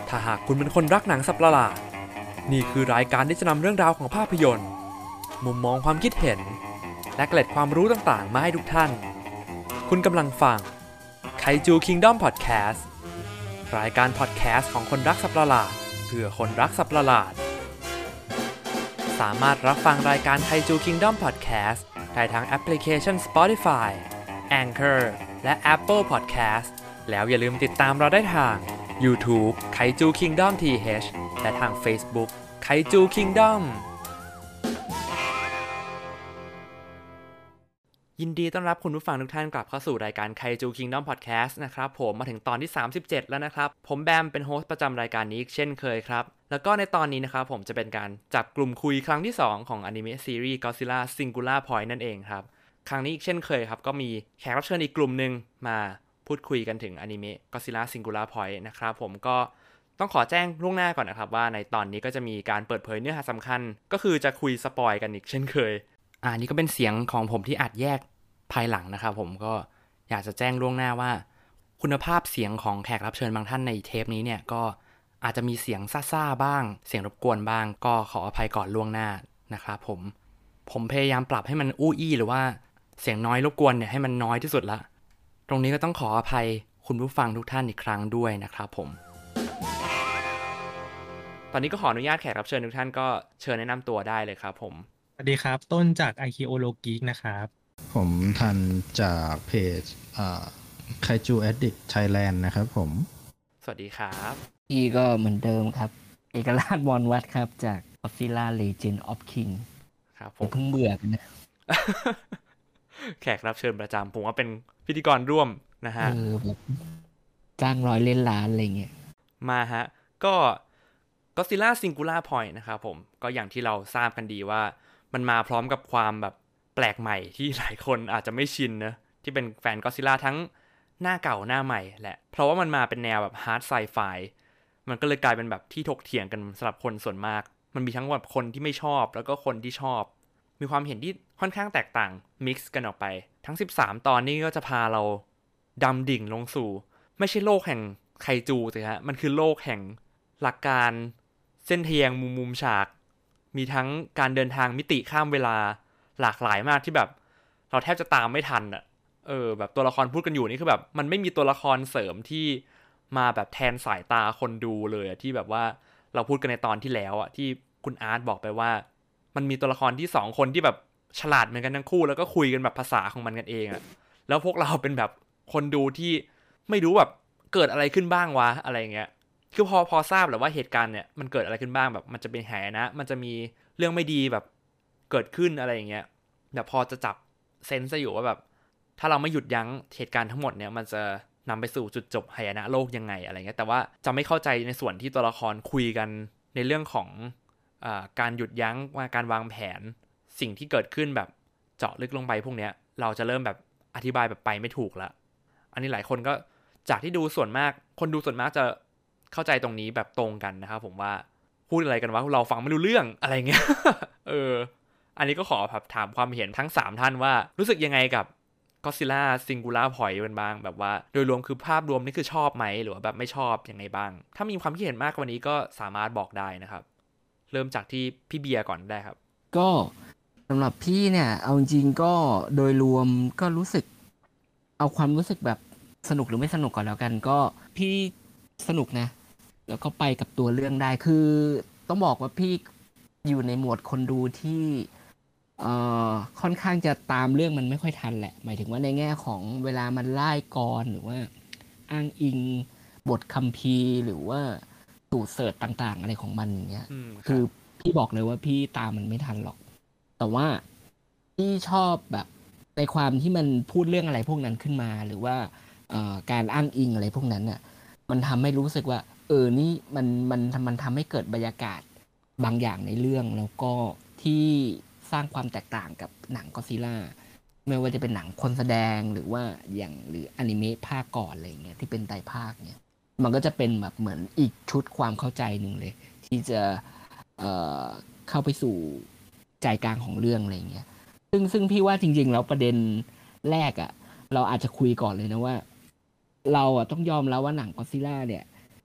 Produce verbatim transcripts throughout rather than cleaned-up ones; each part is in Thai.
ถ้าหากคุณเป็นคนรักหนังสัตว์ประหลาดนี่คือรายการที่จะนำเรื่องราวของภาพยนตร์มุมมองความคิดเห็นและเกล็ดความรู้ต่างๆมาให้ทุกท่านคุณกำลังฟังไคจูคิงดอมพอดแคสต์รายการพอดแคสต์ของคนรักสัตว์ประหลาดเพื่อคนรักสัตว์ประหลาดสามารถรับฟังรายการไคจูคิงดอมพอดแคสต์ได้ทั้งแอปพลิเคชัน Spotify, Anchor และ Apple Podcast แล้วอย่าลืมติดตามเราได้ทาง YouTube ไคจู Kingdom ที เอช และทาง Facebook ไคจู Kingdom ยินดีต้อนรับคุณผู้ฟังทุกท่านกลับเข้าสู่รายการไคจู Kingdom Podcast นะครับผมมาถึงตอนที่สามสิบเจ็ดแล้วนะครับผมแบมเป็นโฮสต์ประจำรายการนี้เช่นเคยครับแล้วก็ในตอนนี้นะครับผมจะเป็นการจับกลุ่มคุยครั้งที่สองของอนิเมะซีรีส์ Godzilla Singular Point นั่นเองครับครั้งนี้อีกเช่นเคยครับก็มีแขกรับเชิญอีกกลุ่มนึงมาพูดคุยกันถึงอนิเมะ Godzilla Singular Point นะครับผมก็ต้องขอแจ้งล่วงหน้าก่อนนะครับว่าในตอนนี้ก็จะมีการเปิดเผยเนื้อหาสำคัญก็คือจะคุยสปอยกันอีกเช่นเคยอ่านี่ก็เป็นเสียงของผมที่อัดแยกภายหลังนะครับผมก็อยากจะแจ้งล่วงหน้าว่าคุณภาพเสียงของแขกรับเชิญบางท่านในเทปนี้เนี่ยก็อาจจะมีเสียงซ่าๆบ้างเสียงรบกวนบ้างก็ขออภัยก่อนล่วงหน้านะครับผมผมพยายามปรับให้มันอู้อี้หรือว่าเสียงน้อยรบกวนเนี่ยให้มันน้อยที่สุดละตรงนี้ก็ต้องขออภัยคุณผู้ฟังทุกท่านอีกครั้งด้วยนะครับผมตอนนี้ก็ขออนุญาตแขกรับเชิญทุกท่านก็เชิญแนะนำตัวได้เลยครับผมสวัสดีครับต้นจาก Archaeology นะครับผมทันจากเพจอ่า Kaiju Addict Thailand นะครับผมสวัสดีครับพี่ก็เหมือนเดิมครับเอกราชวรวัฒน์ครับจาก Godzilla Legend of King ครับผมเพิ่งเบื่อกันนะแขกรับเชิญประจำผมว่าเป็นพิธีกรร่วมนะฮะเออแบบจ้างร้อยเล่นล้านอะไรเงี้ยมาฮะก็ Godzilla Singular Point นะครับผมก็อย่างที่เราทราบกันดีว่ามันมาพร้อมกับความแบบแปลกใหม่ที่หลายคนอาจจะไม่ชินนะที่เป็นแฟน Godzilla ทั้งหน้าเก่าหน้าใหม่แหละเพราะว่ามันมาเป็นแนวแบบฮาร์ดไซไฟมันก็เลยกลายเป็นแบบที่ถกเถียงกันสำหรับคนส่วนมากมันมีทั้งแบบคนที่ไม่ชอบแล้วก็คนที่ชอบมีความเห็นที่ค่อนข้างแตกต่างมิกซ์กันออกไปทั้งสิบสามตอนนี้ก็จะพาเราดำดิ่งลงสู่ไม่ใช่โลกแห่งไคจูสิฮะมันคือโลกแห่งหลักการเส้นเทียงมุมมุมฉากมีทั้งการเดินทางมิติข้ามเวลาหลากหลายมากที่แบบเราแทบจะตามไม่ทันอ่ะเออแบบตัวละครพูดกันอยู่นี่คือแบบมันไม่มีตัวละครเสริมที่มาแบบแทนสายตาคนดูเลยที่แบบว่าเราพูดกันในตอนที่แล้วอ่ะที่คุณอาร์ตบอกไปว่ามันมีตัวละครที่สองคนที่แบบฉลาดเหมือนกันทั้งคู่แล้วก็คุยกันแบบภาษาของมันกันเองอ่ะแล้วพวกเราเป็นแบบคนดูที่ไม่รู้แบบเกิดอะไรขึ้นบ้างวะอะไรเงี้ยคือพอพอทราบแหละว่าเหตุการณ์เนี่ยมันเกิดอะไรขึ้นบ้างแบบมันจะเป็นแหนะมันจะมีเรื่องไม่ดีแบบเกิดขึ้นอะไรอย่างเงี้ยแต่พอจะจับเซนส์อยู่ว่าแบบถ้าเราไม่หยุดยั้งเหตุการณ์ทั้งหมดเนี่ยมันจะนำไปสู่จุดจบหายนะโลกยังไงอะไรเงี้ยแต่ว่าจะไม่เข้าใจในส่วนที่ตัวละครคุยกันในเรื่องของอ่าการหยุดยั้งว่าการวางแผนสิ่งที่เกิดขึ้นแบบเจาะลึกลงไปพวกเนี้ยเราจะเริ่มแบบอธิบายแบบไปไม่ถูกละอันนี้หลายคนก็จากที่ดูส่วนมากคนดูส่วนมากจะเข้าใจตรงนี้แบบตรงกันนะครับผมว่าพูดอะไรกันวะเราฟังไม่รู้เรื่องอะไรเงี้ย เอออันนี้ก็ขอถามความเห็นทั้งสามท่านว่ารู้สึกยังไงกับ Godzilla Singular Point เป็นบ้างแบบว่าโดยรวมคือภาพรวมนี่คือชอบไหมหรือว่าแบบไม่ชอบยังไงบ้างถ้ามีความคิดเห็นมากกว่านี้ก็สามารถบอกได้นะครับเริ่มจากที่พี่เบียร์ก่อนได้ครับก็สำหรับพี่เนี่ยเอาจริงก็โดยรวมก็รู้สึกเอาความรู้สึกแบบสนุกหรือไม่สนุกก่อนแล้วกันก็พี่สนุกนะแล้วก็ไปกับตัวเรื่องได้คือต้องบอกว่าพี่อยู่ในหมวดคนดูที่เอ่อค่อนข้างจะตามเรื่องมันไม่ค่อยทันแหละหมายถึงว่าในแง่ของเวลามันไล่กรหรือว่าอ้างอิงบทคัมภีร์หรือว่าสูตรเสิร์ชต่างๆอะไรของมันอย่างเงี้ยคือพี่บอกเลยว่าพี่ตามมันไม่ทันหรอกแต่ว่าพี่ชอบแบบในความที่มันพูดเรื่องอะไรพวกนั้นขึ้นมาหรือว่าการอ้างอิงอะไรพวกนั้นน่ะมันทำให้รู้สึกว่าเออนี่มันมันมันทำให้เกิดบรรยากาศบางอย่างในเรื่องแล้วก็ที่สร้างความแตกต่างกับหนังก็อดซิลล่าไม่ว่าจะเป็นหนังคนแสดงหรือว่าอย่างหรืออนิเมะภาคก่อนอะไรเงี้ยที่เป็นไตรภาคเนี่ยมันก็จะเป็นแบบเหมือนอีกชุดความเข้าใจหนึ่งเลยที่จะเอ่อเข้าไปสู่ใจกลางของเรื่องอะไรเงี้ยซึ่งซึ่งพี่ว่าจริงๆแล้วประเด็นแรกอ่ะเราอาจจะคุยก่อนเลยนะว่าเราอ่ะต้องยอมแล้วว่าหนังก็อดซิลล่าเนี่ย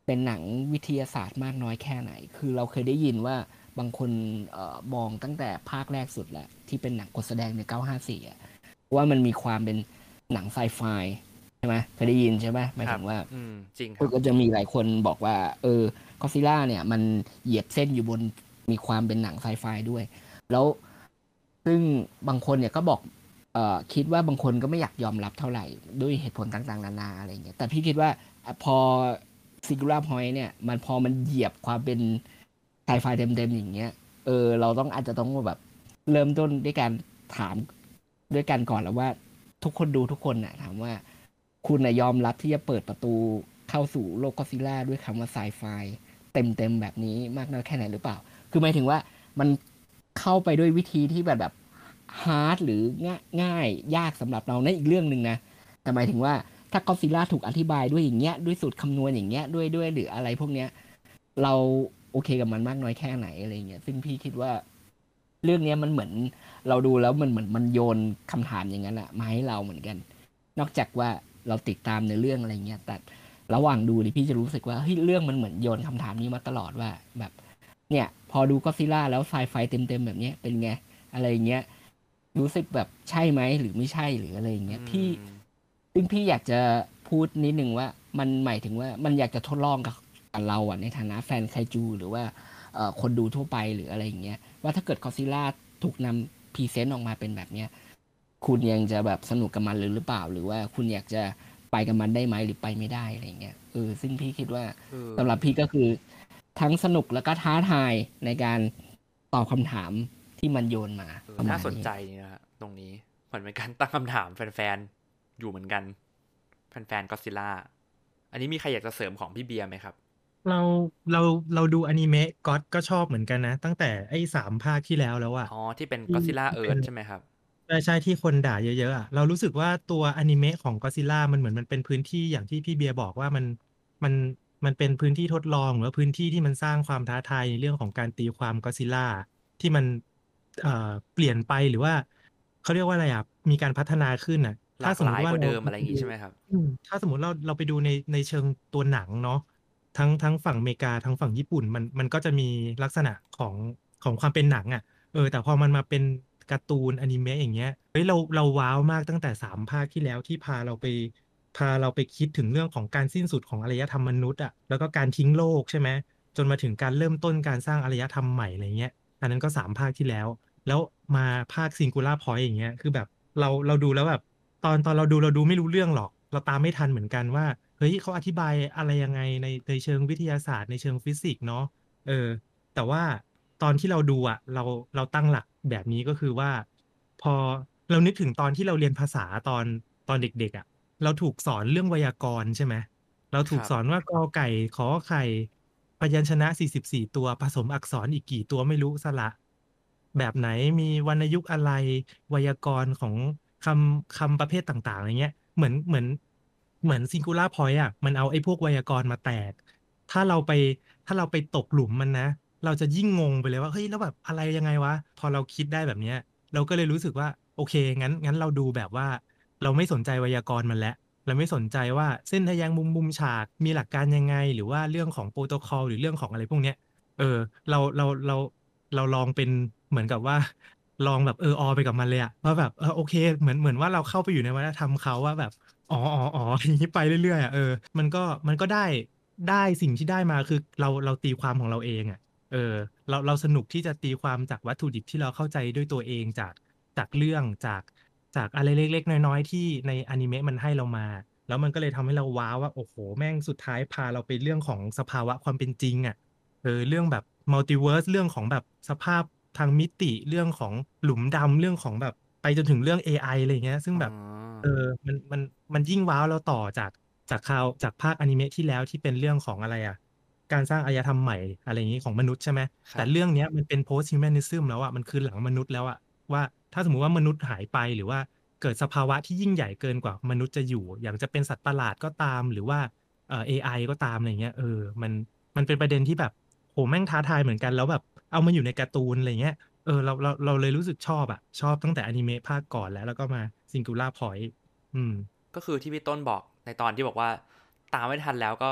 เป็นหนังวิทยาศาสตร์มากน้อยแค่ไหน คือเราเคยได้ยินว่าบางคนเอ่อมองตั้งแต่ภาคแรกสุดแหละที่เป็นหนังกดแสดงในเก้าห้าสี่อ่ะว่ามันมีความเป็นหนังไซไฟใช่ไหมเคยได้ยินใช่ไหมหมายครัถึบงว่าอืมจริงคก็รับก็จะมีหลายคนบอกว่า เออก็ซิล่าเนี่ย มันเหยียบเส้นอยู่บนมีความเป็นหนังไซไฟด้วย แล้วซึ่งบางคนเนี่ยก็บอกเอ่อคิดว่าบางคนก็ไม่อยากยอมรับเท่าไหร่ด้วยเหตุผลต่างๆนานาอะไรเงี้ยแต่พี่คิดว่าอ่ะพอ Singular Point เนี่ย มันพอมันเหยียบความเป็นไซไฟเต็มๆอย่างเงี้ย เออ เราต้องอาจจะต้องแบบเริ่มต้นด้วยการถามด้วยกันก่อนแล้วว่า ทุกคนดูทุกคนน่ะถามว่า คุณน่ะยอมรับที่จะเปิดประตูเข้าสู่โลกก็อดซิลล่าด้วยคำว่าไซไฟเต็มๆแบบนี้มากน้อยแค่ไหนหรือเปล่า คือหมายถึงว่ามันเข้าไปด้วยวิธีที่แบบแบบฮาร์ดหรือง่ายง่ายยากสำหรับเรานั่นอีกเรื่องหนึ่งนะ แต่หมายถึงว่าถ้าก็อดซิลล่าถูกอธิบายด้วยอย่างเงี้ยด้วยสูตรคำนวณอย่างเงี้ยด้วยด้วยหรืออะไรพวกเนี้ย เราโอเคกับมันมากน้อยแค่ไหนอะไรเงี้ยซึ่งพี่คิดว่า เรื่องเนี้ยมันเหมือนเราดูแล้วมันเหมือนมันโยนคำถามอย่างนั้นอะมาให้เราเหมือนกัน นอกจากว่าเราติดตามในเรื่องอะไรเงี้ยแต่ระหว่างดูดิพี่จะรู้สึกว่าเฮ้ยเรื่องมันเหมือนโยนคำถามนี้มาตลอดว่าแบบ เนี่ยพอดูก็อดซิลล่าแล้วไซไฟเต็มๆแบบเนี้ยเป็นไงอะไรเงี้ยรู้สึกแบบใช่ไหมหรือไม่ใช่หรืออะไรเงี้ยพี่อืมซึ่งพี่อยากจะพูดนิดนึงว่ามันหมายถึงว่ามันอยากจะทดลองกับกับเราอ่ะในฐานะแฟนไคจูหรือว่าเอ่อคนดูทั่วไปหรืออะไรอย่างเงี้ยว่าถ้าเกิดก็อดซิลล่าถูกนำพรีเซนต์ออกมาเป็นแบบเนี้ยคุณยังจะแบบสนุกกับมันหรือหรือเปล่า หรือว่าคุณอยากจะไปกับมันได้ไหมหรือไปไม่ได้อะไรอย่างเงี้ยเออซึ่งพี่คิดว่าเออสำหรับพี่ก็คือทั้งสนุกแล้วก็ท้าทายในการตอบคำถามที่มันโยนมาเออประมาน่าณสนนี้ใจนะฮะตรงนี้เหมือนเป็นการตั้งคำถามแฟนๆอยู่เหมือนกันแฟนๆก็อดซิลล่าอันนี้มีใครอยากจะเสริมของพี่เบียร์ไหมครับเราเราเราดูอนิเมะก็อดก็ชอบเหมือนกันนะ ตั้งแต่ไอ้สามภาคที่แล้วแล้วอะอ๋อที่เป็นที่ก็อดซิลล่าที่เอิเป็ร์ธนใช่ไหมครับใช่ใช่ที่คนด่าเยอะๆอ่ะเรารู้สึกว่าตัวอนิเมะของก็อดซิลล่ามันเหมือนมันเป็นพื้นที่อย่างที่พี่เบียร์บอกว่ามันมันมันเป็นพื้นที่ทดลองหรือว่าพื้นที่ที่มันสร้างความท้าทายในเรื่องของการตีความก็อดซิลล่าที่มันเอ่อเปลี่ยนไปหรือว่าเขาเรียกว่าอะไรอ่ะมีการพัฒนาขึ้นอ่ะหลาถ้ากสมหมลาติยว่ากว่าเราเดิมอะไรไปอย่างดูงี้ใช่ไหมครับอืมถ้าสมมติเราเราไปดูในในเชิงตัวหนังเนาะทั้งทั้งฝั่งอเมริกาทั้งฝั่งญี่ปุ่นมันมันก็จะมีลักษณะของของความเป็นหนังอ่ะ เออแต่พอมันมาเป็นการ์ตูนอนิเมะอย่างเงี้ยเฮ้ยเราเราว้าวมากตั้งแต่สามภาคที่แล้วที่พาเราไปพาเราไปคิดถึงเรื่องของการสิ้นสุดของอารยธรรมมนุษย์อ่ะแล้วก็การทิ้งโลกใช่ไหมจนมาถึงการเริ่มต้นการสร้างอารยธรรมใหม่อะไรเงี้ยอันนั้นก็สามภาคที่แล้วแล้วมาภาคซิงคูล่าพอยต์อย่างเงี้ยคือแบบเราเราดูแล้วแบบตอนตอนเราดูเราดูไม่รู้เรื่องหรอกเราตามไม่ทันเหมือนกันว่าเฮ้ยเขาอธิบายอะไรยังไงในในเชิงวิทยาศาสตร์ในเชิงฟิสิกส์เนาะเออ แต่ว่าตอนที่เราดูอ่ะเราเราตั้งหลักแบบนี้ก็คือว่า พอเรานึกถึงตอนที่เราเรียนภาษาตอนตอนเด็กๆอ่ะเราถูกสอนเรื่องไวยากรณ์ใช่ไหมเราถูครับกสอนว่ากอไก่ขอไข่พยัญชนะสี่สิบสี่ตัวผสมอักษรอีกกี่ตัวไม่รู้สระแบบไหนมีวรรณยุกต์อะไรไวยากรณ์ของคำคำประเภทต่างๆอะไรเงี้ยเหมือนเหมือนเหมือนซิงคูล่าพอยต์อ่ะมันเอาไอ้พวกไวยากรณ์มาแตก ถ้าเราไปถ้าเราไปตกหลุมมันนะ เราจะยิ่งงงไปเลยว่าเฮ้ยแล้วแบบอะไรยังไงวะพอเราคิดได้แบบเนี้ยเราก็เลยรู้สึกว่าโอเคงั้นงั้นเราดูแบบว่าเราไม่สนใจไวยากรณ์มันแล้วเราไม่สนใจว่าเส้นทะแยงมุมมุมฉากมีหลักการยังไงหรือว่าเรื่องของโปรโตคอลหรือเรื่องของอะไรพวกเนี้ยเออเราเราเราเราลองเป็นเหมือนกับว่าลองแบบเออออไปกับมันเลยอะว่าแบบเออโอเคเหมือนเหมือนว่าเราเข้าไปอยู่ในวัฒนธรรมเขาว่าแบบ อ๋ออ๋ออ๋ออย่างนี้ไปเรื่อยๆอ่ะเออมันก็มันก็ได้ได้สิ่งที่ได้มาคือเราเราตีความของเราเองอ่ะเออเราเราสนุกที่จะตีความจากวัตถุดิบที่เราเข้าใจด้วยตัวเองจากจากเรื่องจากจากอะไรเล็กๆน้อยๆที่ในอนิเมะมันให้เรามาแล้วมันก็เลยทำให้เราว้าวว่าโอ้โหแม่งสุดท้ายพาเราไปเรื่องของสภาวะความเป็นจริงอ่ะเออเรื่องแบบมัลติเวิร์สเรื่องของแบบสภาพทางมิติเรื่องของหลุมดำเรื่องของแบบไปจนถึงเรื่อง เอ ไอ อะไรอย่างเงี้ยซึ่งอ๋อแบบ เออมันมันมันยิ่งว้าวเราต่อจากจากข่าวจากภาคอนิเมะที่แล้วที่เป็นเรื่องของอะไรอ่ะการสร้างอารยธรรมใหม่อะไรอย่างนี้ของมนุษย์ใช่ไหมแต่ครับเรื่องเนี้ยมันเป็น post humanism แล้วอ่ะมันคือหลังมนุษย์แล้วอ่ะว่าถ้าสมมุติว่ามนุษย์หายไปหรือว่าเกิดสภาวะที่ยิ่งใหญ่เกินกว่ามนุษย์จะอยู่ อย่างจะเป็นสัตว์ประหลาดก็ตามหรือว่าเอ่อ เอ ไอ ก็ตามอะไรเงี้ยเออมันมันเป็นประเด็นที่แบบโหแม่งท้าทายเหมือนกันแล้วแบบเอามาอยู่ในการ์ตูนอะไรเงี้ยเออเราเราเราเลยรู้สึกชอบอ่ะชอบตั้งแต่อนิเมะภาคก่อนแล้วแล้วก็มา Singular Point อืมก็คือที่พี่ต้นบอกในตอนที่บอกว่าตามไม่ทันแล้วก็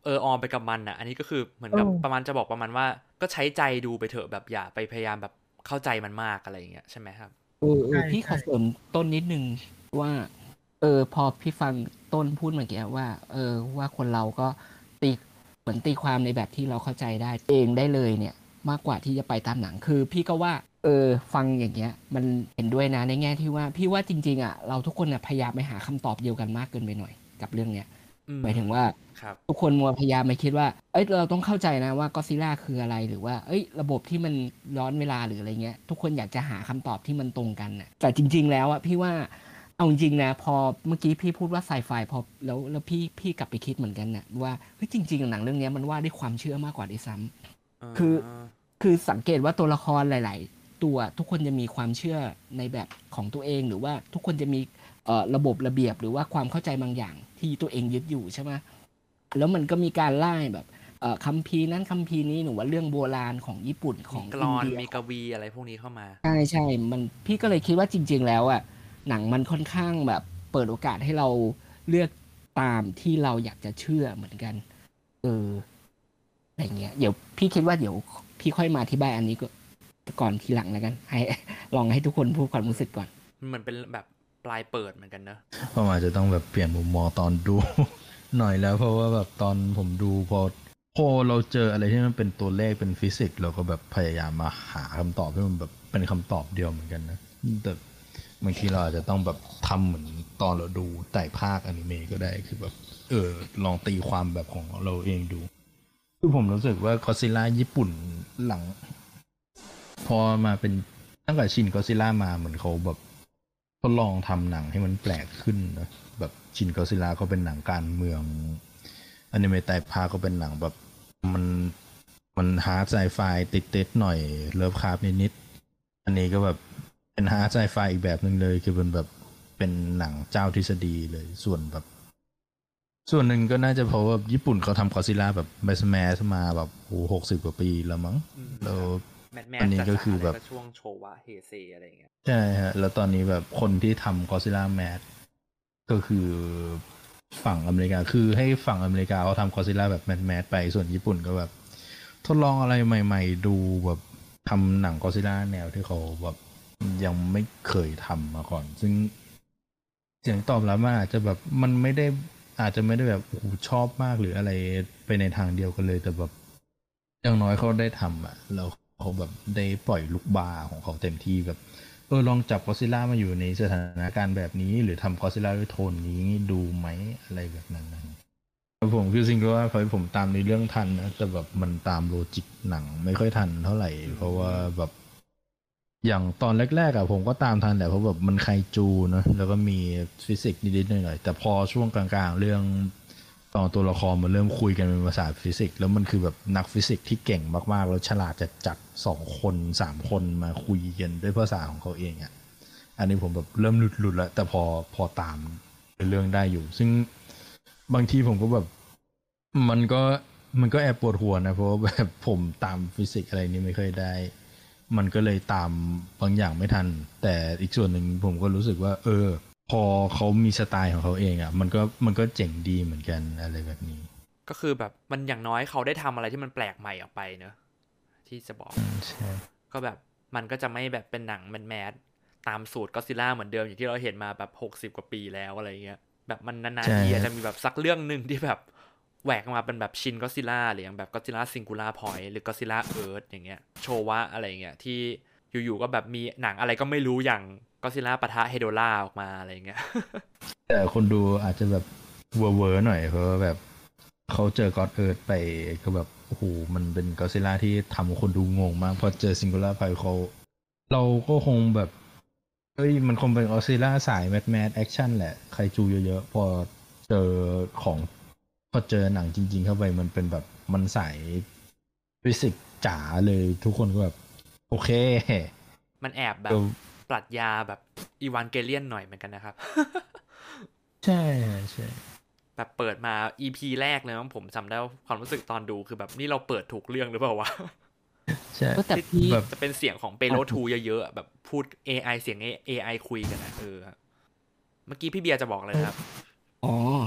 เออออมไปกับมันอ่ะอันนี้ก็คือเหมือนกับประมาณจะบอกประมาณว่าก็ใช้ใจดูไปเถอะแบบอย่าไปพยายามแบบเข้าใจมันมากอะไรอย่างเงี้ยใช่ไหมครับเออเออใช่พี่ขอใช่เสริมต้นนิดนึงว่า เออ พอพี่ฟังต้นพูดเมื่อกี้ว่า เออ ว่าคนเราก็ตีเหมือนตีความในแบบที่เราเข้าใจได้เองได้เลยเนี่ย มากกว่าที่จะไปตามหนังคือพี่ก็ว่า เออ ฟังอย่างเงี้ย มันเห็นด้วยนะในแง่ที่ว่า พี่ว่าจริงๆอ่ะเราทุกคนน่ะพยายามไปหาคำตอบเดียวกันมากเกินไปหน่อยกับเรื่องเนี้ยอืมหมายถึงว่าครับทุกคนมัวพยายามไปคิดว่า เอ้ยเราต้องเข้าใจนะว่าก็อดซิลล่าคืออะไรหรือว่า เอ้ยระบบที่มันย้อนเวลาหรืออะไรเงี้ย ทุกคนอยากจะหาคำตอบที่มันตรงกันน่ะแต่จริง ๆ แล้วอะพี่ว่าเอาจริงๆนะพอเมื่อกี้พี่พูดว่าไซไฟพอแล้วแล้วพี่พี่กลับไปคิดเหมือนกันนะว่าเฮ้ยจริงๆหนังเรื่องเนี้ยมันว่าด้วยความเชื่อมากกว่าด้วยซ้ำคือคือสังเกตว่าตัวละครหลาย ๆ ตัวทุกคนจะมีความเชื่อในแบบของตัวเองหรือว่าทุกคนจะมีเอ่อระบบระเบียบหรือว่าความเข้าใจบางอย่างที่ตัวเองยึดอยู่ใช่ไหมแล้วมันก็มีการไล่แบบเอ่อคัมภีร์นั้นคัมภีร์นี้หรือว่าเรื่องโบราณของญี่ปุ่นขมีองกลอินอนเดียมีกวีอะไรพวกนี้เข้ามาใช่ใช่มันพี่ก็เลยคิดว่าจริง ๆ แล้วอ่ะหนังมันค่อนข้างแบบเปิดโอกาสให้เราเลือกตามที่เราอยากจะเชื่อเหมือนกัน เอออะไรเงี้ยเดี๋ยวพี่คิดว่าเดี๋ยวพี่ค่อยมาอธิบายอันนี้ก็ก่อนทีหลังแล้วกันให้ ลองให้ทุกคนพูดความรู้สึกก่อนมันเหมือนเป็นแบบปลายเปิดเหมือนกันเนอะผมอาจจะต้องแบบเปลี่ยนมุมมองตอนดู หน่อยแล้วเพราะว่าแบบตอนผมดูพอพอเราเจออะไรที่มันเป็นตัวเลขเป็นฟิสิกส์เราก็แบบพยายามมาหาคำตอบที่มันแบบเป็นคำตอบเดียวเหมือนกันนะแต่บางทีเราอาจจะต้องแบบทำเหมือนตอนเราดูแต่ภาคอนิเมะก็ได้คือแบบเออลองตีความแบบของเราเองดูคือผมรู้สึกว่าก็อดซิลล่าญี่ปุ่นหลัง พอมาเป็นตั้งแต่ชินก็อดซิลล่ามาเหมือนเขาแบบทดลองทำหนังให้มันแปลกขึ้นนะแบบชินก็อดซิลล่าเขาเป็นหนังการเมืองอนิเมะไตรภาคก็เป็นหนังแบบมันมันฮาร์ดไซไฟติดๆหน่อยเลิฟคราฟนิดๆอันนี้ก็แบบเป็นฮาร์ดไซไฟอีกแบบหนึ่งเลยคือเป็นแบบเป็นหนังเจ้าทฤษฎีเลยส่วนแบบส่วนหนึ่งก็น่าจะเพราะว่าญี่ปุ่นเขาทำก็อดซิลล่าแบบแมสแมสมาแบบโอ้หกสิบกว่าปีแล้วมั้งแล้วแมทแมอันสนี้ก็คือแบบช่วงโชวะเฮเซอะไรอย่างเงี้ยใช่ฮะแล้วตอนนี้แบบคนที่ทำ Godzilla Mad ก็คือฝั่งอเมริกาคือให้ฝั่งอเมริกาเขาทำ Godzilla แบบแม d แม d ไปส่วนญี่ปุ่นก็แบบทดลองอะไรใหม่ๆ ดูแบบทำหนัง Godzilla แนวที่เขาแบบยังไม่เคยทำมาก่อน ซึ่งเสียงตอบรับมันอาจจะแบบมันไม่ได้อาจจะไม่ได้แบบโอ้โหชอบมากหรืออะไรไปในทางเดียวกันเลยแต่แบบอย่างน้อยเขาได้ทำอ่ะแล้วเขาแบบได้ปล่อยลูกบาของเขาเต็มที่แบบเออลองจับก็อดซิลล่ามาอยู่ในสถานการณ์แบบนี้หรือทำก็อดซิลล่าด้วยโทนนี้ดูไหมอะไรแบบนั้นนะผมคือจริงๆว่าพอผมตามในเรื่องทันนะแต่แบบมันตามโลจิกหนังไม่ค่อยทันเท่าไหร่เพราะว่าแบบอย่างตอนแรกๆอะผมก็ตามทันแต่เพราะแบบมันไคจูนะแล้วก็มีฟิสิกส์นิดๆหน่อยๆแต่พอช่วงกลางๆเรื่องตอนตัวละครมันเริ่มคุยกันเป็นภาษาฟิสิกส์แล้วมันคือแบบนักฟิสิกส์ที่เก่งมากๆแล้วฉลาดจะจัดสองคนสามคนมาคุยกันด้วยภาษาของเขาเองอะอันนี้ผมแบบเริ่มหลุดๆแล้วแต่พอพอตามเรื่องได้อยู่ซึ่งบางทีผมก็แบบมันก็มันก็แอบปวดหัวนะเพราะว่าแบบผมตามฟิสิกส์อะไรนี้ไม่ค่อยได้มันก็เลยตามบางอย่างไม่ทันแต่อีกส่วนหนึ่งผมก็รู้สึกว่าเออพอเขามีสไตล์ของเขาเองอ่ะมันก็มันก็เจ๋งดีเหมือนกันอะไรแบบนี้ก็คือแบบมันอย่างน้อยเขาได้ทำอะไรที่มันแปลกใหม่ออกไปเนอะที่จะบอกใช่ก็แบบมันก็จะไม่แบบเป็นหนังแมสแมสตามสูตรก็อดซิลล่าเหมือนเดิมอย่างที่เราเห็นมาแบบหกสิบกว่าปีแล้วอะไรเงี้ยแบบมันนานๆทีอาจจะมีแบบสักเรื่องนึงที่แบบแหวกมาเป็นแบบชินก็อดซิลล่าหรืออย่างแบบก็อดซิลล่าซิงคูล่าพอยต์หรือก็อดซิลล่าเอิร์ธอย่างเงี้ยโชวะอะไรเงี้ยที่อยู่ๆก็แบบมีหนังอะไรก็ไม่รู้อย่างก็อดซิลล่าปะทะเฮโดล่าออกมาอะไรเงี้ยแต่คนดูอาจจะแบบเวอร์ๆหน่อยเพราะว่าแบบเขาเจอก็อดเอิร์ธไปก็แบบโอ้โหมันเป็นก็อดซิลล่าที่ทำคนดูงงมากพอเจอซิงคูล่าพอยต์เขาเราก็คงแบบเฮ้ยมันคงเป็นก็อดซิลล่าสายแมสแมสแอคชั่นแหละไคจูเยอะๆพอเจอของพอเจอหนังจริงๆเข้าไปมันเป็นแบบมันสายฟิสิกส์จ๋าเลยทุกคนก็แบบโอเคมันแอบแบบปรัชญาแบบอีวานเกเลียนหน่อยเหมือนกันนะครับใช่ใช่แบบเปิดมา อี พี แรกเลยมั้งผมจำได้ความรู้สึกตอนดูคือแบบนี่เราเปิดถูกเรื่องหรือเปล่าวะใช่แต่พี่จะเป็นเสียงของเปโลทูเยอะๆแบบพูด เอ ไอ เสียง เอ ไอ คุยกันนะเออเมื่อกี้พี่เบียร์จะบอกอะไรนะครับอ๋อ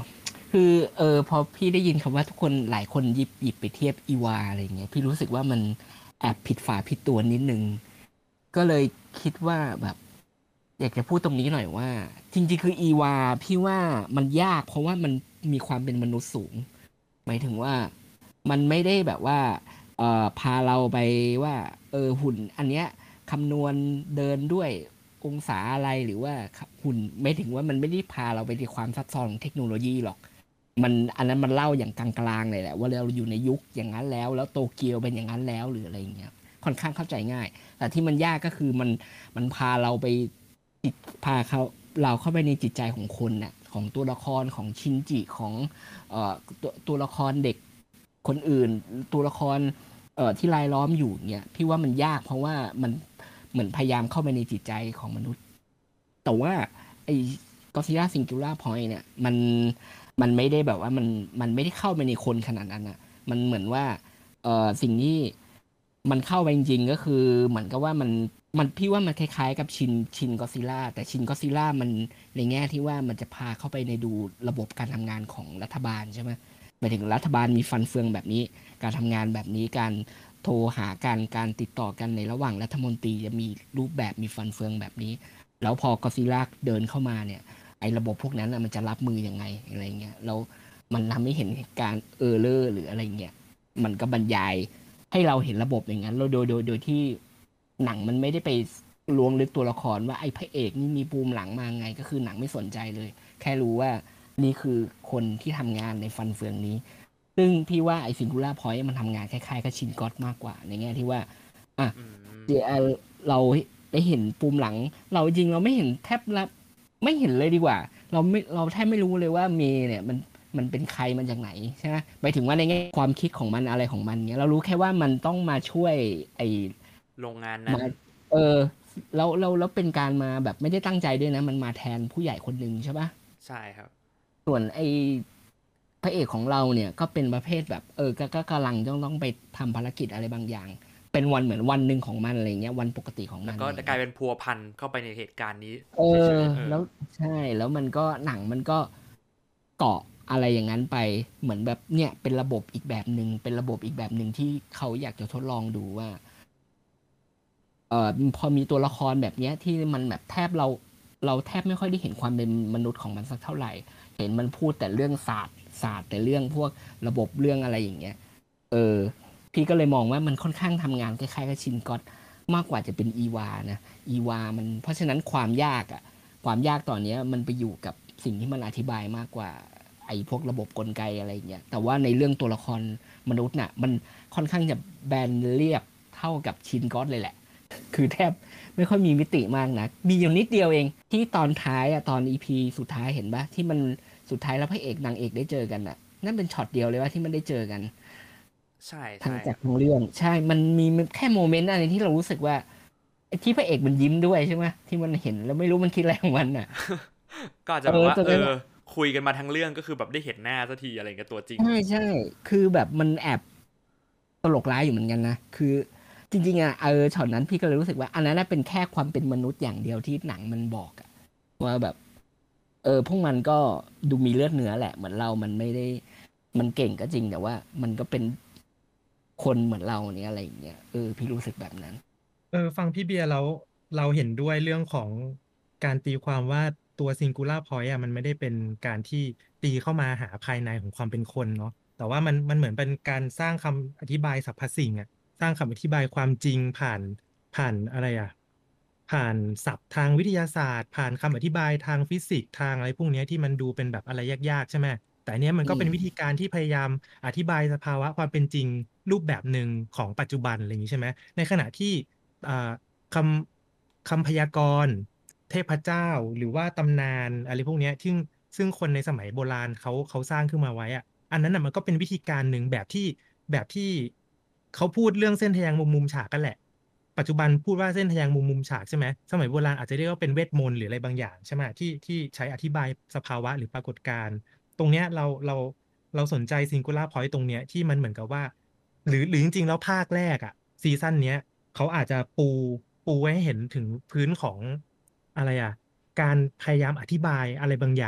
คือเออพอพี่ได้ยินคำว่าทุกคนหลายคนหยิบหยิบไปเทียบอีวาอะไรเงี้ยพี่รู้สึกว่ามันแอบผิดฝาผิดตัวนิดนึงก็เลยคิดว่าแบบอยากจะพูดตรงนี้หน่อยว่า จริงๆคืออีวาพี่ว่ามันยากเพราะว่ามันมีความเป็นมนุษย์สูง หมายถึงว่ามันไม่ได้แบบว่าเอ่อพาเราไปว่าเออหุ่นอันเนี้ยคำนวณเดินด้วยองศาอะไรหรือว่าหุ่นไม่ถึงว่ามันไม่ได้พาเราไปที่ความซับซ้อนของเทคโนโลยีหรอก มันอันนั้นมันเล่าอย่างกลางๆเลยแหละว่าเราอยู่ในยุคอย่างนั้นแล้ว แล้วโตเกียวเป็นอย่างนั้นแล้วหรืออะไรอย่างเงี้ยค่อนข้างเข้าใจง่าย แต่ที่มันยากก็คือมันมันพาเราไปจิตพาเขาเราเข้าไปในจิตใจของคนน่ะของตัวละครของชินจิของเอ่อตัวตัวละครเด็กคนอื่น ตัวละครเอ่อที่รายล้อมอยู่เนี่ยพี่ว่ามันยากเพราะว่ามันเหมือนพยายามเข้าไปในจิตใจของมนุษย์ แต่ว่าไอ้ Godzilla Singular Point เนี่ยมันมันไม่ได้แบบว่ามันมันไม่ได้เข้าไปในคนขนาดนั้นอ่ะมันเหมือนว่าเอ่อสิ่งที่มันเข้าไปจริงๆก็คือเหมือนกับว่ามันมันพี่ว่ามันคล้ายๆกับชินชินก็ซิล่าแต่ชินก็ซิล่ามันในแง่ที่ว่ามันจะพาเข้าไปในดูระบบการทำงานของรัฐบาลใช่ไหมหมายถึงรัฐบาลมีฟันเฟืองแบบนี้การทำงานแบบนี้การโทรหากันการติดต่อกันในระหว่างรัฐมนตรีจะมีรูปแบบมีฟันเฟืองแบบนี้ แล้วพอกอซิล่าเดินเข้ามาเนี่ยไอ้ระบบพวกนั้นนะมันจะรับมือยังไงอะไรเงี้ยแล้วมันทำให้เห็นเหตุการณ์เออร์เลอร์หรืออะไรเงี้ยมันก็บรรยายให้เราเห็นระบบอย่างนั้นแล้วโดยโดยโดยที่หนังมันไม่ได้ไปล้วงลึกตัวละครว่าไอ้พระเอกนี่มีปูมหลังมาไงก็คือหนังไม่สนใจเลย แค่รู้ว่านี่คือคนที่ทำงานในฟันเฟืองนี้ ซึ่งพี่ว่าไอ้ซิงคูล่าพอยต์มันทำงานคล้ายๆกับชินก็อตมากกว่าในแง่ที่ว่าอ่ะอืมเจไอเราได้เห็นปูมหลัง เราจริงเราไม่เห็นแทบละไม่เห็นเลยดีกว่า เราไม่เราแทบไม่รู้เลยว่าเมย์เนี่ยมันมันเป็นใครมันจากไหนใช่ไหมไปถึงว่าในแง่ความคิดของมันอะไรของมันเนี้ยเรารู้แค่ว่ามันต้องมาช่วยไอโรงงานนั้นมาเออแล้วแล้วแล้วเป็นการมาแบบไม่ได้ตั้งใจด้วยนะ มันมาแทนผู้ใหญ่คนหนึ่งใช่ปะใช่ครับส่วนไอพระเอกของเราเนี่ยก็เป็นประเภทแบบเออก็ก็กำลังต้องต้องไปทำภารกิจอะไรบางอย่าง เป็นวันเหมือนวันหนึ่งของมันอะไรเงี้ยวันปกติของแล้มัวน ก็อะไรกลายเงี้ยเป็นพัวพันเข้าไปในเหตุการณ์นี้เอเฉอยๆเออแล้วใช่แล้วมันก็หนังมันก็เกาะอะไรอย่างนั้นไปเหมือนแบบเนี่ยเป็นระบบอีกแบบหนึ่งเป็นระบบอีกแบบหนึ่งที่เขาอยากจะทดลองดูว่า เอ่อพอมีตัวละครแบบเนี้ยที่มันแบบแทบเราเราแทบไม่ค่อยได้เห็นความเป็นมนุษย์ของมันสักเท่าไหร่ เห็นมันพูดแต่เรื่องศาสตร์ศาสตร์แต่เรื่องพวกระบบเรื่องอะไรอย่างเงี้ย เออ พี่ก็เลยมองว่ามันค่อนข้างทำงานคล้ายๆกับชินก็อตมากกว่าจะเป็นอีวานะอีวามันเพราะฉะนั้นความยากอะความยากตอนเนี้ยมันไปอยู่กับสิ่งที่มันอธิบายมากกว่าไอ้พวกระบบกลไกอะไรอย่างเงี้ยแต่ว่าในเรื่องตัวละครมนุษย์น่ะมันค่อนข้างจะแบนเรียบเท่ากับชินก็อตเลยแหละ คือแทบไม่ค่อยมีมิติมากนะมีอยู่นิดเดียวเองที่ตอนท้ายอะตอนอีพีสุดท้ายเห็นปะที่มันสุดท้ายแล้วพระเอกนางเอกได้เจอกันอะนั่นเป็นช็อตเดียวเลยว่าที่มันได้เจอกันใช่ทางใช่จากทั้งเรื่องใช่ มันมีแค่โมเมนต์อะไรที่เรารู้สึกว่าไอ้ที่พระเอกมันยิ้มด้วยใช่ไหมที่มันเห็นแล้วไม่รู้มันคิดอะไรของมันอ่ะก็อาจจะแบบว่าเออตอนเอนั้นออะคุยกันมาทั้งเรื่องก็คือแบบได้เห็นหน้าสักทีอะไรเงี้ยตัวจริงใช่ใช่คือแบบมันแอบตลกร้ายอยู่เหมือนกันนะ คือจริงๆอ่ะเออช็อตนั้นพี่ก็เลยรู้สึกว่า อันนั้นน่ะเป็นแค่ความเป็นมนุษย์อย่างเดียวที่หนังมันบอกอะว่าแบบ เออพวกมันก็ดูมีเลือดเนื้อแหละ เหมือนเรามันไม่ได้ มันเก่งก็จริงแต่ว่า มันก็เป็นคนเหมือนเราเนี่ยอะไรอย่างเงี้ยเออพี่รู้สึกแบบนั้นเออฟังพี่เบียร์แล้วเราเห็นด้วยเรื่องของการตีความว่าตัว singular point อ่ะมันไม่ได้เป็นการที่ตีเข้ามาหาภายในของความเป็นคนเนาะแต่ว่ามันมันเหมือนเป็นการสร้างคำอธิบายสรรพสิ่งอ่ะสร้างคำอธิบายความจริงผ่านผ่านอะไรอ่ะผ่านศัพท์ทางวิทยาศาสตร์ ผ่านคำอธิบายทางฟิสิกส์ทางอะไรพวกเนี้ยที่มันดูเป็นแบบอะไรยากๆใช่ไหมแต่อันเนี้ยมันก็เป็นวิธีการที่พยายามอธิบายสภาวะความเป็นจริงรูปแบบหนึ่งของปัจจุบันอะไรอย่างนี้ใช่ไหมในขณะที่ อ่าคำคำพยากรณ์เทพเจ้าหรือว่าตำนานอะไรพวกเนี้ยซึ่งซึ่งคนในสมัยโบราณเขาเขาสร้างขึ้นมาไว้อะอันนั้นน่ะมันก็เป็นวิธีการหนึ่งแบบที่แบบที่เขาพูดเรื่องเส้นทะแยงมุมมุมฉากกันแหละปัจจุบันพูดว่าเส้นทะแยงมุมมุมฉากใช่ไหมสมัยโบราณอาจจะเรียกว่าเป็นเวทมนต์หรืออะไรบางอย่างใช่ไหมที่ที่ใช้อธิบายสภาวะหรือปรากฏการณ์ตรงเนี้ยเราเราเราสนใจ singular point ตรงเนี้ยที่มันเหมือนกับว่า หรือหรือจริงๆแล้วภาคแรกอะซีซั่นเนี้ยเขาอาจจะปูปูไว้ให้เห็นถึงพื้นของอะไรอะการพยายามอธิบายอะไรบางอย่างอะ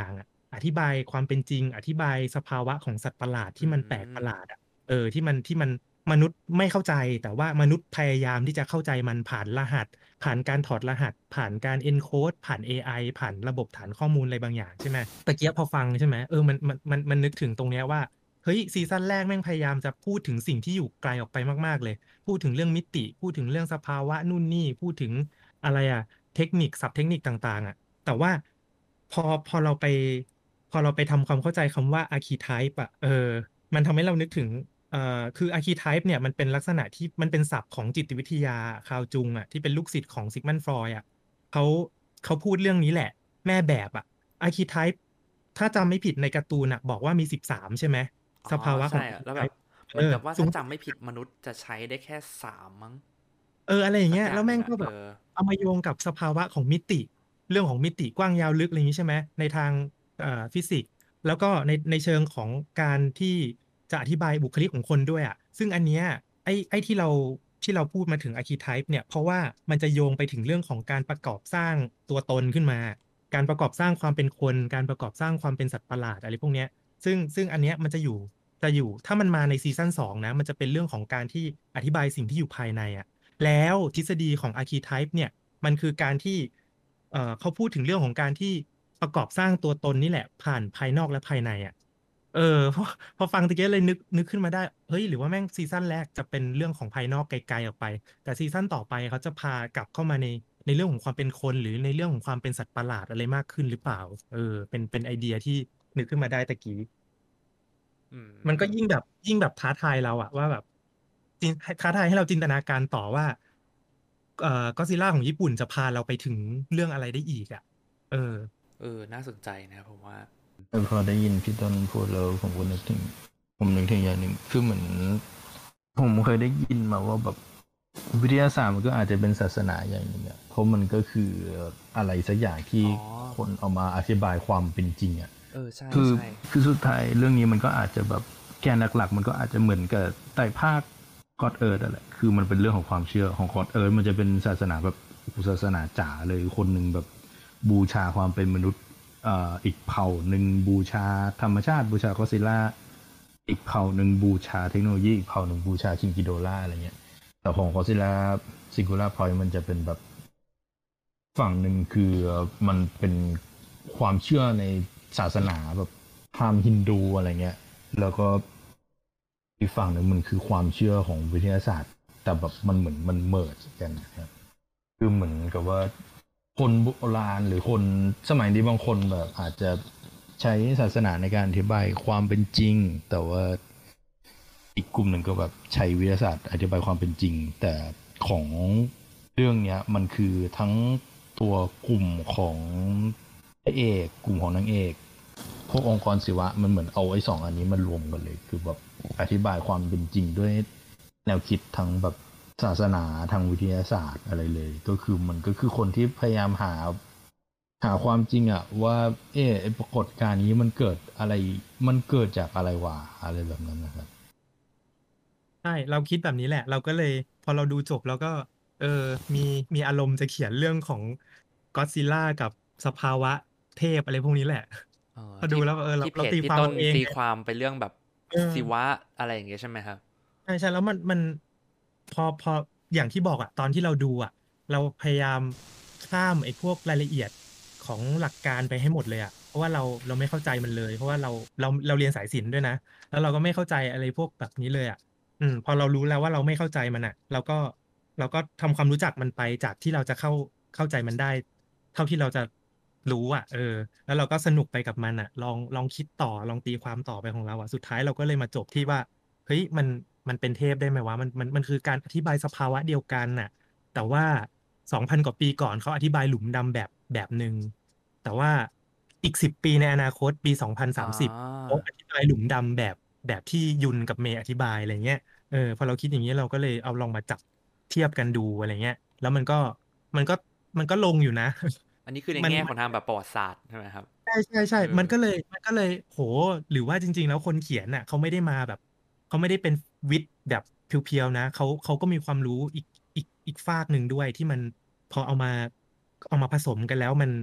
อธิบายความเป็นจริง อธิบายสภาวะของสัตว์ประหลาดอืที่มันแปลกประหลามดอะ เออ ที่มัน ที่มัน มนุษย์ไม่เข้าใจ แต่ว่ามนุษย์พยายามที่จะเข้าใจมันผ่านรหัส ผ่านการถอดรหัส ผ่านการ encode ผ่านเอไอ ผ่านระบบฐานข้อมูลอะไรบางอย่าง ใช่ไหม ตะเกียบพอฟัง ใช่ไหม เออ มัน มัน มัน มันนึกถึงตรงเนี้ยว่า เฮ้ย ซีซันแรกแม่งพยายามจะพูดถึงสิ่งที่อยู่ไกลออกไปมาก ๆ เลย พูดถึงเรื่องมิติ พูดถึงเรื่องสภาวะนู่นนี่ พูดถึงอะไรอะ เทคนิค ศัพท์เทคนิคต่าง ๆ อะ แต่ว่าพอ พอเราไป พอเราไปทำความเข้าใจคำว่า archetype อะ เออ มันทำให้เรานึกถึง เอ่อ คือ archetype เนี่ยมันเป็นลักษณะที่ มันเป็นศัพท์ของจิตวิทยา Carl Jung อะ ที่เป็นลูกศิษย์ของ Sigmund Freud อะ เขา เขาพูดเรื่องนี้แหละ แม่แบบอะ archetype ถ้าจำไม่ผิดในการ์ตูนน่ะบอกว่ามี สิบสาม ใช่ไหมอ๋อสภาวะใชขอ่งแล้วแบบ archetype เหเมอือนอกับว่าสูถ้างจำไม่ผิดมนุษย์จะใช้ได้แค่ สาม มั้งเออ อะไรอย่าสงัเงกี้ยอย่แาล้วงแมหน่ึง่งอก็ะแเบอบอเอามาโยงกับสภาวะของมิติ เรื่องของมิติกว้างยาวลึก อะไรงี้ ใช่ไหม ในทาง เอ่อ ฟิสิกส์ แล้วก็ใน ในเชิงของการที่จะอธิบายบุคลิกของคนด้วยอะ ซึ่งอันเนี้ย ไอ้ ไอ้ที่เรา ที่เราพูดมาถึง archetype เนี่ย เพราะว่ามันจะโยงไปถึงเรื่องของการประกอบสร้างตัวตนขึ้นมา การประกอบสร้างความเป็นคน การประกอบสร้างความเป็นสัตว์ประหลาด อะไรพวกเนี้ย ซึ่ง ซึ่งอันเนี้ยมันจะอยู่ จะอยู่ ถ้ามันมาในซีซัน สอง นะ มันจะเป็นเรื่องของการที่อธิบายสิ่งที่อยู่ภายในอะ แล้วทฤษฎีของ archetype เนี่ย มันคือการที่ เอ่อ เขาพูดถึงเรื่องของการที่ประกอบสร้างตัวตนนี่แหละ ผ่านภายนอกและภายในอะ เออ พอ พอฟังตะเกียเลยนึก นึกขึ้นมาได้ เฮ้ย หรือว่าแม่งซีซันแรกจะเป็นเรื่องของภายนอกไกล ๆ ออกไป แต่ซีซันต่อไปเขาจะพากลับเข้ามาใน ในเรื่องของความเป็นคน หรือในเรื่องของความเป็นสัตว์ประหลาดอะไรมากขึ้นหรือเปล่า เออ เป็น เป็นไอเดียที่นึกขึ้นมาได้ตะกี้อืมันก็มยิ่งแบบ ยิ่งแบบท้าทายเราอะว่าแบบ จิน ท ท้าทายให้เราจินตนาการต่อว่า เอ่อ Godzilla ของญี่ปุ่นจะพาเราไปถึงเรื่องอะไรได้อีกอะ เออเออ น่าสนใจนะครับผมว่าเออ พอได้ยินพี่ต้นพูดแล้วผมก็นึกถึง ผมนึกถึงอย่างหนึ่ง คือเหมือน ผมเคยได้ยินมาว่าแบบวิทยาศาสตร์มันก็อาจจะเป็นศาสนาอย่างหนึ่งอะ เพราะมันก็คืออะไรสักอย่างที่อ๋อคนเอามาอธิบายความเป็นจริงอะเออ ใช่คือใช่คือสุดท้ายเรื่องนี้มันก็อาจจะแบบแกนหลัก ๆ มันก็อาจจะเหมือนกับไตรภาค God Earth นั่นแหละ คือมันเป็นเรื่องของความเชื่อของ God Earth มันจะเป็นศาสนาแบบศาสนาจ๋าเลย คนหนึ่งแบบบูชาความเป็นมนุษย์ เอ่อ อีกเผ่าหนึ่งบูชาธรรมชาติ บูชา Godzilla อีกเผ่าหนึ่งบูชาเทคโนโลยี อีกเผ่าหนึ่งบูชา King Ghidorah อะไรเงี้ย แต่ของ Godzilla Singular Point มันจะเป็นแบบ ฝั่งหนึ่งคือมันเป็นความเชื่อในศาสนาแบบพราหมณ์ฮินดูอะไรเงี้ย แล้วก็อีกฝั่งหนึ่งมันคือความเชื่อของวิทยาศาสตร์ แต่แบบมันเหมือนมันเมิร์จกันนะครับ คือเหมือนกับว่าคนโบราณหรือคนสมัยนี้บางคนแบบอาจจะใช้ศาสนาในการอธิบายความเป็นจริง แต่ว่าอีกกลุ่มหนึ่งก็แบบใช้วิทยาศาสตร์อธิบายความเป็นจริง แต่ของเรื่องเนี้ยมันคือทั้งตัวกลุ่มของพระเอกกลุ่มของนางเอกพวกองค์กรศิวะมันเหมือนเอาไอ้สองอันนี้มารวมกันเลย คือแบบอธิบายความเป็นจริงด้วยแนวคิดทั้งแบบศาสนาทางวิทยาศาสตร์อะไรเลย ก็คือมันก็คือคนที่พยายามหาหาความจริงอะว่าเออไอ้ปรากฏการณ์นี้มันเกิดอะไรมันเกิดจากอะไรวะอะไรแบบนั้นนะครับใช่ เราคิดแบบนี้แหละ เราก็เลย พอเราดูจบเราก็ เออ มี มีอารมณ์จะเขียนเรื่องของ Godzilla กับสภาวะเทพอะไรพวกนี้แหละเออพอทดูี่แล้ว เออ เราที่เพเราจพีตีค่วามต้เนอาเองตีไงความเป็นเรื่องแบบเออศิวะ อะไรอย่างงี้ใช่ไหมครับ? ใช่ ๆ แล้วมัน มัน พอ พอ อย่างที่บอกอะ ตอนที่เราดูอะ เราพยายามข้ามไอ้พวกรายละเอียดของหลักการไปให้หมดเลยอะ เพราะว่าเรา เราไม่เข้าใจมันเลย เพราะว่าเรา เรา เราเรียนสายศิลป์ด้วยนะ แล้วเราก็ไม่เข้าใจอะไรพวกแบบนี้เลยอะ อืม พอเรารู้แล้วว่าเราไม่เข้าใจมันน่ะ เราก็ เราก็ทำความรู้จักมันไปจากที่เราจะเข้า เข้าใจมันได้ เท่าที่เราจะรู้อะ เออ แล้วเราก็สนุกไปกับมันน่ะ ลอง ลองคิดต่อ ลองตีความต่อไปของเราอะ สุดท้ายเราก็เลยมาจบที่ว่า เฮ้ย มัน มันเป็นเทพได้ไหมวะ มัน มัน มันคือการอธิบายสภาวะเดียวกันน่ะ แต่ว่า สองพัน กว่าปีก่อนเขาอธิบายหลุมดำแบบ แบบหนึ่ง แต่ว่าอีก สิบ ปีในอนาคต ปี สองพันอ๋สามสิบ เขาออธิบายหลุมดำแบบ แบบที่ยุนกับเมย์อธิบาย อะไรเงี้ย เออ พอเราคิดอย่างงี้เราก็เลยเอาลองมาจับเทียบกันดู อะไรเงี้ย แล้วมันก็ มันก็ มันก็ลงอยู่นะอันนี้คือในมันแง่ขมอันงทางแบบประวัติศาสตร์ใช่ไหมครับ? ใช่เอๆ ๆ มันอก็เลย มันก็เลย โอ้โฮ หรือว่าจริง ๆ แล้วคนเขียนน่ะเขาไม่ได้มาแบบ เขาไม่ได้เป็นวิทย์แบบเพียว ๆ นะ เขา เขาก็มีความรู้อีก อีก อีกฟากหนึ่งด้วยที่มันพอเอามา เอามาผสมกันแล้วมัน ม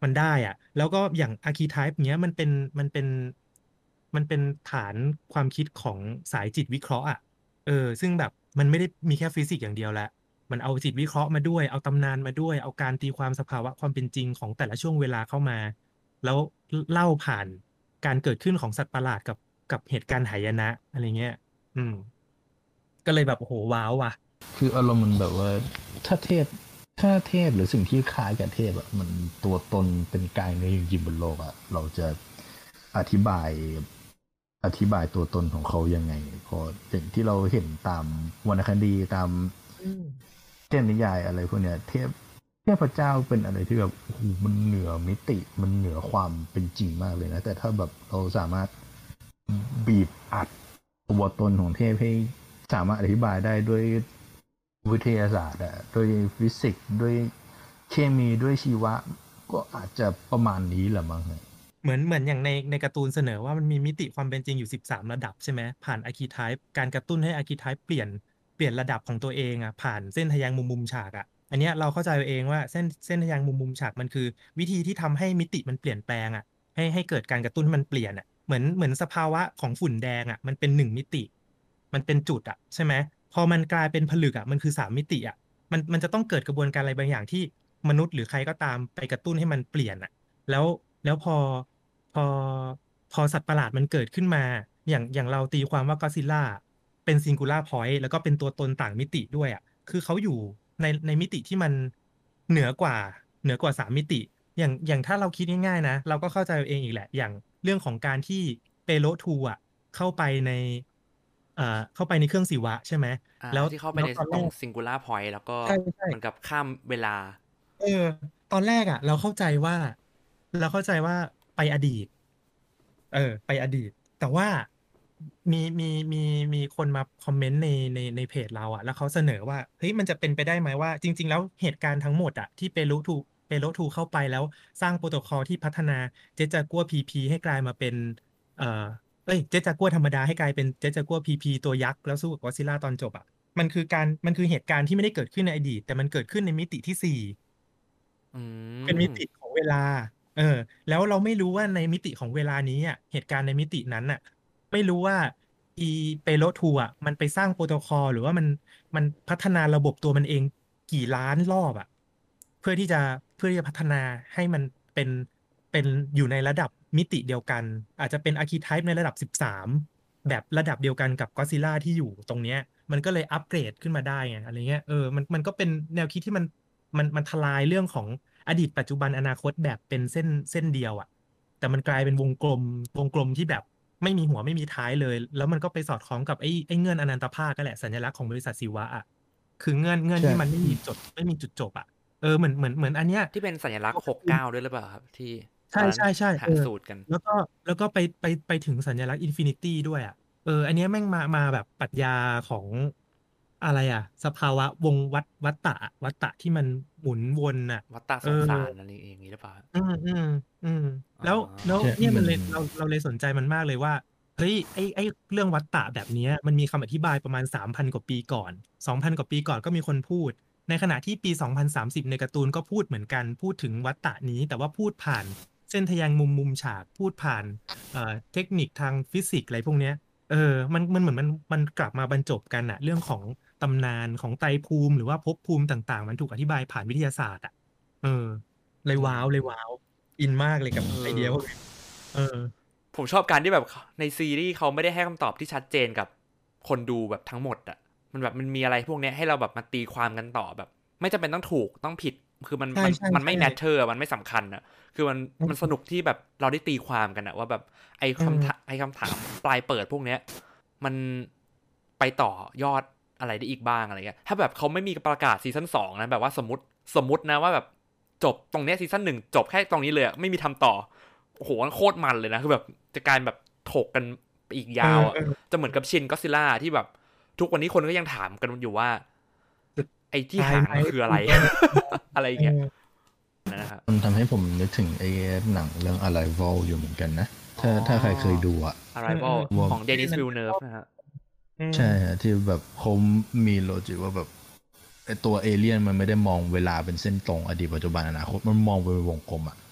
มันได้อ่ะแล้วก็อย่าง archetype เนี้ยมันเป็นมันเป็นมันเป็นฐานความคิดของสายจิตวิเคราะห์อ่ะเออซึ่งแบบมันไม่ได้มีแค่ฟิสิกส์อย่างเดียวแหละมันเอาจิตวิเคราะห์มาด้วยเอาตำนานมาด้วยเอาการตีความสภาวะความเป็นจริงของแต่ละช่วงเวลาเข้ามาแล้วเล่าผ่านการเกิดขึ้นของสัตว์ประหลาดกับกับเหตุการณ์หายนะอะไรเงี้ยอืมก็เลยแบบโอ้โหว้าวว่ะคืออารมณ์มันแบบว่าถ้าเทพถ้าเทพหรือสิ่งที่คล้ายกับเทพอะมันตัวตนเป็นกายเนื้อจริงๆบนโลกอะเราจะอธิบายอธิบายตัวตนของเขายังไงพออย่างที่เราเห็นตามวรรณคดีตามเทพนิยายอะไรพวกเนี้ยเทพเทพเจ้าเป็นอะไรที่แบบโอ้โหมันเหนือมิติมันเหนือความเป็นจริงมากเลยนะแต่ถ้าแบบเราสามารถบีบอัดตัวตนของเทพให้สามารถอธิบายได้ด้วยวิทยาศาสตร์อะด้วยฟิสิกส์ด้วยเคมีด้วยชีวะก็อาจจะประมาณนี้แหละมั้งเหมือนเหมือนอย่างในในการ์ตูนเสนอว่ามันมีมิติความเป็นจริงอยู่สิบสามระดับใช่ไหมผ่านอาร์คีไทป์การกระตุ้นให้อาร์คีไทป์เปลี่ยนเปลี่ยนระดับของตัวเองอ่ะผ่านเส้นทะยางมุมมุมฉากอ่ะอันเนี้ยเราเข้าใจเองว่าเส้นเส้นทะยางมุมมุมฉากมันคือวิธีที่ทำให้มิติมันเปลี่ยนแปลงอ่ะให้ให้เกิดการกระตุ้นให้มันเปลี่ยนอ่ะเหมือนเหมือนสภาวะของฝุ่นแดงอ่ะมันเป็นหนึ่งมิติมันเป็นจุดอ่ะใช่ไหมพอมันกลายเป็นผลึกอ่ะมันคือสามมิติอ่ะมันมันจะต้องเกิดกระบวนการอะไรบางอย่างที่มนุษย์หรือใครก็ตามไปกระตุ้นให้มันเปลี่ยนอ่ะแล้วแล้วพอ พอพอสัตว์ประหลาดมันเกิดขึ้นมาอย่างอย่างเราตีความว่าก็อดซิลล่าเป็นซิงคูล่าพอยต์แล้วก็เป็นตัวตนต่างมิติด้วยอ่ะคือเขาอยู่ในในมิติที่มันเหนือกว่าเหนือกว่าสามมิติอย่างอย่างถ้าเราคิดง่ายๆนะเราก็เข้าใจเองอีกแหละอย่างเรื่องของการที่เปโลทูอ่ะเข้าไปในเอ่อเข้าไปในเครื่องศิวะใช่ไหมอ่าแล้วที่เข้าไปแล้วในตอนแรกตรง singular point แล้วก็ใช่ใช่เหมือนกับข้ามเวลาเออตอนแรกอ่ะเราเข้าใจว่าเราเข้าใจว่าไปอดีตเออไปอดีตแต่ว่ามีมีมีมีคนมาคอมเมนต์ในในในเพจเราอ่ะแล้วเขาเสนอว่าเฮ้ยมันจะเป็นไปได้ไหมว่าจริงๆแล้วเหตุการณ์ทั้งหมดอ่ะที่เปโลทูเปโลทูเข้าไปแล้วสร้างโปรโตคอลที่พัฒนาเจจากัวพีพีให้กลายมาเป็นเอ่อเอ้ยเจจากัวธรรมดาให้กลายเป็นเจจากัวพีพีตัวยักษ์แล้วสู้กับก็อดซิลล่าตอนจบอ่ะมันคือการมันคือเหตุการณ์ที่ไม่ได้เกิดขึ้นในอดีตแต่มันเกิดขึ้นในมิติที่สี่อืเป็นมิมติของเวลาเออแล้วเราไม่รู้ว่าในมิติของเวลานี้อ่ะเหตุการณ์ในมิตินั้นอ่ะไม่รู้ว่าอีเปโลทูอ่ะมันไปสร้างโปรโตคอลหรือว่ามันมันพัฒนาระบบตัวมันเองกี่ล้านรอบอ่ะเพื่อที่จะเพื่อที่จะพัฒนาให้มันเป็นเป็นอยู่ในระดับมิติเดียวกันอาจจะเป็นอาร์คีไทป์ในระดับสิบสามแบบระดับเดียวกันกับก็อดซิลล่าที่อยู่ตรงเนี้ยมันก็เลยอัปเกรดขึ้นมาได้ไงอะไรเงี้ยเออมันมันก็เป็นแนวคิดที่มันมันมันทลายเรื่องของ อดีตปัจจุบันอนาคตแบบเป็นเส้นเส้นเดียวอ่ะแต่มันกลายเป็นวงกลมวงกลมที่แบบไม่มีหัวไม่มีท้ายเลยแล้วมันก็ไปสอดคล้องกับไอ้ไอ้เงื่อนอนันตภาคก็แหละสัญลักษณ์ของบริษัทศิวะอ่ะคือเงื่อนเงื่อนใช่ที่มันไม่มีจบไม่มีจุดจบอ่ะเออเหมือนเหมือนเหมือนอันเนี้ยที่เป็นสัญลักษณ์หกเก้าด้วยหรือเปล่าครับที่ตใช่อนนั้นใช่ใช่หาเออสูตรกันแล้วก็แล้วก็ไปไปไปถึงสัญลักษณ์อินฟินิตี้ด้วยอ่ะเอออันเนี้ยแม่งมามาแบบปรัชญาของอะไรอ่ะสภาวะวงวัฏวัฏฏะวัฏฏะที่มันหมุนวนอ่ะวัฏฏะเออสงสารอะไรอย่างนี้หรือเปล่าอืมอืมอืมอ๋อแล้วแล้วใช่เนี่ยมันมันเลยเราเราเลยสนใจมันมากเลยว่าเฮ้ยไอไอเรื่องวัฏฏะแบบเนี้ยมันมีคำอธิบายประมาณสามพันกว่าปีก่อนสองพันกว่าปีก่อนก็มีคนพูดในขณะที่ปีสองพันสามสิบในการ์ตูนก็พูดเหมือนกันพูดถึงวัฏฏะนี้แต่ว่าพูดผ่านเส้นทะแยงมุมมุมฉากพูดผ่านเอ่อเทคนิคทางฟิสิกส์อะไรพวกเนี้ยเออมันมันเหมือนมันมันกลับมาบรรจบกันอะเรื่องของตำนานของไตรภูมิหรือว่าภพภูมิต่างๆมันถูกอธิบายผ่านวิทยาศาสตร์อะเออเลยอืว้าวเลยว้าว อินมากเลยกับเอไอเดียพวกอนี้เออผมชอบการที่แบบในซีรีส์เขาไม่ได้ให้คำตอบที่ชัดเจนกับคนดูแบบทั้งหมดอ่ะมันแบบมันมีอะไรพวกเนี้ยให้เราแบบมาตีความกันต่อแบบไม่จำเป็นต้องถูกต้องผิดคือมันใช่มันใช่ใช่มันไม่ matter มันไม่สำคัญอ่ะคือมันอืมันสนุกมที่แบบเราได้ตีความกันอะว่าแบบไอ้อืคำถามมไอ้คำถามปลายเปิดพวกเนี้ยมันไปต่อยอดอะไรได้อีกบ้างอะไรเงี้ยถ้าแบบเขาไม่มีประกาศซีซั่นสองนะแบบว่าสมมติสมมตินะว่าแบบจบตรงเนี้ยซีซั่นหนึ่งจบแค่ตรงนี้เลยไม่มีทำต่อโอ้โหโคตรมันเลยนะคือแบบจะกลายแบบถกกันอีกเออยาวอ่ะเออจะเหมือนกับชินก็อดซิลล่าที่แบบทุกวันนี้คนก็ยังถามกันอยู่ว่าสุดไอ้ที่ท้ายไหมหางมันคืออะไรเอออะไรเอเงี้ยอนะครับมันทำให้ผมนึกถึงไอ้หนังเรื่อง Arrival อยู่เหมือนกันนะอ๋อถ้าถ้าใครเคยดูอ่ะเออเอ Arrival อว่าของเดนิสมันวิลเนิร์ฟนะฮะอืมใช่ฮะที่แบบเขามีโลจิกว่าแบบไอ้ตัวเอเลี่ยนมันไม่ได้มองเวลาเป็นเส้นตรงอดีตปัจจุบันอนาคตมันมองเป็นวงกลมอ่ะ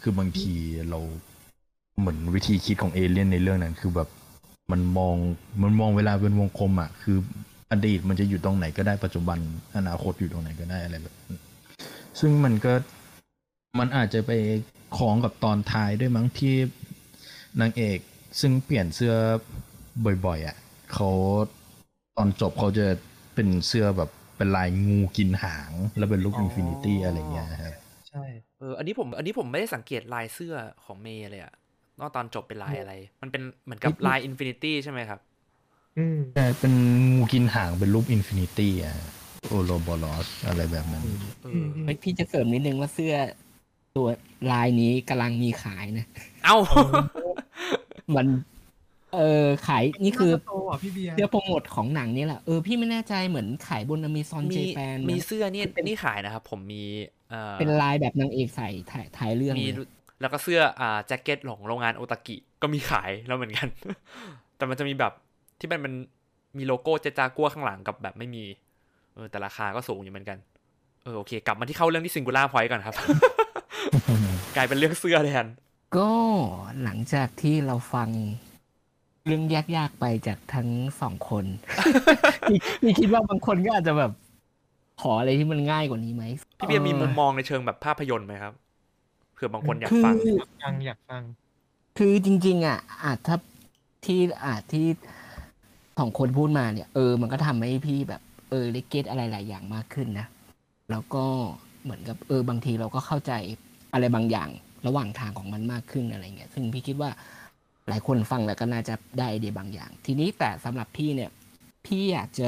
คือบางทีเราเหมือนวิธีคิดของเอเลี่ยนในเรื่องนั้นคือแบบมันมองมันมองเวลาเป็นวงกลมอ่ะคืออดีตมันจะอยู่ตรงไหนก็ได้ปัจจุบันอนาคตอยู่ตรงไหนก็ได้อะไรแบบนั้นซึ่งมันก็มันอาจจะไปคล้องกับตอนท้ายด้วยมั้งที่นางเอกซึ่งเปลี่ยนเสื้อบ่อยๆอ่ะเขาตอนจบเขาจะเป็นเสื้อแบบเป็นลายงูกินหางแล้วเป็นรูปอินฟินิตี้อะไรเงี้ยครับใช่เอออันนี้ผมอันนี้ผมไม่ได้สังเกตลายเสื้อของเมย์เลยอะนอกตอนจบเป็นลายอะไร มันเป็นเหมือนกับลายอินฟินิตี้ใช่ไหมครับอืมแต่เป็นงูกินหางเป็นรูปอินฟินิตี้อ่ะโอโรบอลอสอะไรแบบนั้นเออเฮ้ยพี่จะเสริมนิดนึงว่าเสื้อตัวลายนี้กำลังมีขายนะเอ้ามัน เออขายนี่คือโตอ่ะพี่เบียร์เสื้อโปรโมทของหนังนี่แหละเออพี่ไม่แน่ใจเหมือนขายบน Amazon มี Japan มีเสื้อนี่นี่ขายนะครับผมมีเอ่อเป็นลายแบบนางเอกใส่ถ่ายถ่ายเรื่องมีเลยแล้วก็เสื้ออ่าแจ็คเก็ตของโรงงานโอตากิก็มีขายแล้วเหมือนกัน แต่มันจะมีแบบที่มันมันมีโลโก้เจจากัวข้างหลังกับแบบไม่มีเออแต่ราคาก็สูงอยู่เหมือนกันเออโอเค กลับมาที่เข้าเรื่องที่ซิงคูล่าพอยต์ก่อนครับ กลายเป็นเรื่องเสื้อแทนก็หลังจากที่เราฟังเรื่องยากๆไปจากทั้งสองคน พี่พี่คิดว่าบางคนก็อาจจะแบบขออะไรที่มันง่ายกว่านี้ไหมพี่เบียร์มีออมุมมองในเชิงแบบภาพยนตร์ไหมครับเผื่อบางคนอยากคือฟังอยากฟังอยากฟังคือจริงๆอ่ะอาจถ้าที่อาจที่สองคนพูดมาเนี่ยเออมันก็ทำให้พี่แบบเออได้เก็ตอะไรหลายอย่างมากขึ้นนะแล้วก็เหมือนกับเออบางทีเราก็เข้าใจอะไรบางอย่างระหว่างทางของมันมากขึ้นอะไรเงี้ยซึ่งพี่คิดว่าหลายคนฟังแล้วก็น่าจะได้ไอเดียบางอย่าง ทีนี้แต่สำหรับพี่เนี่ยพี่อยากจะ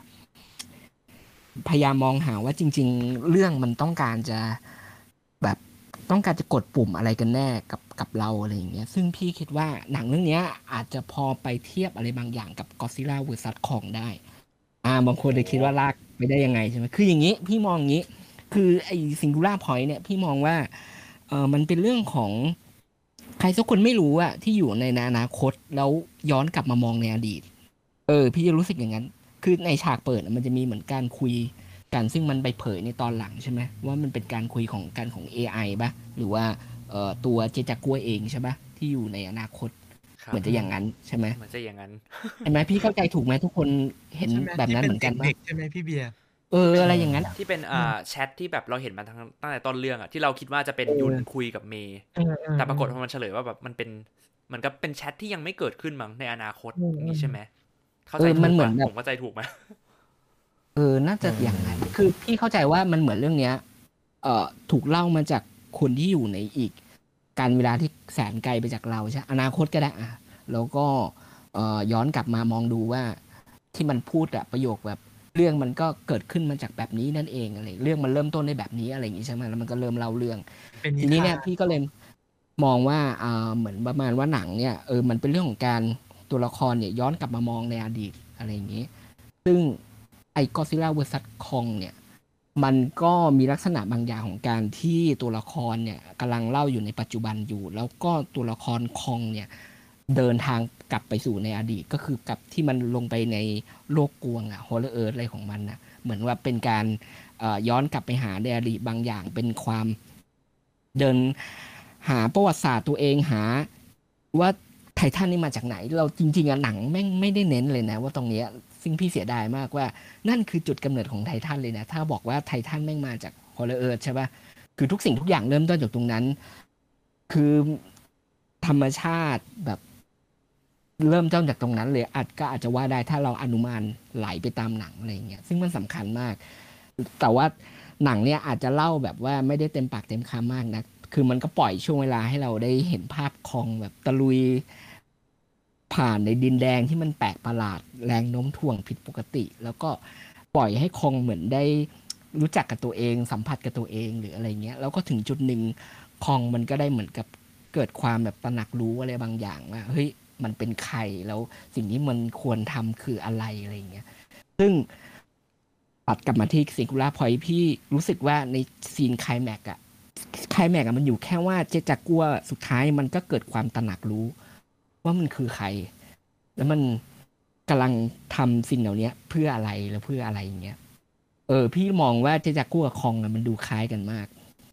พยายามมองหาว่าจริง ๆ เรื่องมันต้องการจะแบบต้องการจะกดปุ่มอะไรกันแน่กับกับเราอะไรอย่างเงี้ยซึ่งพี่คิดว่าหนังเรื่องเนี้ยอาจจะพอไปเทียบอะไรบางอย่างกับ Godzilla เวอร์ซัส Kong ได้อ่าบางคนเลยคิดว่าลากไปได้ยังไงใช่ไหมคืออย่างนี้พี่มองอย่างนี้คือไอ้ Singular Point เนี่ยพี่มองว่าเออมันเป็นเรื่องของใครสักคนไม่รู้อะที่อยู่ในอนาคตแล้วย้อนกลับมามองในอดีตเออพี่จะรู้สึกอย่างนั้นคือในฉากเปิดอะมันจะมีเหมือนการคุยกันซึ่งมันไปเผยในตอนหลังใช่ไหมว่ามันเป็นการคุยของกันของ เอ ไอ ป่ะหรือว่าเอ่อตัวเจจากัวเองใช่ป่ะที่อยู่ในอนาคตครับเหมือนจะอย่างนั้นใช่ไหมเหมือนจะอย่างนั้นเห็นไหมพี่เข้าใจถูกไหมทุกคนเห็นใช่ไหมแบบนั้นเหมือนกันที่ป่ะเด็กๆใช่ไหมพี่เบียร์เอออะไรอย่างนั้นที่เป็นอ่าแชทที่แบบเราเห็นมาทั้งตั้งแต่ต้นเรื่องอะที่เราคิดว่าจะเป็นเออยุนคุยกับเมย์เออเออแต่ปรากฏพอมันเฉลยว่าแบบมันเป็นเหมือนกับเป็นแชทที่ยังไม่เกิดขึ้นมั้งในอนาคตอืมอย่างนี้ใช่ไหมเข้าเอใจอถูกมันเหมือนปะแบบผมเข้าใจถูกไหมเออ น่าจะอย่างนั้น คือพี่เข้าใจว่ามันเหมือนเรื่องเนี้ย เอ่อ ถูกเล่ามาจากคนที่อยู่ในอีก การเวลาที่แสนไกลไปจากเราใช่ อนาคตก็ได้อ่ะ แล้วก็ เอ่อ ย้อนกลับมามองดูว่าที่มันพูดอะประโยคแบบเรื่องมันก็เกิดขึ้นมาจากแบบนี้นั่นเองอะไร เรื่องมันเริ่มต้นได้แบบนี้อะไรอย่างงี้ใช่ไหมแล้วมันก็เริ่มเล่าเรื่องเป็นทีนี้เนี่ยทาพี่ก็เลยมองว่าอ่าเหมือนประมาณว่าหนังเนี่ยเออมันเป็นเรื่องของการตัวละครเนี่ยย้อนกลับมามองในอดีตอะไรอย่างนี้ ซึ่งไอ้ Godzilla เวอร์ซัส Kong เนี่ยมันก็มีลักษณะบางอย่างของการที่ตัวละครเนี่ยกำลังเล่าอยู่ในปัจจุบันอยู่ แล้วก็ตัวละครคองเนี่ยเดินทางกลับไปสู่ในอดีตก็คือกลับที่มันลงไปในโลกกวงอะ Hollow Earth อะไรของมันนะเหมือนว่าเป็นการเอ่อย้อนกลับไปหาในอดีตบางอย่างเป็นความเดินหาประวัติศาสตร์ตัวเองหาว่าไททันนี่มาจากไหน เราจริงๆอะหนังแม่งไม่ได้เน้นเลยนะว่าตรงเนี้ยซึ่งพี่เสียดายมากว่านั่นคือจุดกำเนิดของไททันเลยนะถ้าบอกว่าไททันแม่งมาจากฮอลเลอร์ใช่ปะคือทุกสิ่งทุกอย่างเริ่มต้นจากตรงนั้น คือธรรมชาติแบบเริ่มต้นจากตรงนั้นเลยอาจก็อาจจะว่าได้ถ้าเราอนุมานไหลไปตามหนังอะไรอย่างเงี้ยซึ่งมันสำคัญมาก แต่ว่าหนังเนี่ยอาจจะเล่าแบบว่าไม่ได้เต็มปากเต็มคำมากนะคือมันก็ปล่อยช่วงเวลาให้เราได้เห็นภาพคองแบบตะลุย ผ่านในดินแดงที่มันแปลกประหลาดแรงโน้มถ่วงผิดปกติ แล้วก็ปล่อยให้คองเหมือนได้รู้จักกับตัวเองสัมผัสกับตัวเองหรืออะไรเงี้ยแล้วก็ถึงจุดหนึ่งคองมันก็ได้เหมือนกับเกิดความแบบตระหนักรู้อะไรบางอย่างว่าเฮ้ยมันเป็นใครแล้วสิ่งที่มันควรทำคืออะไรอะไรเงี้ยซึ่งตัดกลับมาที่ซิงคูล่าพอยท์พี่รู้สึกว่าในซีนไคลแม็กซ์อะไคลแม็กซ์อะมันอยู่แค่ว่าเจจากัวสุดท้ายมันก็เกิดความตระหนักรู้ว่ามันคือใคร แล้วมันกำลังทำสิ่งเหล่านี้เพื่ออะไรแล้วเพื่ออะไรอย่างเงี้ยเออพี่มองว่าเจจากัวกับคองอะมันดูคล้ายกันมาก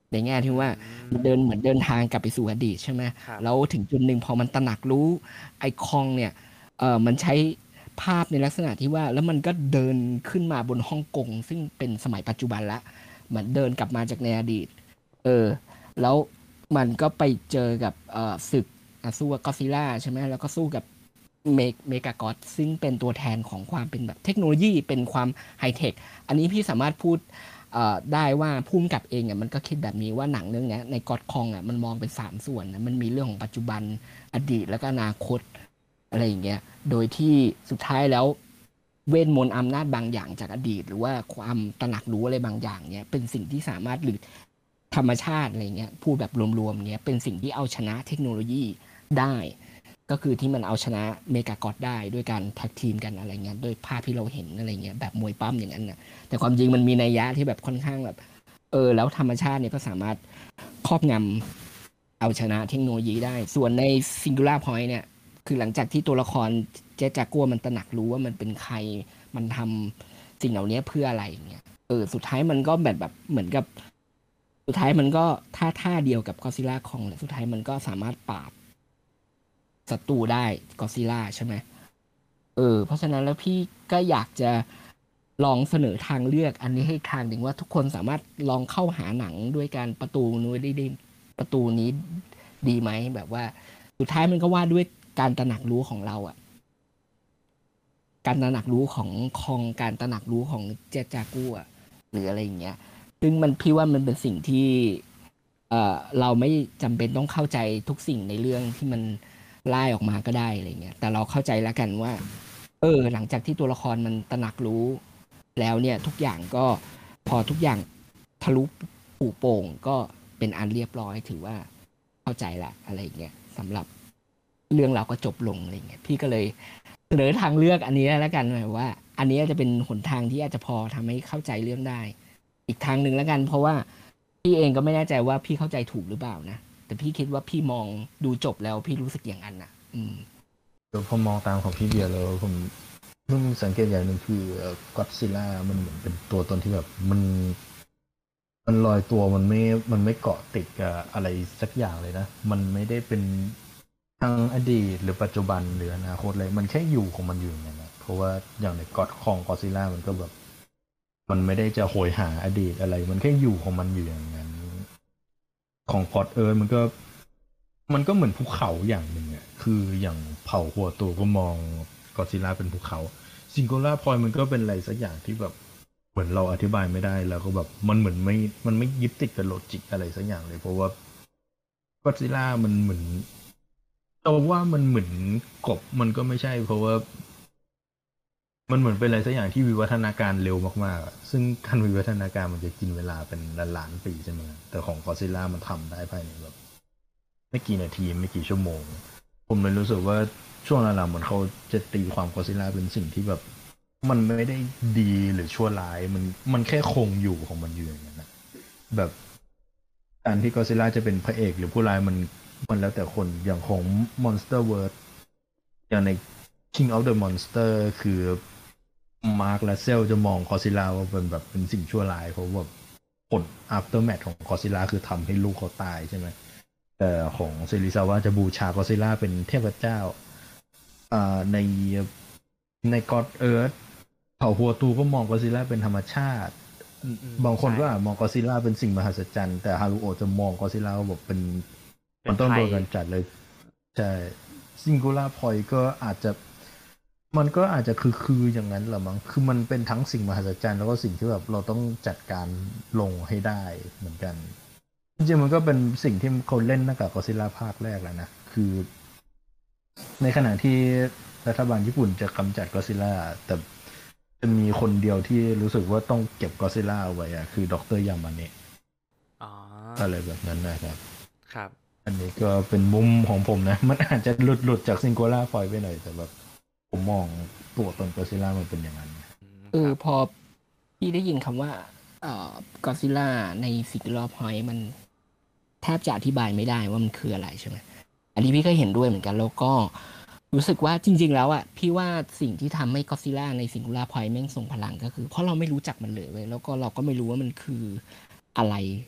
ในแง่ที่ว่าอืมันมเดินเหมือนเดินทางกลับไปสู่อดีตใช่ไหมครับแล้วถึงจุดหนึ่งพอมันตระหนักรู้ไอคองเนี่ย เอ่อ มันใช้ภาพในลักษณะที่ว่า แล้วมันก็เดินขึ้นมาบนฮ่องกง ซึ่งเป็นสมัยปัจจุบันแล้ว เหมือนเดินกลับมาจากในอดีต เออ แล้วมันก็ไปเจอกับ เอ่อ ศึก อ่า สู้กับ Godzilla ใช่ไหม แล้วก็สู้กับเม Mechagodzilla ซึ่งเป็นตัวแทนของความเป็นแบบเทคโนโลยี เป็นความไฮเทค อันนี้พี่สามารถพูด เอ่อ ได้ว่าผู้กำกับเองอะมันก็คิดแบบนี้ว่าหนังเรื่องเนี้ยใน God Kong อะมันมองเป็นสามส่วนนะ มันมีเรื่องของปัจจุบัน อดีต แล้วก็อนาคต อะไรอย่างเงี้ย โดยที่สุดท้ายแล้ว เวทมนต์อำนาจบางอย่างจากอดีต หรือว่าความตระหนักรู้อะไรบางอย่างเนี่ย เป็นสิ่งที่สามารถ หรือธรรมชาติ อะไรเงี้ย พูดแบบรวมๆ เงี้ย เป็นสิ่งที่เอาชนะเทคโนโลยีได้ ก็คือที่มันเอาชนะ Mechagodzilla ได้ด้วยการแท็กทีมกัน อะไรเงี้ย ด้วยภาพที่เราเห็น อะไรเงี้ย แบบมวยปั้มอย่างนั้นน่ะ แต่ความจริงมันมีนัยยะที่แบบค่อนข้างแบบ เออ แล้วธรรมชาติเนี่ยก็สามารถครอบงำเอาชนะเทคโนโลยีได้ ส่วนใน Singular Point เนี่ย คือหลังจากที่ตัวละคร Jet Jaguar มันตระหนักรู้ว่ามันเป็นใคร มันทำสิ่งเหล่านี้เพื่ออะไรอย่างเงี้ย เออ สุดท้ายมันก็แบบแบบเหมือนกับ สุดท้ายมันก็ท่าท่าเดียวกับ Godzilla Kong แหละ สุดท้ายมันก็สามารถปราบศัตรูได้ Godzilla ใช่ไหม เออ เพราะฉะนั้นแล้วพี่ก็อยากจะลองเสนอทางเลือกอันนี้ให้อีกทางหนึ่งว่า ทุกคนสามารถลองเข้าหาหนังด้วยการประตูนู้นได้ได้ ประตูนี้ดีไหม แบบว่าสุดท้ายมันก็ว่าด้วยการตระหนักรู้ของเราอะ การตระหนักรู้ของคอง การตระหนักรู้ของ Jet Jaguar หรืออะไรอย่างเงี้ย ซึ่งมัน พี่ว่ามันเป็นสิ่งที่ เอ่อ เราไม่จำเป็นต้องเข้าใจทุกสิ่งในเรื่องที่มันร่ายออกมาก็ได้ อะไรเงี้ย แต่เราเข้าใจแล้วกันว่า เออ หลังจากที่ตัวละครมันตระหนักรู้แล้วเนี่ย ทุกอย่างก็ พอทุกอย่างทะลุปลุโปร่ง ก็เป็นอันเรียบร้อย ถือว่าเข้าใจแล้ว อะไรอย่างเงี้ย สำหรับเรื่องราวก็จบลง อะไรอย่างเงี้ย พี่ก็เลยเสนอทางเลือกอันนี้แล้วกันแบบว่า อันนี้จะเป็นหนทางที่อาจจะพอทำให้เข้าใจเรื่องได้ อีกทางหนึ่งแล้วกัน เพราะว่าพี่เองก็ไม่แน่ใจว่าพี่เข้าใจถูกหรือเปล่านะ แต่พี่คิดว่าพี่มองดูจบแล้วพี่รู้สึกอย่างนั้นน่ะ อืมเดี๋ยวพอมองตามของพี่เบียร์แล้วผมเพิ่งสังเกตอย่างหนึ่งคือก็อดซิลล่ามันเหมือนเป็นตัวตนที่แบบมัน มันลอยตัวมันไม่มันไม่เกาะติดกับอะไรสักอย่างเลยนะ มันไม่ได้เป็นทั้งอดีตหรือปัจจุบันหรืออนาคตเลยมันแค่อยู่ของมันอยู่อย่างนั้นนะเพราะว่าอย่างในก็อดคองก็อดซิลล่ามันก็แบบ มันไม่ได้จะโหยหาอดีตอะไร มันแค่อยู่ของมันอยู่อย่างนั้น ของพอร์ตเอิร์ธมันก็ มันก็เหมือนภูเขาอย่างหนึ่งอ่ะคืออย่างเผ่าหัวโตก็มองก็อดซิลล่าเป็นภูเขาซิงโกล่าพอยมันก็เป็นอะไรสักอย่างที่แบบเหมือนเราอธิบายไม่ได้แล้วก็แบบมันเหมือนไม่มันไม่ยึดติดกับโลจิกอะไรสักอย่างเลย เพราะว่าก็อดซิลล่ามันเหมือนเราว่ามันเหมือนกบมันก็ไม่ใช่ เพราะว่า มันเหมือนเป็นอะไรสักอย่างที่วิวัฒนาการเร็วมากๆอะซึ่งการวิวัฒนาการมันจะกินเวลาเป็นล้านๆปีใช่ไหมแต่ของก็อดซิลล่ามันทำได้ภายในแบบไม่กี่นาทีไม่กี่ชั่วโมง ผมเลยรู้สึกว่าช่วงหลังๆเหมือนเขาจะตีความก็อดซิลล่าเป็นสิ่งที่แบบ มันไม่ได้ดีหรือชั่วร้ายมันมันแค่คงอยู่ของมันอยู่อย่างนั้นนะแบบการที่ก็อดซิลล่าจะเป็นพระเอกหรือผู้ร้ายมันมันแล้วแต่คนอย่างของ Monster World อย่างใน King of the Monster คือมาร์คและเซลจะมองก็อดซิลล่าว่าเป็นแบบเป็นสิ่งชั่วร้ายเพราะว่าผล aftermath ของก็อดซิลล่าคือทำให้ลูกเขาตายใช่ไหมแต่ของเซริซาวะจะบูชาก็อดซิลล่าเป็นเทพเจ้าอ่าในใน God Earth เผ่าฮัวตูก็มองก็อดซิลล่าเป็นธรรมชาติอืมบางคนใช่ก็อาจมองก็อดซิลล่าเป็นสิ่งมหัศจรรย์แต่ฮารุโอะจะมองก็อดซิลล่าว่าแบบเป็นเป็นมันต้องภัโดยนกันจัดเลยใช่ซิงคูล่าพอยก็อาจจะ มันก็อาจจะคือคืออย่างนั้นแหละมั้งคือมันเป็นทั้งสิ่งมหัศจรรย์แล้วก็สิ่งที่แบบเราต้องจัดการลงให้ได้เหมือนกัน จริงๆมันก็เป็นสิ่งที่เขาเล่นตั้งแต่ก็อดซิลล่าภาคแรกแล้วนะคือ ในขณะที่รัฐบาลญี่ปุ่นจะกำจัดก็อดซิลล่าแต่จะมีคนเดียวที่รู้สึกว่าต้องเก็บก็อดซิลล่าเอาไว้อะคือดรยามาเนะอ๋ออะไรแบบนั้นนะครับครับอันนี้ก็เป็นมุมของผมนะ มันอาจจะหลุดหลุดจากซิงโกล่าฟอยไปหน่อยแต่แบบผมมองตัวตนก็อดซิลล่ามันเป็นอย่างนั้นอืมเอคอรับพอพี่ได้ยินคำว่า เอ่อ Godzilla ใน Singular Point มันแทบจะอธิบายไม่ได้ว่ามันคืออะไรใช่ไหม อันนี้พี่ก็เห็นด้วยเหมือนกัน แล้วก็รู้สึกว่าจริง ๆ แล้วอ่ะ พี่ว่าสิ่งที่ทำให้ Godzilla ใน Singular Point แม่งทรงพลังก็คือ เพราะเราไม่รู้จักมันเลยเว้ย แล้วก็เราก็ไม่รู้ว่ามันคืออะไร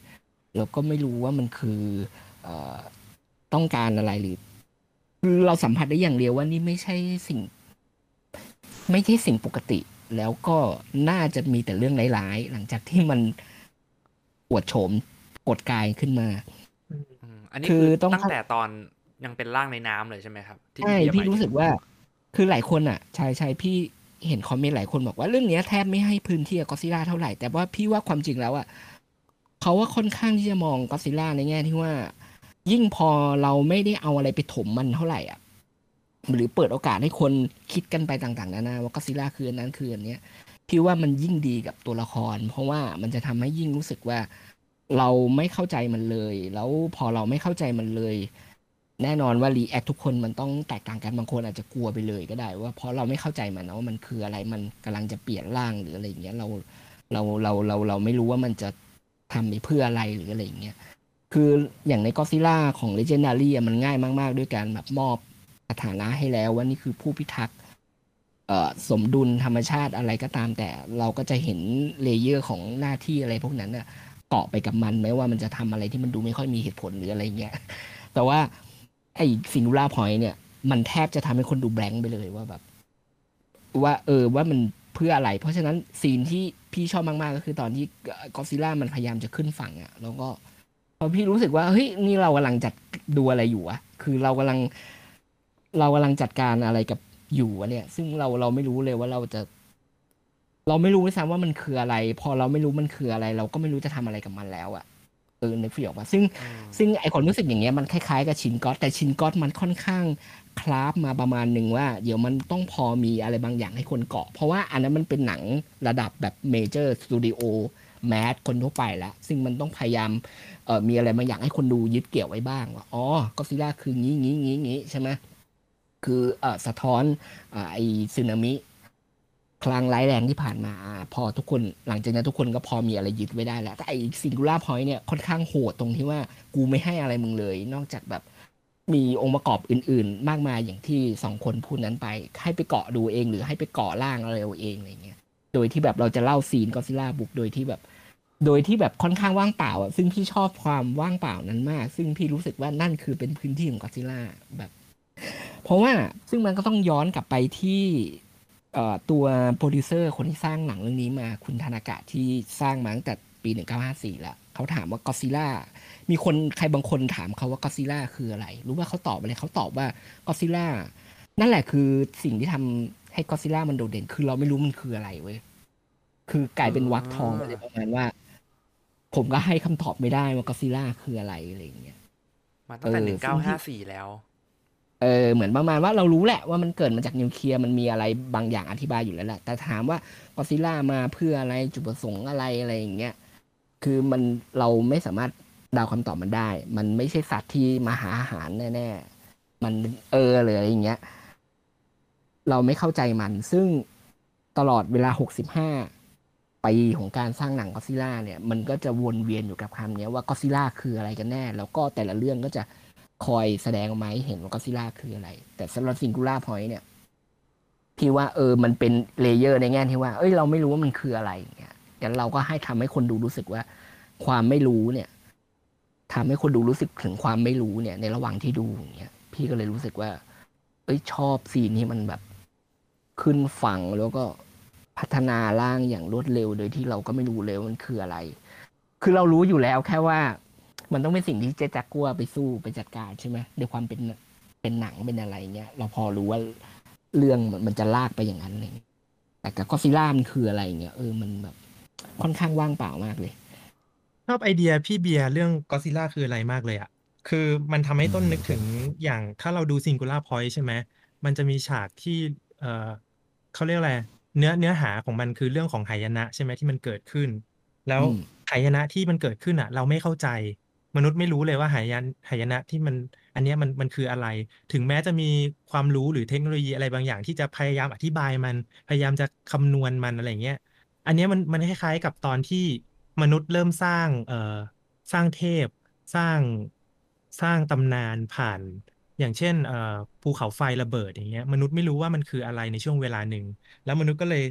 แล้วก็ไม่รู้ว่ามันคือเอ่อต้องการอะไรหรือคือเราสัมผัสได้อย่างเดียวว่านี่ไม่ใช่สิ่งไม่ใช่สิ่งปกติ แล้วก็น่าจะมีแต่เรื่องร้ายๆหลังจากที่มันอวดโฉมกดกายขึ้นมาอืมอันนี้คืคือ อต้องตั้งเข้าแต่ตอนยังเป็นร่างในน้ำเลยใช่ไหมครับ ที่ใช่พี่เบียร์หพี่มายรู้ถึสึงกว่า คือหลายคนอ่ะใช่ใช่พี่เห็นคอมเมนต์หลายคนบอกว่าเรื่องเนี้ยแทบไม่ให้พื้นที่กับก็อดซิลล่าเท่าไหร่ แต่ว่าพี่ว่าความจริงแล้วอ่ะเขาว่าค่อนข้างที่จะมองก็อดซิลล่าในแง่ที่ว่า ยิ่งพอเราไม่ได้เอาอะไรไปถมมันเท่าไหร่อ่ะหรือเปิดโอกาสให้คนคิดกันไปต่างๆนานาว่าก็อดซิลล่าคืออันนั้นคืออันเนี้ยพี่ว่ามันยิ่งดีกับตัวละคร เพราะว่ามันจะทำให้ยิ่งรู้สึกว่า เราไม่เข้าใจมันเลย แล้วพอเราไม่เข้าใจมันเลย แน่นอนว่ารีแอคทุกคนมันต้องแตกต่างกันบางคนอาจจะกลัวไปเลยก็ได้ว่าเพราะเราไม่เข้าใจมันนะว่ามันคืออะไรมันกำลังจะเปลี่ยนร่างหรืออะไรอย่างเงี้ยเราเราเราเราเราไม่รู้ว่ามันจะทำไปเพื่ออะไรหรืออะไรอย่างเงี้ยคืออย่างในก็อดซิลล่าของ Legendary อะมันง่ายมากๆด้วยการแบบมอบสถานะให้แล้วว่านี่คือผู้พิทักษ์เอ่อสมดุลธรรมชาติอะไรก็ตาม แต่เราก็จะเห็นเลเยอร์ของหน้าที่อะไรพวกนั้นน่ะเกาะไปกับมันแม้ว่ามันจะทำอะไรที่มันดูไม่ค่อยมีเหตุผลหรืออะไรเงี้ย แต่ว่าไอ้ซิง g ูล่าพอยต์เนี่ย มันแทบจะทำให้คนดูแบงค์ไปเลยว่าแบบ ว่าเออว่ามันเพื่ออะไร เพราะฉะนั้นซีนที่พี่ชอบมากๆก็คือตอนที่ก็อดซิลล่ามันพยายามจะขึ้นฝั่งอะแล้วก็พอพี่รู้สึกว่าเฮ้ยนี่เรากำลังจัดดูอะไรอยู่อะคือเรากำลัง เรากำลังจัดการอะไรกับอยู่อะเนี่ย ซึ่งเราเราไม่รู้เลยว่าเราจะ เราไม่รู้ด้วยซ้ำว่ามันคืออะไร พอเราไม่รู้มันคืออะไร เราก็ไม่รู้จะทำอะไรกับมันแล้วอะเออนึกฟิลออกปะซึ่งอืมซึ่งไอความรู้สึกอย่างเงี้ยมันคล้ายๆกับชินก็อตแต่ชินก็อตมันค่อนข้างคราฟมาประมาณหนึ่งว่า เดี๋ยวมันต้องพอมีอะไรบางอย่างให้คนเกาะ เพราะว่าอันนั้นมันเป็นหนังระดับแบบเมเจอร์สตูดิโอแมสคนทั่วไปแล้ว ซึ่งมันต้องพยายามเอ่อมีอะไรบางอย่างให้คนดูยึดเกี่ยวไว้บ้างว่าอ๋อก็อดซิลล่าคืองี้งี้งี้งี้ใช่ไหมคือเอ่อสะท้อนอ่าไอสึนามิ ครั้งร้ายแรงที่ผ่านมาอ่าพอทุกคนหลังจากนั้นทุกคนก็พอมีอะไรยึดไว้ได้แล้ว แต่ไอ้ซิงคูล่าพอยต์เนี่ยค่อนข้างโหดตรงที่ว่ากูไม่ให้อะไรมึงเลย นอกจากแบบมีองค์ประกอบอื่นๆ มากมายอย่างที่สองคนพูดนั้นไป ให้ไปเกาะดูเองหรือให้ไปเกาะล่างอะไรเอาเองอะไรเงี้ยโดยที่แบบเราจะเล่าซีนก็อดซิลล่าบุกโดยที่แบบ โดยที่แบบค่อนข้างว่างเปล่าอ่ะซึ่งพี่ชอบความว่างเปล่านั้นมาก ซึ่งพี่รู้สึกว่านั่นคือเป็นพื้นที่ของก็อดซิลล่าแบบ เพราะว่าซึ่งมันก็ต้องย้อนกลับไปที่เอ่อตัวโปรดิวเซอร์คนที่สร้างหนังเรื่องนี้มาคุณทานากะที่สร้างมาตั้งแต่ปีหนึ่งเก้าห้าสี่แล้วเขาถามว่าก็อดซิลล่ามีคนใครบางคนถามเขาว่าก็อดซิลล่าคืออะไร รู้ว่าเขาตอบอะไรเขาตอบว่าก็อดซิลล่านั่นแหละคือสิ่งที่ทำให้ก็อดซิลล่ามันโดดเด่นคือเราไม่รู้มันคืออะไรเว้ยคือกลายเป็นวรรคทองไปเลยประมาณว่า ผมก็ให้คำตอบไม่ได้ว่าก็อดซิลล่าคืออะไรอะไรอย่างเงี้ยมาตั้งแต่เออหนึ่งเก้าห้าสี่ แล้วเออเหมือนประมาณว่าเรารู้แหละว่ามันเกิดมาจากนิวเคลียร์มันมีอะไรบางอย่างอธิบายอยู่แล้วแหละแต่ถามว่าก็อดซิลล่ามาเพื่ออะไรจุดประสงค์อะไรอะไรอย่างเงี้ยคือมันเราไม่สามารถเดาคำตอบมันได้ มันไม่ใช่สัตว์ที่มาหาอาหารแน่ๆมันเออหรืออะไรอย่างเงี้ย เราไม่เข้าใจมัน ซึ่งตลอดเวลาหกสิบห้าปีของการสร้างหนังก็อดซิลล่าเนี่ย มันก็จะวนเวียนอยู่กับคำนี้ว่าก็อดซิลล่าคืออะไรกันแน่ แล้วก็แต่ละเรื่องก็จะคอยแสดงออกมาให้เห็นว่าก็อดซิลล่าคืออะไร แต่สำหรับซิงคูล่าพอยต์เนี่ย พี่ว่าเออมันเป็นเลเยอร์ในแง่ที่ว่า เอ้ยเราไม่รู้ว่ามันคืออะไรอย่างเงี้ยแต่เราก็ให้ทำให้คนดูรู้สึกว่า ความไม่รู้เนี่ยทำให้คนดูรู้สึกถึงความไม่รู้เนี่ย ในระหว่างที่ดูอย่างเงี้ย พี่ก็เลยรู้สึกว่า เอ้ยชอบซีนที่มันแบบขึ้นฝั่งแล้วก็พัฒนาร่างอย่างรวดเร็วโดยที่เราก็ไม่รู้เลยว่ามันคืออะไร คือเรารู้อยู่แล้วแค่ว่า มันต้องเป็นสิ่งที่เจ๊จักกัวไปสู้ไปจัดการใช่ไหมด้วยความเป็นเป็นหนังเป็นอะไรเงี้ยเราพอรู้ว่าเรื่องมันมันจะลากไปอย่างนั้นเลยแต่กับก็อดซิลล่ามันคืออะไรเงี้ยเออมันแบบค่อนข้างว่างเปล่ามากเลยชอบไอเดียพี่เบียร์เรื่องก็อดซิลล่าคืออะไรมากเลยอ่ะคือมันทำให้ต้นนึกถึงอย่างถ้าเราดู Singular Point ใช่ไหมมันจะมีฉากที่เออเขาเรียกอะไรเนื้อเนื้อหาของมันคือเรื่องของหายนะใช่ไหมที่มันเกิดขึ้น แล้วอืมหายนะที่มันเกิดขึ้นอ่ะ เราไม่เข้าใจ มนุษย์ไม่รู้เลยว่าหายนะหายนะที่มันอันเนี้ยมันมันคืออะไร ถึงแม้จะมีความรู้หรือเทคโนโลยีอะไรบางอย่างที่จะพยายามอธิบายมันพยายามจะคำนวณมันอะไรเงี้ย อันเนี้ยมันมันคล้ายๆกับตอนที่มนุษย์เริ่มสร้างเอ่อสร้างเทพสร้างสร้างตำนานผ่านอย่างเช่นเอ่อภูเขาไฟระเบิดอย่างเงี้ยมนุษย์ไม่รู้ว่ามันคืออะไรในช่วงเวลาหนึ่งแล้วมนุษย์ก็เลย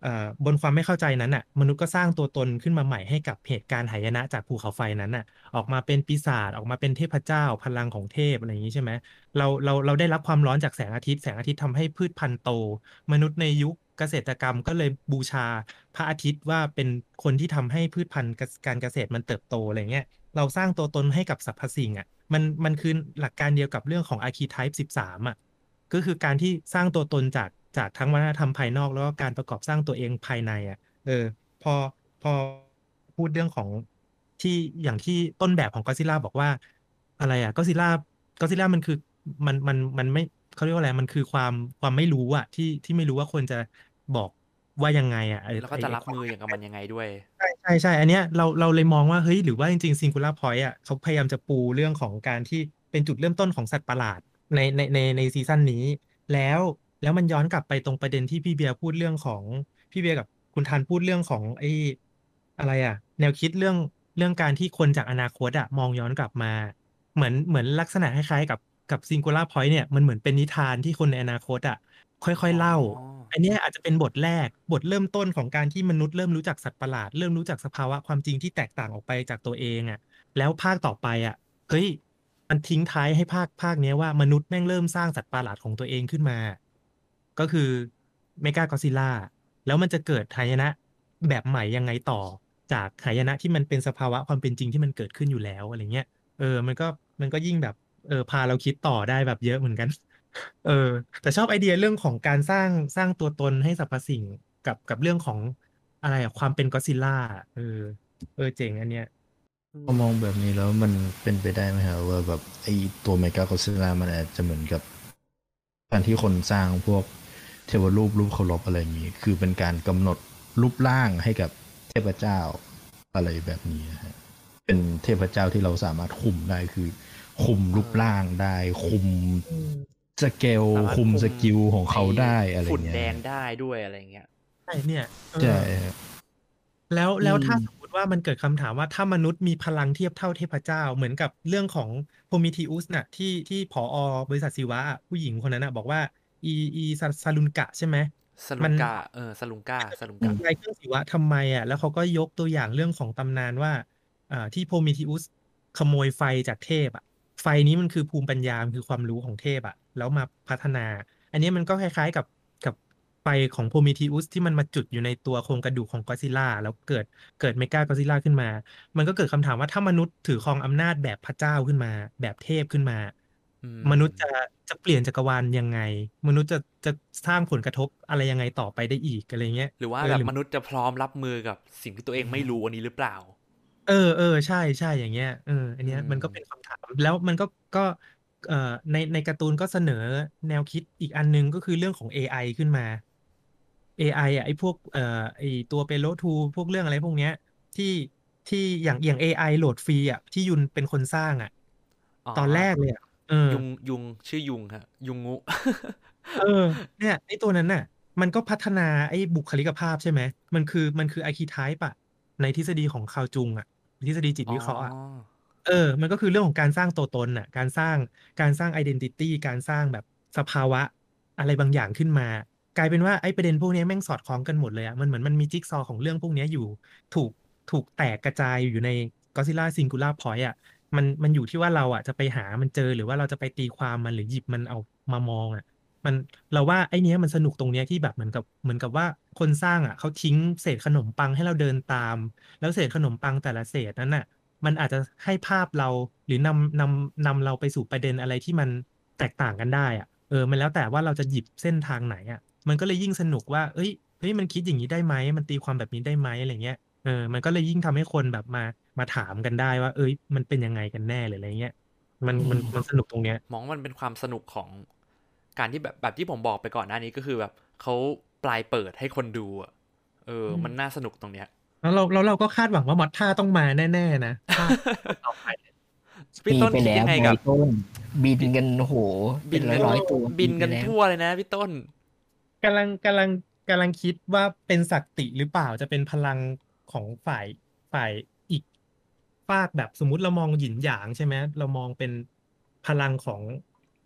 เอ่อบนความไม่เข้าใจนั้นน่ะมนุษย์ก็สร้างตัวตนขึ้นมาใหม่ให้กับเหตุการณ์หายนะจากภูเขาไฟนั้นน่ะออกมาเป็นปีศาจออกมาเป็นเทพเจ้าพลังของเทพอะไรอย่างนี้ใช่ไหมเราเราเราได้รับความร้อนจากแสงอาทิตย์แสงอาทิตย์ทำให้พืชพันธุ์โตมนุษย์ในยุคเกษตรกรรมก็เลยบูชาพระอาทิตย์ว่าเป็นคนที่ทำให้พืชพันธุ์การเกษตรมันเติบโตอะไรเงี้ยเราสร้างตัวตนให้กับสรรพสิ่งอ่ะมันมันคือหลักการเดียวกับเรื่องของ Archetype สิบสามอ่ะ ก็คือการที่สร้างตัวตนจากจากทั้งวัฒนธรรมภายนอกแล้วก็การประกอบสร้างตัวเองภายในอ่ะเออพอพอพูดเรื่องของที่อย่างที่ต้นแบบของก็อดซิลล่าบอกว่าอะไรอ่ะก็อดซิลล่าก็อดซิลล่ามันคือมันมันมันไม่เขาเรียกว่าอะไรมันคือความความไม่รู้อ่ะที่ที่ไม่รู้ว่าควรจะบอกว่ายังไงอ่ะไอ้แล้วก็ไอ้จะรับไอ้ความมืออย่างกับมันยังไงด้วยใช่ใช่ใช่อันเนี้ยเราเราเลยมองว่าเฮ้ยหรือว่าจริงๆ Singular Point อ่ะเขาพยายามจะปูเรื่องของการที่เป็นจุดเริ่มต้นของสัตว์ประหลาดในในในในซีซั่นนี้แล้วแล้วมันย้อนกลับไปตรงประเด็นที่พี่เบียร์พูดเรื่องของพี่เบียร์กับคุณธันพูดเรื่องของไอ้อะไรอ่ะแนวคิดเรื่องเรื่องการที่คนจากอนาคตอ่ะมองย้อนกลับมาเหมือนเหมือนลักษณะคล้ายๆกับกับ Singular Point เนี่ยมันเหมือนเป็นนิทานที่คนในอนาคตอ่ะค่อยๆอ๋อเล่า อันเนี้ยอาจจะเป็นบทแรกบทเริ่มต้นของการที่มนุษย์เริ่มรู้จักสัตว์ประหลาดเริ่มรู้จักสภาวะความจริงที่แตกต่างออกไปจากตัวเองอ่ะแล้วภาคต่อไปอ่ะเฮ้ยมันทิ้งท้ายให้ภาคภาคเนี้ยว่ามนุษย์แม่งเริ่มสร้างสัตว์ประหลาดของตัวเองขึ้นมาก็คือเมกากอซิล่าแล้วมันจะเกิดหายนะแบบใหม่ยังไงต่อจากหายนะที่มันเป็นสภาวะความเป็นจริงที่มันเกิดขึ้นอยู่แล้วอะไรเงี้ยเออมันก็มันก็ยิ่งแบบเออพาเราคิดต่อได้แบบเยอะเหมือนกัน เออแต่ชอบไอเดียเรื่องของการสร้างสร้างตัวตนให้สรรพสิ่งกับกับเรื่องของอะไรอะความเป็นก็อดซิลล่าเออเออเจ๋งอันเนี้ยอืพอมองมแบบนี้แล้วมันเป็นไปได้ไหมครับว่าแบบไอ้ตัวเมกา o อ z ซิลล่ามันอาจจะเหมือนกับการที่คนสร้างพวกเทวรูปรูปเคารพอะไรอย่างนี้คือเป็นการกำหนดรูปร่างให้กับเทพเจ้าอะไรแบบนี้นะฮะเป็นเทพเจ้าที่เราสามารถคุมได้คือคุมเอรูปอร่างได้คุมอืมสเกลสามารถคุมคุมสกิลของไอ้เขาได้อะไรฝุ่นเงี้ยแดงได้ด้วยอะไรเงี้ยใช่เนี่ยเออใช่ฮะแล้วอืแล้วถ้าสมมมติว่ามันเกิดคำถามว่าถ้ามนุษย์มีพลังเทียบเท่าเทพเจ้าเหมือนกับเรื่องของโพร m ม t ิอุสน่ะที่ที่ผอบริษัทศิวะอะผู้หญิงคนนั้นน่ะบอกว่าอีอีซาซาลุนกะใช่ไหมมันสลุงกาเออสลุงกาสลุงกาทำลายเครื่องศิวะทำไมอ่ะแล้วเขาก็ยกตัวอย่างเรื่องของตำนานว่าอ่าที่โพร m ม t ิอุสขโมยไฟจากเทพอ่ะไฟนี้มันคือภูมิปัญญามันคือความรู้ของเทพอ่ะแล้วมาพัฒนา อันนี้มันก็คล้ายๆกับกับไฟของโพร m ม t ิอุสที่มันมาจุดอยู่ในตัวโครงกระดูกของก็อดซิลล่าแล้วเกิดเกิดเมกากอดซิลล่าขึ้นมา มันก็เกิดคำถามว่าถ้ามนุษย์ถือครองอำนาจแบบพระเจ้าขึ้นมาแบบเทพขึ้นมาอืมนุษย์จะมจะเปลี่ยนจักรวาลยังไงมนุษย์จะจะสร้างผลกระทบอะไรยังไงต่อไปได้อีกอะไรเงี้ยหรือว่าเออหรือแบบมนุษย์จะพร้อมรับมือกับสิ่งที่ตัวเองไม่รู้อันนี้หรือเปล่าเออเออใช่ใช่อย่างเงี้ยเอออันอืเนี้ยมันมก็เป็นคำถามแล้วมันก็ก็เอ่อในในการ์ตูนก็เสนอแนวคิดอีกอันนึงก็คือเรื่องของ เอ ไอ ขึ้นมา เอ ไอ อ่ะไอ้พวกเอ่อไอ้ตัวเปโลทูพวกเรื่องอะไรพวกเนี้ยที่ที่อย่างอย่าง เอ ไอ โหลดฟรีอ่ะที่ยุนเป็นคนสร้างอ่ะอ๋อตอนแรกเลยอ่ะเออยุงยุงชื่อยุงครับยุงงูเออเนี่ยไอ้ตัวนั้นน่ะมันก็พัฒนาไอ้บุคลิกภาพใช่ไหมมันคือมันคือ archetype อ่ะในทฤษฎีของคาร์ลจุงอ่ะทฤษฎีจิตอ๋อวิเคราะห์อ่ะ เออมันก็คือเรื่องของการสร้างตัวตนน่ะการสร้างการสร้าง identity การสร้างแบบสภาวะอะไรบางอย่างขึ้นมากลายเป็นว่าไอ้ประเด็นพวกนี้แม่งสอดคล้องกันหมดเลยอ่ะมันเหมือนมันมีจิ๊กซอว์ของเรื่องพวกนี้อยู่ถูกถูกแตกกระจายอยู่ใน Godzilla Singular Point อ่ะมันมันอยู่ที่ว่าเราอ่ะจะไปหามันเจอหรือว่าเราจะไปตีความมันหรือหยิบมันเอามามองอ่ะมันเราว่าไอ้เนี้ยมันสนุกตรงเนี้ยที่แบบเหมือนกับเหมือนกับว่าคนสร้างอ่ะเขาทิ้งเศษขนมปังให้เราเดินตามแล้วเศษขนมปังแต่ละเศษนั้นน่ะ มันอาจจะให้ภาพเราหรือนำนำนำเราไปสู่ประเด็นอะไรที่มันแตกต่างกันได้อะเออมันแล้วแต่ว่าเราจะหยิบเส้นทางไหนอ่ะมันก็เลยยิ่งสนุกว่าเอ้ยเฮ้ยมันคิดอย่างนี้ได้ไหมมันตีความแบบนี้ได้ไหมอะไรเงี้ยเออมันก็เลยยิ่งทำให้คนแบบมามาถามกันได้ว่าเอ้ยมันเป็นยังไงกันแน่หรืออะไรเงี้ยมันอืมันมมันสนุกตรงเนี้ยมองว่ามันเป็นความสนุกของการที่แบบแบบที่ผมบอกไปก่อนหน้านี้ก็คือแบบเขาปลายเปิดให้คนดูอ่ะเอออืมมันน่าสนุกตรงเนี้ยแล้วเราเราเราก็คาดหวังว่ามอสท่าต้องมาแน่ๆนะภาคต่อไปพี่มีต้นคิดไปแล้วยังไงกับโมยต้นบินบิกันโอ้โหบิเป็นนกันร้อยร้อยตัวบินกันบินไปแล้วทั่วเลยนะพี่ต้นกำลังกำลังกำลังคิดว่าเป็นสักติหรือเปล่าจะเป็นพลังของฝ่ายฝ่ายอีกฝากแบบสมมุติเรามองหยินหยางใช่ไหมเรามองเป็นพลังของ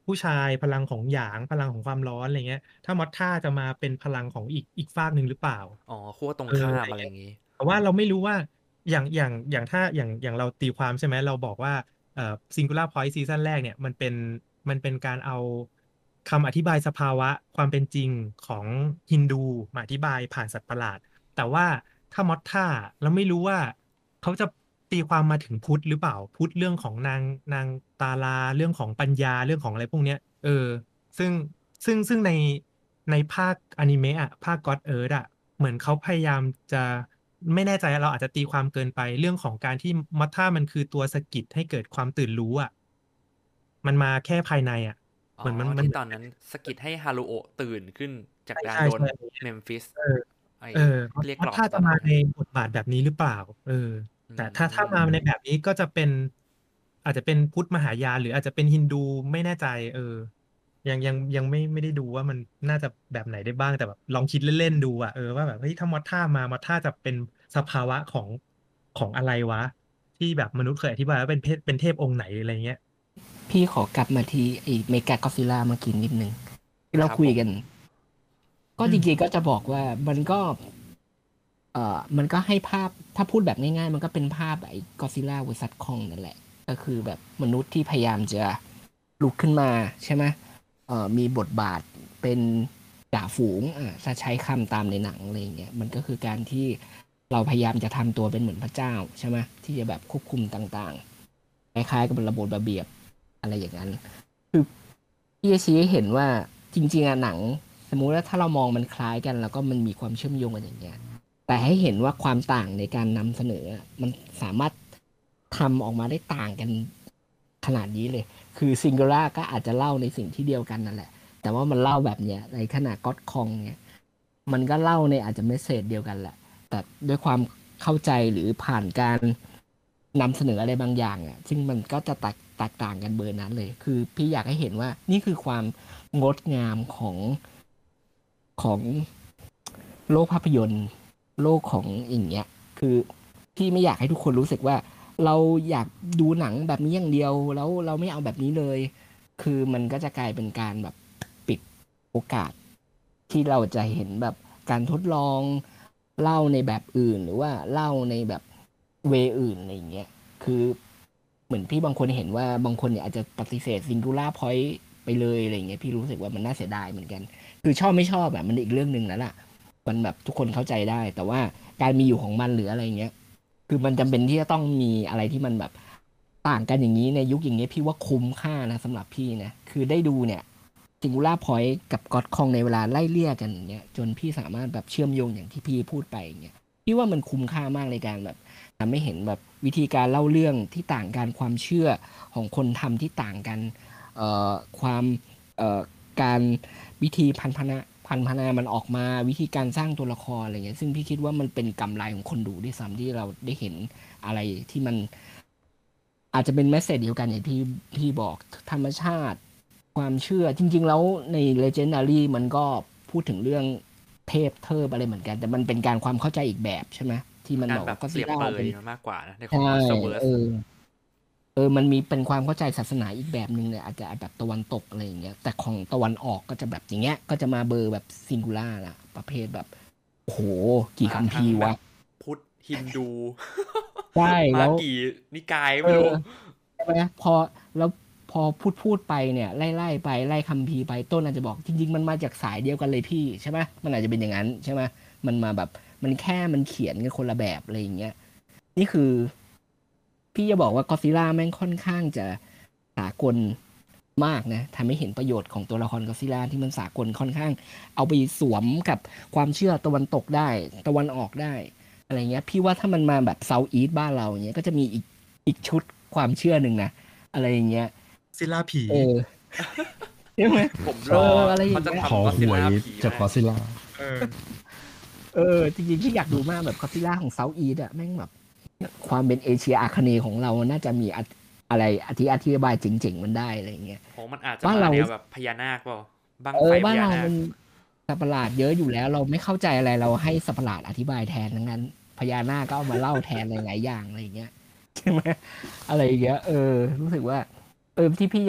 ผู้ชายพลังของหยางพลังของความร้อนอะไรเงี้ยถ้ามอสท่าจะมาเป็นพลังของอีกอีกฝากหนึ่งหรือเปล่าอ๋อขั้วตรเองข้ามออะไรเงี้ยอะไรอย่างงี้แต่ว่าเราไม่รู้ว่าอย่างอย่างอย่างถ้าอย่างอย่างเราตีความใช่ไหมเราบอกว่าเอ่อ Singular Point ซีซั่นแรกเนี่ยมันเป็นมันเป็นการเอาคำอธิบายสภาวะความเป็นจริงของฮินดูมาอธิบายผ่านสัตว์ประหลาด แต่ว่าถ้ามอตท่าเราไม่รู้ว่าเขาจะตีความมาถึงพุทธหรือเปล่าพุทธเรื่องของนางนางตาลาเรื่องของปัญญาเรื่องของอะไรพวกเนี้ยเออซึ่งซึ่งซึ่งในในภาคอนิเมะอ่ะภาค God Earth อ่ะเหมือนเขาพยายามจะไม่แน่ใจเราอาจจะตีความเกินไปเรื่องของการที่มอตท่ามันคือตัวสะกิดให้เกิดความตื่นรู้อ่ะมันมาแค่ภายในอ่ะอ๋อเหมือนมันมันเหมือนที่ตอนนั้นสะกิดให้ฮารุโอะตื่นขึ้นจากใช่การโดนใช่ใช่เมมฟิสเออไอ้เออเรียกว่ากล่อมตอนนั้นถ้าจะมาในบทบาทแบบนี้หรือเปล่าเอออืแต่ถ้าถ้ามาในมแบบนี้ก็จะเป็นอาจจะเป็นพุทธมหายานหรืออาจจะเป็นฮินดูไม่แน่ใจเออยังยังยังไม่ไม่ได้ดูว่ามันน่าจะแบบไหนได้บ้างแต่แบบลองคิดเล่นๆดูอ่ะเออว่าแบบเฮ้ยถ้ามอทท่ามามอทท่าจะเป็นสภาวะของของอะไรวะที่แบบมนุษย์เคยอธิบายว่าเป็นเพศเป็นเทพองค์ไหนอะไรเงี้ยพี่ขอกลับมาที่ไอ้เมกากอซิล่าเมื่อกี้นิดนึงที่คเรารับผมคุยกันก็อืมจริงๆก็จะบอกว่ามันก็ เอ่อมันก็ให้ภาพถ้าพูดแบบง่ายๆมันก็เป็นภาพไอ้กอซิล่าเวอร์ซัสคองนั่นแหละก็คือแบบมนุษย์ที่พยายามจะลุกขึ้นมาใช่ไหมเอ่อมีบทบาทเป็นจ่าฝูงอ่าถ้าใช้คำตามในหนังอะไรอย่างเงี้ยมันก็คือการที่เราพยายามจะทำตัวเป็นเหมือนพระเจ้าใช่ไหมที่จะแบบควบคุมต่างๆคล้ายๆกับระบบระเบียบอะไรอย่างนั้นคือพี่จะชี้ให้เห็นว่าจริงๆอะหนังสมมุติว่าถ้าเรามองมันคล้ายกันแล้วก็มันมีความเชื่อมโยงกันอย่างเงี้ย แต่ให้เห็นว่าความต่างในการนำเสนอมันสามารถทำออกมาได้ต่างกันขนาดนี้เลย คือซิง g กิล่าก็อาจจะเล่าในสิ่งที่เดียวกันนั่นแหละ แต่ว่ามันเล่าแบบเนี้ยในขณะก็อดคองเนี่ยมันก็เล่าในอาจจะเมสเซจเดียวกันแหละ แต่ด้วยความเข้าใจหรือผ่านการนำเสนออะไรบางอย่างอ่ะซึ่งมันก็จะแตกแตกต่างกันเบอร์นั้นเลย คือพี่อยากให้เห็นว่านี่คือความงดงามของของโลกภาพยนตร์ โลกของอย่างเงี้ยคือพี่ไม่อยากให้ทุกคนรู้สึกว่าเราอยากดูหนังแบบนี้อย่างเดียวแล้วเราไม่เอาแบบนี้เลย คือมันก็จะกลายเป็นการแบบปิดโอกาสที่เราจะเห็นแบบการทดลองเล่าในแบบอื่นหรือว่าเล่าในแบบเวอื่นอะไรอย่างเงี้ยคือเหมือนพี่บางคนเห็นว่าบางคนเนี่ยอาจจะปฏิเสธซิงคูล่าพอยต์ไปเลยอะไรอย่างเงี้ยพี่รู้สึกว่ามันน่าเสียดายเหมือนกันคือชอบไม่ชอบแบบมันอีกเรื่องหนึ่งแล้วล่ะ มันแบบทุกคนเข้าใจได้ แต่ว่าการมีอยู่ของมันหรืออะไรเงี้ยคือมันจำเป็นที่จะต้องมีอะไรที่มันแบบต่างกันอย่างนี้ในยุคอย่างเงี้ยพี่ว่าคุ้มค่านะสำหรับพี่นะคือได้ดูเนี่ยซิง g ูล่าพอยต์กับก็อดคองในเวลาไล่เลี่ยกันอย่างเงี้ยจนพี่สามารถแบบเชื่อมโยงอย่างที่พี่พูดไปอย่างเงี้ยพี่ว่ามันคุ้มค่ามากในการแบบทำให้เห็นแบบวิธีการเล่าเรื่องที่ต่างกันความเชื่อของคนทำที่ต่างกันเอ่อความเอ่อการวิธีพันพนาพันพนามันออกมาวิธีการสร้างตัวละครอะไรเงี้ยซึ่งพี่คิดว่ามันเป็นกำไรของคนดูด้วยซ้ำที่เราได้เห็นอะไรที่มันอาจจะเป็นแมสเสจเดียวกันอย่างที่พี่บอกธรรมชาติความเชื่อจริงๆแล้วใน Legendary มันก็พูดถึงเรื่องเทพเทิบอะไรเหมือนกัน แต่มันเป็นการความเข้าใจอีกแบบใช่ไหมที่มันการบอกแบบเปรียบว่าก็ซิล่าเปรยเป็นมันมากกว่านะในของใช่ Monsterverse เออ เออมันมีเป็นความเข้าใจศาสนาอีกแบบหนึ่งเนี่ยอาจจะแบบตะวันตกอะไรอย่างเงี้ยแต่ของตะวันออกก็จะแบบอย่างเงี้ยก็จะมาเบอร์แบบซิงคูล่าละประเภทแบบโอ้โหกี่มาคัมทั้งแบภีร์วะบพุทธฮินดูใช่มาแล้วกี่นิกายเอไม่รู้อใช่ไหมพอแล้วพอพูดพูดไปเนี่ยไล่ไล่ไปไล่คัมภีร์ไปต้นอาจจะบอกจริงๆมันมาจากสายเดียวกันเลยพี่ใช่ไหมมันอาจจะเป็นอย่างนั้นใช่ไหมมันมาแบบมันแค่มันเขียนกันคนละแบบอะไรอย่างเงี้ยนี่คือ พี่จะบอกว่าก็อดซิลล่าแม่งค่อนข้างจะสากลมากนะทำให้เห็นประโยชน์ของตัวละครก็อดซิลล่าที่มันสากลค่อนข้างเอาไปสวมกับความเชื่อตะวันตกได้ตะวันออกได้อะไรเงี้ยพี่ว่าถ้ามันมาแบบเซาท์อีสต์บ้านเราเงี้ยก็จะมีอีกอีกชุดความเชื่อหนึ่งนะอะไรอย่างเงี้ยซิลล่าผีเออใช่ไหมผมเอรอออะไรอย่าเขาจะงเงี้ยขอทำก็หวยซิล่าผีจากกอมากซิล่าเออเออจริงๆที่อยากดูมากแบบก็อดซิลล่าของเซาท์อีสต์อะแม่งแบบความเป็นเอเชียอาคเนย์ของเราน่าจะมีอะอะไรอธิอธิบายเจ๋งๆมันได้อะไรอย่างเงี้ยโอ้มันอาจจะบ้านมาเราแนวแบบพญานาคเปล่าบั้งเอไฟอบ้านเราพญานาคมันสัตว์ประหลาดเยอะอยู่แล้ว เราไม่เข้าใจอะไรเราให้สัตว์ประหลาดอธิบายแทนทั้งนั้นพญานาคก็เอามาเล่าแทนหลายๆอย่างอะไรอย่างเงี้ยใช่ไหมอะไรอย่างเงี้ยเออรู้สึกว่า เออที่พี่จะ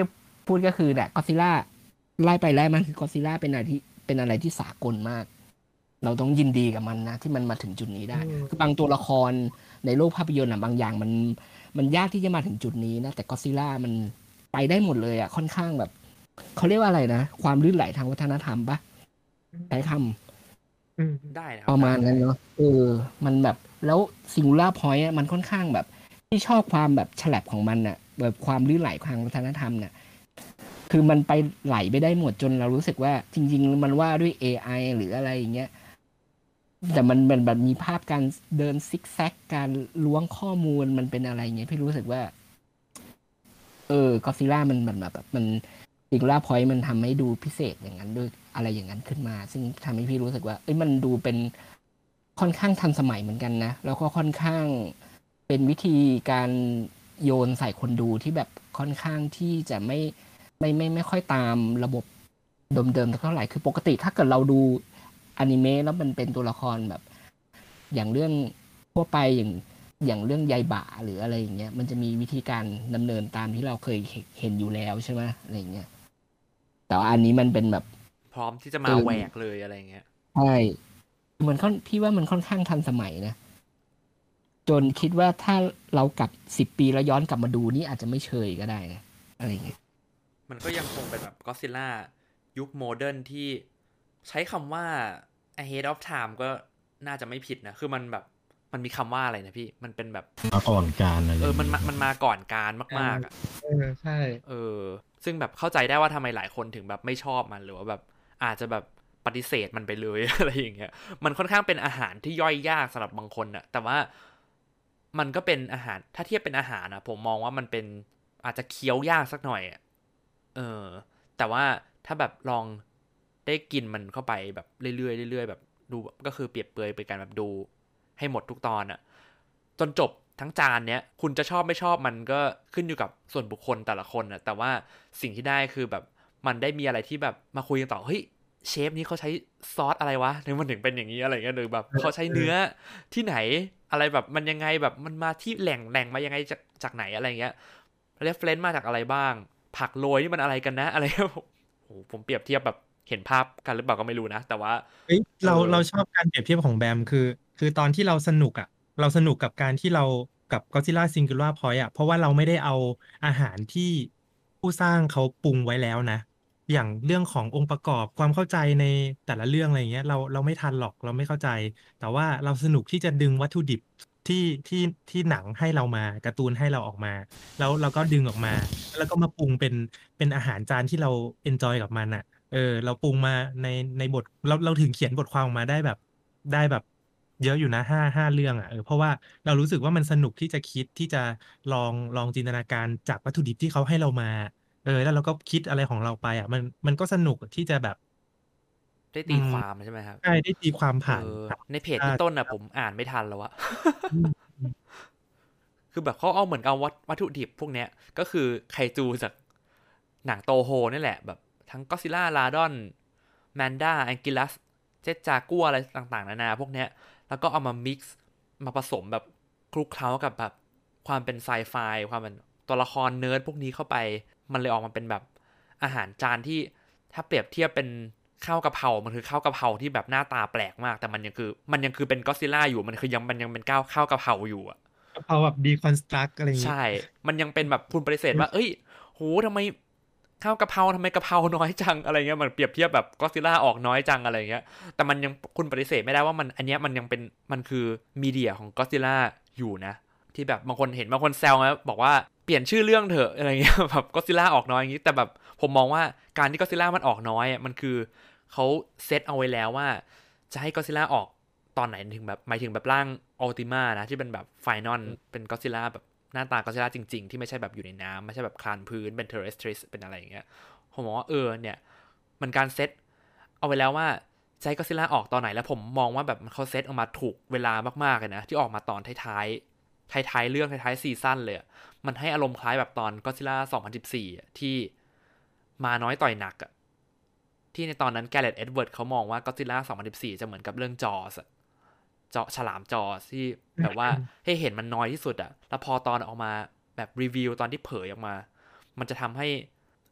พูดก็คือเนี่ยก็อดซิลล่าไล่ไปไล่มันคือก็อดซิลล่าเป็นอะไรที่เป็นอะไรที่สากลมาก เราต้องยินดีกับมันนะที่มันมาถึงจุดนี้ได้คือบางตัวละครในโลกภาพยนตร์อ่ะบางอย่างมันมันยากที่จะมาถึงจุดนี้นะแต่ก็อดซิลล่ามันไปได้หมดเลยอ่ะค่อนข้างแบบเขาเรียกว่าอะไรนะความลื่นไหลทางวัฒนธรรมปะใช้คำได้นะประมาณนั้นเนาะเออมันแบบแล้วซิงคูล่าพอยต์มันค่อนข้างแบบที่ชอบความแบบฉลับของมันน่ะแบบความลื่นไหลทางวัฒนธรรมเนี่ยคือมันไปไหลไปได้หมดจนเรารู้สึกว่าจริงๆมันว่าด้วย เอ ไอ หรืออะไรอย่างเงี้ยแต่มันมันแบบมีภาพการเดินซิกแซกการล้วงข้อมูลมันเป็นอะไรเงี้ยพี่รู้สึกว่าเออก็อดซิลล่ามันมันแบบมันซิงคูล่าพอยต์มันทำให้ดูพิเศษอย่างนั้นด้วยอะไรอย่างนั้นขึ้นมา ซึ่งทำให้พี่รู้สึกว่าเอ้ยมันดูเป็นค่อนข้างทันสมัยเหมือนกันนะแล้วก็ค่อนข้างเป็นวิธีการโยนใส่คนดูที่แบบค่อนข้างที่จะไม่ไม่ไม่ไม่ค่อยตามระบบเดิมๆเท่าไหร่คือปกติถ้าเกิดเราดูอนิเมะแล้วมันเป็นตัวละครแบบอย่างเรื่องทั่วไปอย่างอย่างเรื่องยายบ่าหรืออะไรอย่างเงี้ยมันจะมีวิธีการดำเนินตามที่เราเคยเห็นอยู่แล้วใช่ไหมอะไรอย่างเงี้ยแต่ว่าอันนี้มันเป็นแบบพร้อมที่จะมาแหวกเลยอะไรเงี้ยใช่เหมือนพี่ว่ามันค่อนข้างทันสมัยนะจนคิดว่าถ้าเรากลับสิบปีแล้วย้อนกลับมาดูนี่อาจจะไม่เชยก็ได้นะอะไรอย่างเงี้ยมันก็ยังคงเป็นแบบก็อดซิลล่ายุคโมเดิร์นที่ใช้คำว่า ahead of time ก็น่าจะไม่ผิดนะคือมันแบบมันมีคำว่าอะไรนะพี่มันเป็นแบบมาก่อนการอะไรเออมันมันมาก่อนการมากๆอ่ะเออใช่เออซึ่งแบบเข้าใจได้ว่าทำไมหลายคนถึงแบบไม่ชอบมันหรือว่าแบบอาจจะแบบปฏิเสธมันไปเลย อะไรอย่างเงี้ยมันค่อนข้างเป็นอาหารที่ย่อยยากสำหรับบางคนอะแต่ว่ามันก็เป็นอาหารถ้าเทียบเป็นอาหารนะผมมองว่ามันเป็นอาจจะเคี้ยวยากสักหน่อยอะเออแต่ว่าถ้าแบบลองได้กินมันเข้าไปแบบเรื่อยๆเรื่อยๆแบบดูก็คือเปรียบเปรยไปกันแบบดูให้หมดทุกตอนอะจนจบทั้งจานเนี้ยคุณจะชอบไม่ชอบมันก็ขึ้นอยู่กับส่วนบุคคลแต่ละคนอะแต่ว่าสิ่งที่ได้คือแบบมันได้มีอะไรที่แบบมาคุยกันต่อเฮ้ยเชฟนี้เขาใช้ซอสอะไรวะถึงมันถึงเป็นอย่างนี้อะไรเงี้ยหรือแบบเขาใช้เนื้อที่ไหนอะไรแบบมันยังไงแบบมันมาที่แหล่งแหล่งมายังไงจากจากไหนอะไรเงี้ยเรฟเฟรนซ์มาจากอะไรบ้างผักโรยนี่มันอะไรกันนะอะไรโอ้โหผมเปรียบเทียบแบบเห็นภาพกันหรือเปล่าก็ไม่รู้นะแต่ว่าเฮ้ยเราเราชอบการเปรียบเทียบของแบมคือคือตอนที่เราสนุกอ่ะเราสนุกกับการที่เรากับ Godzilla Singular Point อ่ะเพราะว่าเราไม่ได้เอาอาหารที่ผู้สร้างเขาปรุงไว้แล้วนะอย่างเรื่องขององค์ประกอบความเข้าใจในแต่ละเรื่องอะไรเงี้ยเราเราไม่ทันหรอกเราไม่เข้าใจแต่ว่าเราสนุกที่จะดึงวัตถุดิบที่ที่ที่หนังให้เรามาการ์ตูนให้เราออกมาแล้วเราก็ดึงออกมาแล้วก็มาปรุงเป็นเป็นอาหารจานที่เราเอนจอยกับมันอ่ะ เออเราปรุงมาในในบทเราเราถึงเขียนบทความออกมาได้แบบได้แบบเยอะอยู่นะห้าห้าเรื่องอ่ะเออเพราะว่าเรารู้สึกว่ามันสนุกที่จะคิดที่จะลองลองจินตนาการจากวัตถุดิบที่เขาให้เรามาเออแล้วเราก็คิดอะไรของเราไปอ่ะมันมันก็สนุกที่จะแบบได้อืตีมความใช่ไหมครับใช่ได้ตีความเอผ่านอผ่านในเพจได้พี่ต้นอะผมอ่านไม่ทันแล้วอะอืมอืมคือแบบเขาเอาเหมือนเอาวัตถุดิบพวกเนี้ยก็คือไคจูจากหนังโตโฮนี่แหละแบบทั้งก็ซิล่าลาดอนแมนด้าแองกิลัสเจจากัวอะไรต่างๆนานาพวกเนี้ยแล้วก็เอามามิกซ์มาผสมแบบคลุกเคล้ากับแบบความเป็นไซไฟความเป็นตัวละครเนิร์ดพวกนี้เข้าไปมันเลยออกมาเป็นแบบอาหารจานที่ถ้าเปรียบเทียบเป็นข้าวกะเพรามันคือข้าวกะเพราที่แบบหน้าตาแปลกมากแต่มันยังคือมันยังคือเป็นก็ซิล่าอยู่มันคือยังมันยังเป็นข้าวข้าวกะเพราอยู่อะเอาแบบดีคอนสตรักอะไรอย่างงี้ใช่ มันยังเป็นแบบคุณปฏิเสธว่า เอ้ยโหทำไมข้าวกะเพราทำไมกะเพราน้อยจังอะไรเงี้ยมันเปรียบเทียบแบบก็อดซิลล่าออกน้อยจังอะไรเงี้ยแต่มันยังคุณปฏิเสธไม่ได้ว่ามันอันเนี้ยมันยังเป็นมันคือมีเดียของก็อดซิลล่าอยู่นะที่แบบบางคนเห็นบางคนแซวนะบอกว่าเปลี่ยนชื่อเรื่องเถอะอะไรเงี้ยแบบก็อดซิลล่าออกน้อยอย่างงี้แต่แบบผมมองว่าการที่ก็อดซิลล่ามันออกน้อยมันคือเขาเซตเอาไว้แล้วว่าจะให้ก็อดซิลล่าออกตอนไหนถึงแบบหมายถึงแบบร่างอัลติมานะที่เป็นแบบไฟนอลเป็นก็อดซิลล่าแบบหน้าตาก็อดซิลล่าจริงๆที่ไม่ใช่แบบอยู่ในน้ำไม่ใช่แบบคลานพื้นเป็นเทอร์เรสทริสเป็นอะไรอย่างเงี้ยผมมองว่าเออเนี่ยมันการเซตเอาไว้แล้วว่าจะให้ก็อดซิลล่าออกตอนไหนแล้วผมมองว่าแบบเขาเซตออกมาถูกเวลามากๆเลยนะที่ออกมาตอนท้ายๆท้ายๆเรื่องท้ายๆซีซั่นเลยมันให้อารมณ์คล้ายแบบตอนก็อดซิลล่าสองพันสิบสี่ที่มาน้อยต่อยหนักอะที่ในตอนนั้นแกเรต เอ็ดเวิร์ดเขามองว่าก็อดซิลล่าสองพันสิบสี่จะเหมือนกับเรื่องจอสเจาะฉลามจอที่แบบว่าให้เห็นมันน้อยที่สุดอะแล้วพอตอนออกมาแบบรีวิวตอนที่เผยออกมามันจะทำให้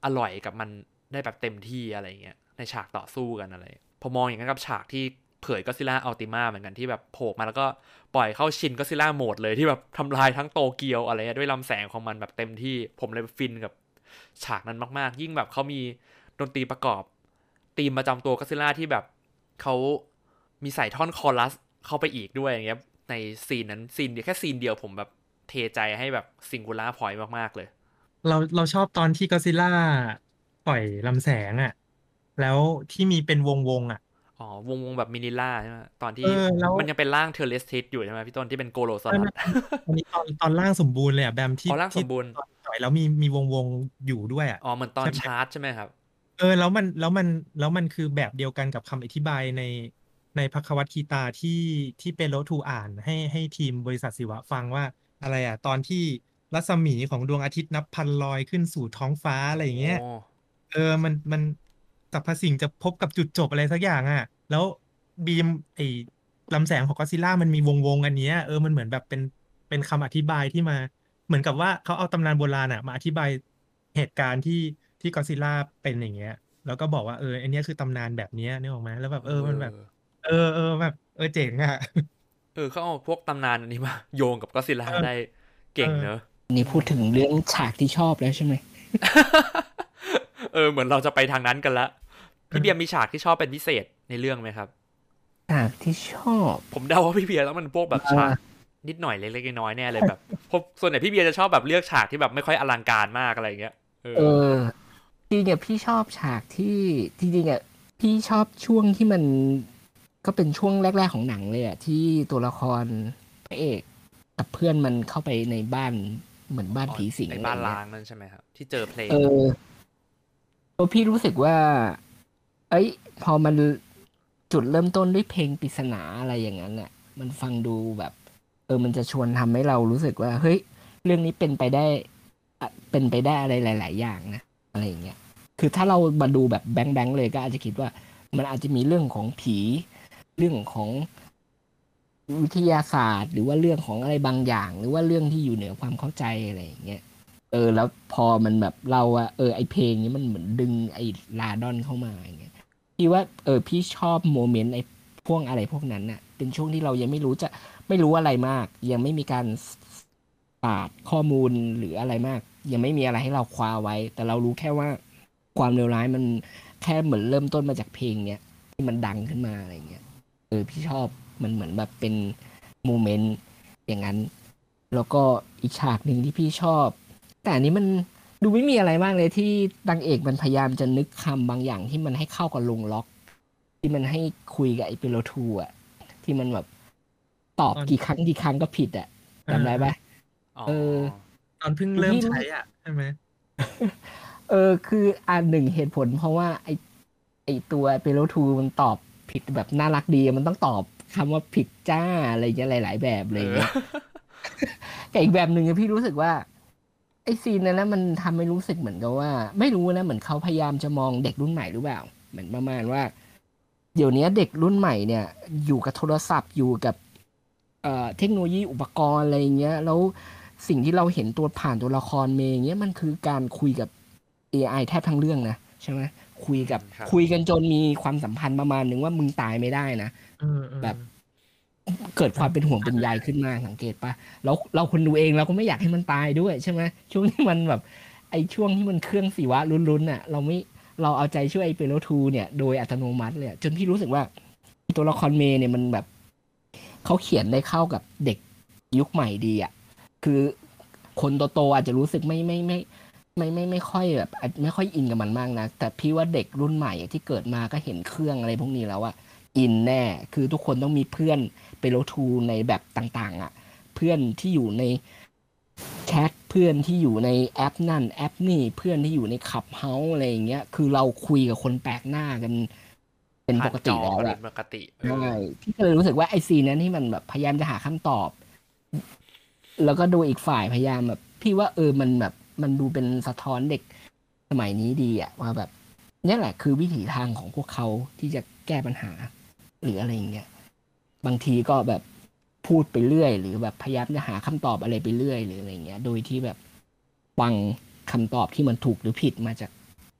อร่อยกับมันได้แบบเต็มที่อะไรเงี้ยในฉากต่อสู้กันอะไรพอมองอย่างนั้นกับฉากที่เผยก็ซิล่าอัลติมาเหมือนกันที่แบบโผล่มาแล้วก็ปล่อยเข้าชินก็ซิล่าโหมดเลยที่แบบทำลายทั้งโตเกียวอะไรด้วยลำแสงของมันแบบเต็มที่ผมเลยฟินกับฉากนั้นมากๆยิ่งแบบเขามีดนตรีประกอบธีมประจำตัวก็ซิล่าที่แบบเขามีใส่ท่อนคอรัสเข้าไปอีกด้วยอย่างเงี้ยในซีนนั้นซีนเดียวแค่ซีนเดียวผมแบบเทใจให้แบบซิงคูล่าพอยต์มากๆเลยเราเราชอบตอนที่ก็ซิล่าปล่อยลำแสงอ่ะแล้วที่มีเป็นวงวงอ่ะอ๋อวงวงแบบมินิล่าใช่ไหมตอนเอที่อแล้วมันยังเป็นร่างเทอร์เรสทิสอยู่ใช่ไหมพี่ต้นที่เป็นโกโลซอไม่รัสไม่อันนี้ตอนตอนร่างสมบูรณ์เลยอ่ะแบมที่อ๋อร่างสที่มบูรณ์ตอนปล่อยแล้วมีมีวงวงอยู่ด้วยอ่ะอ๋อเหมือนตอนใช่ไหมชาร์จใช่ไหมครับเออแล้วมันแล้วมันแล้วมันคือแบบเดียวกันกับคำอธิบายในในภควตคีตาที่ที่เปโลทูอ่านให้ให้ทีมบริษัทศิวะฟังว่าอะไรอ่ะตอนที่รัศมีของดวงอาทิตย์นับพันลอยขึ้นสู่ท้องฟ้าอะไรโอ้อย่างเงี้ย เออมันมันสรรพสิ่งจะพบกับจุดจบอะไรสักอย่างอ่ะแล้วบีมไอ้ลำแสงของก็อดซิลล่ามันมีวงวงอันเนี้ยเออมันเหมือนแบบเป็นเป็นคำอธิบายที่มาเหมือนกับว่าเขาเอาตำนานโบราณอ่ะมาอธิบายเหตุการณ์ที่ที่ก็อดซิลล่าเป็นอย่างเงี้ยแล้วก็บอกว่าเอออันเนี้ยคือตำนานแบบเนี้ยนึกออกไหมแล้วแบบเอเออมันแบบอเออเออแบบเออเจ๋งอ่ะเออเขาเอาพวกตำนานอันนี้มาโยงกับก็ซิล่าเออได้เออเก่งเนอะนี่พูดถึงเรื่องฉากที่ชอบแล้วใช่ไหมเออเหมือนเราจะไปทางนั้นกันละเออพี่เบียร์มีฉากที่ชอบเป็นพิเศษในเรื่องไหมครับฉากที่ชอบผมเดาว่าพี่เบียร์แล้วมันพวกแบบฉากนิดหน่อยเล็กๆน้อยๆแน่เลยแบบเพราะส่วนใหญ่พี่เบียร์จะชอบแบบเลือกฉากที่แบบไม่ค่อยอลังการมากอะไรอย่างเงี้ยเออเออจริงๆพี่ชอบฉากที่จริงๆอ่ะพี่ชอบช่วงที่มันก็เป็นช่วงแรกๆของหนังเลยอ่ะที่ตัวละครพระเอกกับเพื่อนมันเข้าไปในบ้านเหมือนบ้านอ๋อผีสิงในอะไรเงี้ยบ้านล้างนั่นใช่ไหมครับที่เจอเพลงเออตัวพี่รู้สึกว่า เอ้ยพอมันจุดเริ่มต้นด้วยเพลงปริศนาอะไรอย่างนั้นน่ะมันฟังดูแบบ เออมันจะชวนทำให้เรารู้สึกว่าเฮ้ยเรื่องนี้เป็นไปได้อะเป็นไปได้อะไรหลาย ๆ อย่างนะอะไรอย่างเงี้ยคือถ้าเรามาดูแบบแบงค์แบงค์เลยก็อาจจะคิดว่า มันอาจจะมีเรื่องของผีเรื่องของวิทยาศาสตร์ หรือว่าเรื่องของอะไรบางอย่าง หรือว่าเรื่องที่อยู่เหนือความเข้าใจอะไรอย่างเงี้ยเออ แล้วพอมันแบบเราอะเออไอเพลงนี้มันเหมือนดึงไอลาดอนเข้ามาอย่างเงี้ยพี่ว่าเออพี่ชอบโมเมนต์ไอพวกอะไรพวกนั้นน่ะเป็นช่วงที่เรายังไม่รู้จะไม่รู้อะไรมาก ยังไม่มีการปาดข้อมูลหรืออะไรมาก ยังไม่มีอะไรให้เราคว้าไว้ แต่เรารู้แค่ว่าความเลวร้ายมันแค่เหมือนเริ่มต้นมาจากเพลงเนี้ยที่มันดังขึ้นมาอะไรเงี้ยเออพี่ชอบมันเหมือนแบบเป็นโมเมนต์อย่างนั้น แล้วก็อีกฉากหนึ่งที่พี่ชอบ แต่อันนี้มันดูไม่มีอะไรมากเลยที่นางเอกมันพยายามจะนึกคำบางอย่างที่มันให้เข้ากับลงล็อก ที่มันให้คุยกับไอ้เปโลทูอ่ะที่มันแบบตอบตอนกี่ครั้งกี่ครั้งก็ผิดอ่ะเออจำได้ปะอ๋อเออตอนเพิ่งคือเริ่มพี่รู้ใช้สึกอ่ะใช่ไหมเออคืออันหนึ่งเหตุผล เพราะว่าไอไอตัวเปโลทูมันตอบผิดแบบน่ารักดีมันต้องตอบคำว่าผิดจ้าอะไรเงี้ยหลาย ๆ แบบอะไรเออเงี้ย แต่อีกแบบหนึ่งอะพี่รู้สึกว่าไอซีนนั้นนะมันทำให้รู้สึกเหมือนกับว่า ไม่รู้นะเหมือนเขาพยายามจะมองเด็กรุ่นใหม่หรือเปล่า เหมือนประมาณว่า เดี๋ยวนี้เด็กรุ่นใหม่เนี่ย อยู่กับโทรศัพท์อยู่กับเอ่อเทคโนโลยีอุปกรณ์อะไรเงี้ย แล้วสิ่งที่เราเห็นตัวผ่านตัวละครเมย์เงี้ยมันคือการคุยกับ เอ ไอ แทบทั้งเรื่องนะใช่ไหมคุยกับครับคุยกันจนมีความสัมพันธ์ประมาณหนึ่งว่ามึงตายไม่ได้นะเออเออแบบ เกิดความเป็นห่วงเป็นใยขึ้นมาสังเกตปะแล้วเราคนดูเองเราก็ไม่อยากให้มันตายด้วยใช่ไหมช่วงที่มันแบบ ไอช่วงที่มันเครื่องศิวะลุ้นๆน่ะ เราไม่เราเอาใจช่วยไอเปโลทูเนี่ยโดยอัตโนมัติเลยอะจนพี่รู้สึกว่าตัวละครเมย์เนี่ยมันแบบเขาเขียนได้เข้ากับเด็กยุคใหม่ดีอ่ะคือคนโตๆอาจจะรู้สึกไม่ไม่ไม่ไม่ไม่ไม่ค่อยแบบอาจไม่ค่อยอินกับมันมากนะแต่พี่ว่าเด็กรุ่นใหม่ที่เกิดมาก็เห็นเครื่องอะไรพวกนี้แล้วอะอินแน่คือทุกคนต้องมีเพื่อนเปโลทูในแบบต่างๆอ่ะเพื่อนที่อยู่ในแชทเพื่อนที่อยู่ในแอปนั่นแอปนี่เพื่อนที่อยู่ในขับเฮาส์อะไรอย่างเงี้ยคือเราคุยกับคนแปลกหน้ากันเป็นปกติแล้วผ่านจออะเป็นปกติเอใช่อพี่ก็เลยรู้สึกว่าไอซีนนั้นที่มันแบบพยายามจะหาคำตอบ แล้วก็ดูอีกฝ่ายพยายามแบบ พี่ว่าเออมันแบบมันดูเป็นสะท้อนเด็กสมัยนี้ดีอะว่าแบบนี่แหละคือวิถีทางของพวกเขาที่จะแก้ปัญหา หรืออะไรอย่างเงี้ยบางทีก็แบบพูดไปเรื่อย หรือแบบพยายามจะหาคำตอบอะไรไปเรื่อยหรืออะไรเงี้ย โดยที่แบบฟังคำตอบที่มันถูกหรือผิดมาจาก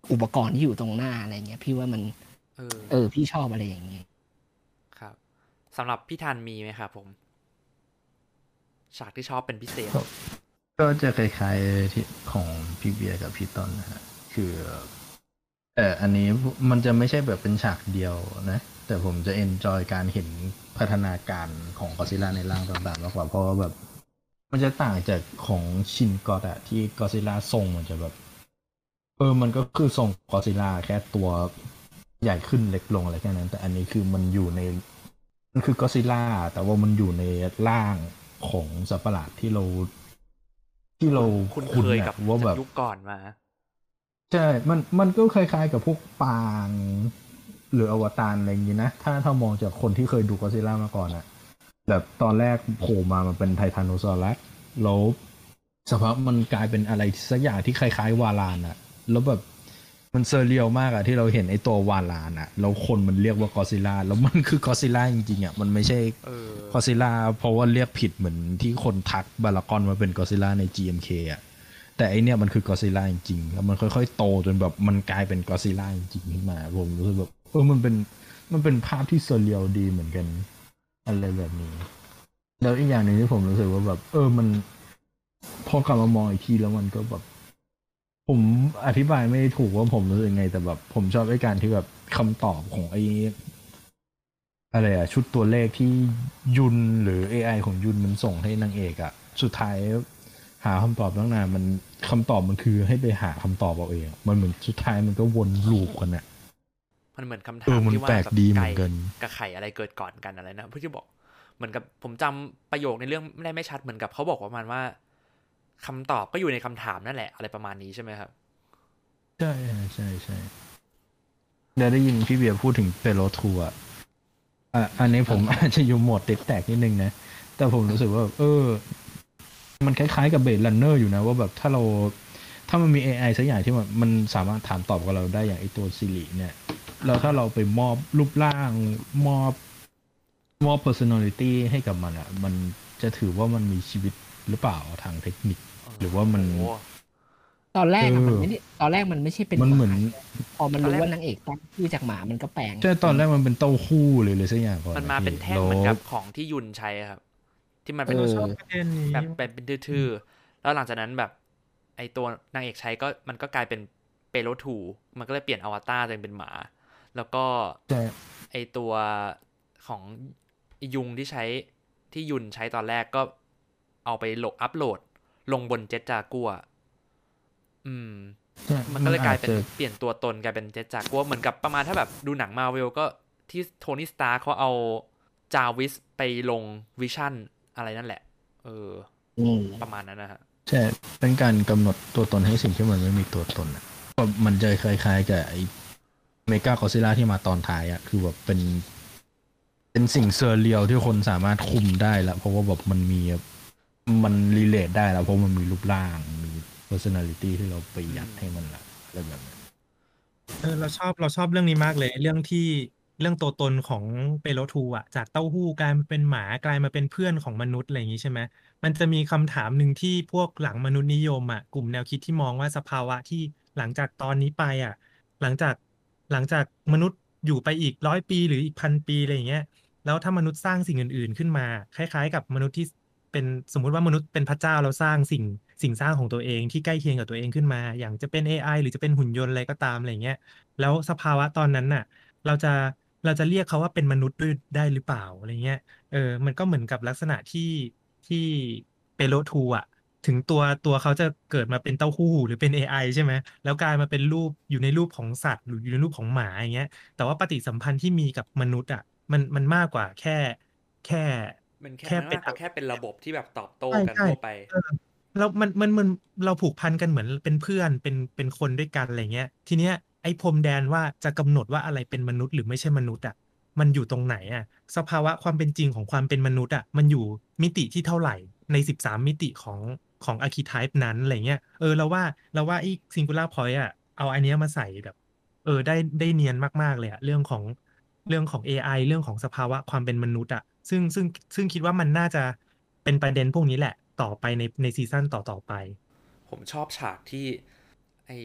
อุปกรณ์ที่อยู่ตรงหน้าอะไรเงี้ยพี่ว่ามันเออเออพี่ชอบอะไรอย่างเงี้ยครับสำหรับพี่ทันมีไหมครับผมฉากที่ชอบเป็นพิเศษก็ก็จะคล้ายๆที่ของพี่เบียร์กับพี่ต้นนะฮะคือเอออันนี้มันจะไม่ใช่แบบเป็นฉากเดียวนะ แต่ผมจะเอนจอยการเห็นพัฒนาการของกอซิลล่าในร่างต่างๆมากกว่าเพราะว่าแบบ มันจะต่างจากของชินก็อดอะที่กอซิลล่าทรงมันจะแบบ เออมันก็คือทรงกอซิลล่าแค่ตัวใหญ่ขึ้นเล็กลงอะไรแค่นั้น แต่อันนี้คือมันอยู่ใน มันคือกอซิลล่าแต่ว่ามันอยู่ในร่างของสัตว์ประหลาดที่เรา ที่เราคุณคุ้นเคยอะกับว่าจาแบกบยุคก่อนมาใช่ มัน มันก็คล้ายๆกับพวกปาง หรืออวตารอะไรอย่างนี้นะ ถ้าถ้ามองจากคนที่เคยดูก็อดซิลล่ามาก่อนอะแบบตอนแรกโผล่มามันเป็นไททานโนซอรัสแล้วสักพักมันกลายเป็นอะไรสักอย่างที่คล้ายๆวาลานอะแล้วแบบมันเซอร์เรียลมากอะที่เราเห็นไอ้ตัววาลานอะแล้วคนมันเรียกว่ากอดซิลล่าแล้วมันคือกอดซิลล่าจริงๆอะมันไม่ใช่เออกอดซิลล่าเพราะว่าเรียกผิดเหมือนที่คนทักบารากอนมาเป็นกอดซิลล่าใน จี เอ็ม เค อะแต่ไอเนี่ยมันคือกอดซิลล่าจริงๆแล้วมันค่อยๆโตจนแบบมันกลายเป็นกอดซิลล่าจริงๆขึ้นมาผมรู้สึกแบบเออมันเป็นมันเป็นภาพที่เซอร์เรียลดีเหมือนกันอะไรแบบนี้ แล้วอีกอย่างหนึ่งที่ผมรู้สึกว่าแบบ เออมันพอกลับมามองอีกทีแล้วมันก็แบบ ผมอธิบายไม่ถูกว่าผมรู้สึกไง แต่แบบผมชอบไอ้การที่แบบคำตอบของไอ้อะไรอะชุดตัวเลขที่ยุนหรือ เอ ไอ ของยุนมันส่งให้นางเอกอะสุดท้ายหาคำตอบตั้งนานมันคำตอบมันคือให้ไปหาคำตอบเอาเองอะมันเหมือนสุดท้ายมันก็วนลูปกันอะมันเหมือนคำเอถามอมันที่ว่าแปลกแบบดีเหมืไก่อนกันกับไข่อะไรเกิดก่อนกันอะไรนะเพื่อที่บอกเหมือนกับผมจำประโยคในเรื่องไม่ได้ไม่ชัดเหมือนกับเขาบอกประมาณว่าคำตอบก็อยู่ในคำถามนั่นแหละอะไรประมาณนี้ใช่ไหมครับใช่ใช่ใช่เดี๋ยวได้ยินพี่เบียร์พูดถึงเปโลทัวร์อ่ะอันนี้ผมอาจจะอยู่โหมดติดแตกนิดนึงนะ แต่ผมรู้สึกว่า เออ มันคล้ายๆกับเบ d รันเนอร์อยู่นะ ว่าแบบถ้าเราถ้ามันมี เอ ไอ สักอย่างที่มันมันสามารถถามตอบกับเราได้อย่างไอตัวซิริเนี่ยแล้วถ้าเราไปมอบรูปร่างมอบมอบ personality ให้กับมันอ่ะ มันจะถือว่ามันมีชีวิตหรือเปล่าทางเทคนิค หรือว่ามันโอ้ตอนแรกอะเออมันไม่ได้ตอนแรกมันไม่ใช่เป็นมันเหมือนหาพอมันรู้ว่านางเอกตั้งชื่อจากหมามันก็แปลงใช่ตอนแรกมันเป็นเต้าหู้เลยเลยสักอย่างก่อนมันมาพี่เป็นแท่งแล้วเหมือนกับของที่ยุนใช้อะครับ ที่มันเป็นเออชอบประเด็นนี้แบบแบบเป็นทื่อๆแล้วหลังจากนั้นแบบ ไอตัวนางเอกใช้ก็มันก็กลายเป็นเปโลทูมันก็เลยเปลี่ยนอวตารตัวเองเป็นหมา แล้วก็ใช่ไอตัวของยุงที่ใช้ที่ยุนใช้ตอนแรกก็เอาไปโหลดอัพโหลด ลงบนเจ็ตจากัวอืมใช่มันก็เลยกลายเป็นอจจะเปลี่ยนตัวตนกลายเป็นเจ็ตจากัวเหมือนกับประมาณถ้าแบบดูหนังมาเวลก็ที่โทนี่สตาร์เขาเอาจาวิสไปลงวิชั่นอะไรนั่นแหละ เอออืมประมาณนั้นนะฮะใช่เป็นการกำหนดตัวตนให้สิ่งที่มันไม่มีตัวตนอ่ะก็มันจะคล้ายๆกับไอ้เมกากอซิลล่าที่มาตอนท้ายอ่ะคือแบบเป็น เป็นสิ่งเซอร์เรียลที่คนสามารถคุมได้แล้วเพราะว่าแบบมันมีมันรีเลทได้แล้วเพราะมันมีรูปร่างมี personality ที่เราไปยัดให้มันละอะไรแบบนั้นเออเราชอบเราชอบเรื่องนี้มากเลย เรื่องที่เรื่องตัวตนของเปโลทูอ่ะจากเต้าหู้กลายมาเป็นหมากลายมาเป็นเพื่อนของมนุษย์อะไรอย่างนี้ใช่ไหมมันจะมีคำถามหนึ่งที่พวกหลังมนุษย์นิยมอ่ะกลุ่มแนวคิดที่มองว่าสภาวะที่หลังจากตอนนี้ไปอ่ะหลังจากหลังจากมนุษย์อยู่ไปอีกร้อยปีหรืออีกพันปีอะไรอย่างเงี้ยแล้วถ้ามนุษย์สร้างสิ่งอื่นๆขึ้นมา คล้ายๆกับมนุษย์ที่เป็นสมมุติว่ามนุษย์เป็นพระเจ้าแล้วสร้างสิ่งสิ่งสร้างของตัวเองที่ใกล้เคียงกับตัวเองขึ้นมา อย่างจะเป็น เอ ไอ หรือจะเป็นหุ่นยนต์อะไรก็ตามอะไรเงี้ย แล้วสภาวะตอนนั้นน่ะ เราจะเราจะเรียกเขาว่าเป็นมนุษย์ด้วยได้หรือเปล่าอะไรเงี้ยเออมันก็เหมือนกับลักษณะที่ที่เปโลทูอ่ะถึงตัวตัวเขาจะเกิดมาเป็นเต้าหู้หรือเป็น เอ ไอ ใช่ไหมแล้วกลายมาเป็นรูปอยู่ในรูปของสัตว์หรืออยู่ในรูปของหมาอย่างเงี้ยแต่ว่าปฏิสัมพันธ์ที่มีกับมนุษย์อ่ะมันมันมากกว่าแค่แค่มันแค่แค่มันเป็นมากกว่าแค่เป็นระบบที่แบบตอบโต้ใช่กันใช่ทั่วไปเออเรามันมันมันเราผูกพันกันเหมือนเป็นเพื่อนเป็นเป็นคนด้วยกันอะไรเงี้ย ทีเนี้ยไอ้พรมแดนว่าจะกำหนดว่าอะไรเป็นมนุษย์หรือไม่ใช่มนุษย์อ่ะมันอยู่ตรงไหนอ่ะสภาวะความเป็นจริงของความเป็นมนุษย์อ่ะมันอยู่มิติที่เท่าไหร่ในสิบสามมิติของของอาร์คีไทป์นั้นอะไรเงี้ยเออเราว่าเราว่าไอ้ซิงคูล่าพอยต์อ่ะเอาอันเนี้ยมาใส่แบบ เออได้ได้เนียนมากๆเลยอะเรื่องของเรื่องของ เอ ไอ เรื่องของสภาวะความเป็นมนุษย์อะซึ่งซึ่งซึ่งคิดว่ามันน่าจะเป็นประเด็นพวกนี้แหละต่อไปในในซีซั่นต่อๆไปผมชอบฉากที่ไอ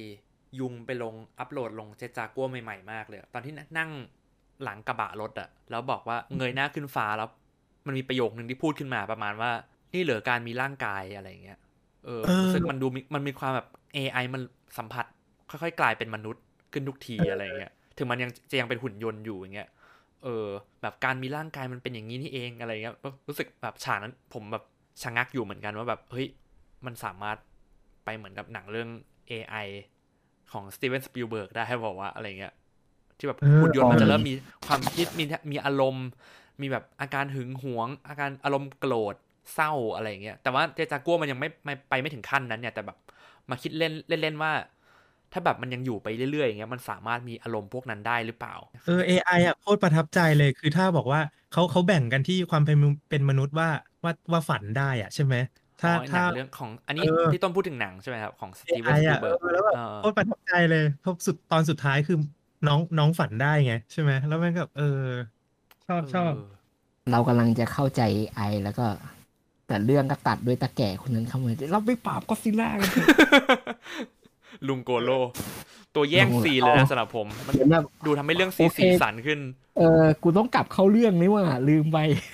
ยุงไปลงอัปโหลดลงเจจากัวใหม่ๆมากเลยตอนที่นั่งหลังกระบะรถอะแล้วบอกว่าเงยหน้าขึ้นฟ้าแล้วมันมีประโยคนึงที่พูดขึ้นมาประมาณว่านี่เหลือการมีร่างกายอะไรเงี้ยเออรู้สึกมันดูมันมีความแบบ เอ ไอ มันสัมผัสค่อยๆกลายเป็นมนุษย์ขึ้นทุกทีอะไรเงี้ยถึงมันยังจะยังเป็นหุ่นยนต์อยู่อย่างเงี้ยเออแบบการมีร่างกายมันเป็นอย่างนี้นี่เองอะไรเงี้ยรู้สึกแบบฉากนั้นผมแบบชะงักอยู่เหมือนกันว่าแบบเฮ้ยมันสามารถไปเหมือนกับหนังเรื่อง เอ ไอ ของสตีเวนสปิลเบิร์กได้ให้บอกว่าอะไรเงี้ยที่แบบหุ่นยนต์มันจะเริ่มมีความคิดมีมีอารมณ์มีแบบอาการหึงหวงอาการอารมณ์โกรธเศร้าอะไรเงี้ยแต่ว่าเจจากัวมันยังไม่ไม่ไปไม่ถึงขั้นนั้นเนี่ยแต่แบบมาคิดเล่นเล่นๆว่าถ้าแบบมันยังอยู่ไปเรื่อยๆอย่างเงี้ยมันสามารถมีอารมณ์พวกนั้นได้หรือเปล่าเออ เอ ไอ อ่ะโคตรประทับใจเลยคือถ้าบอกว่าเขาเขาแบ่งกันที่ความเป็นเป็นมนุษย์ว่าว่าว่าฝันได้อ่ะใช่ไหมถ้าอ๋อหนัถ้างเรื่องของอันนี้เออพี่ต้นพูดถึงหนังใช่ไหมครับของสตีเวเอ ไอนสปิลอ่ะเออเบิร์กแล้วแบบเออโคตรประทับใจเลยเพราะสุดตอนสุดท้ายคือน้องน้องฝันได้ไงใช่ไหมแล้วมันก็เออชอบชอบเรากำลังจะเข้าใจ เอ ไอ แล้วก็แต่เรื่องก็ตัดด้วยตาแก่คนนั้นเข้ามาเราไปปราบก็อดซิลล่ากันเถอะลุงโกโลตัวแย่งซีนเลยนะสำหรับผมมันเหมือนแบบดูทำให้เรื่องซีโอเคสีสันขึ้นเออกูต้องกลับเข้าเรื่องนี่ว่าลืมไป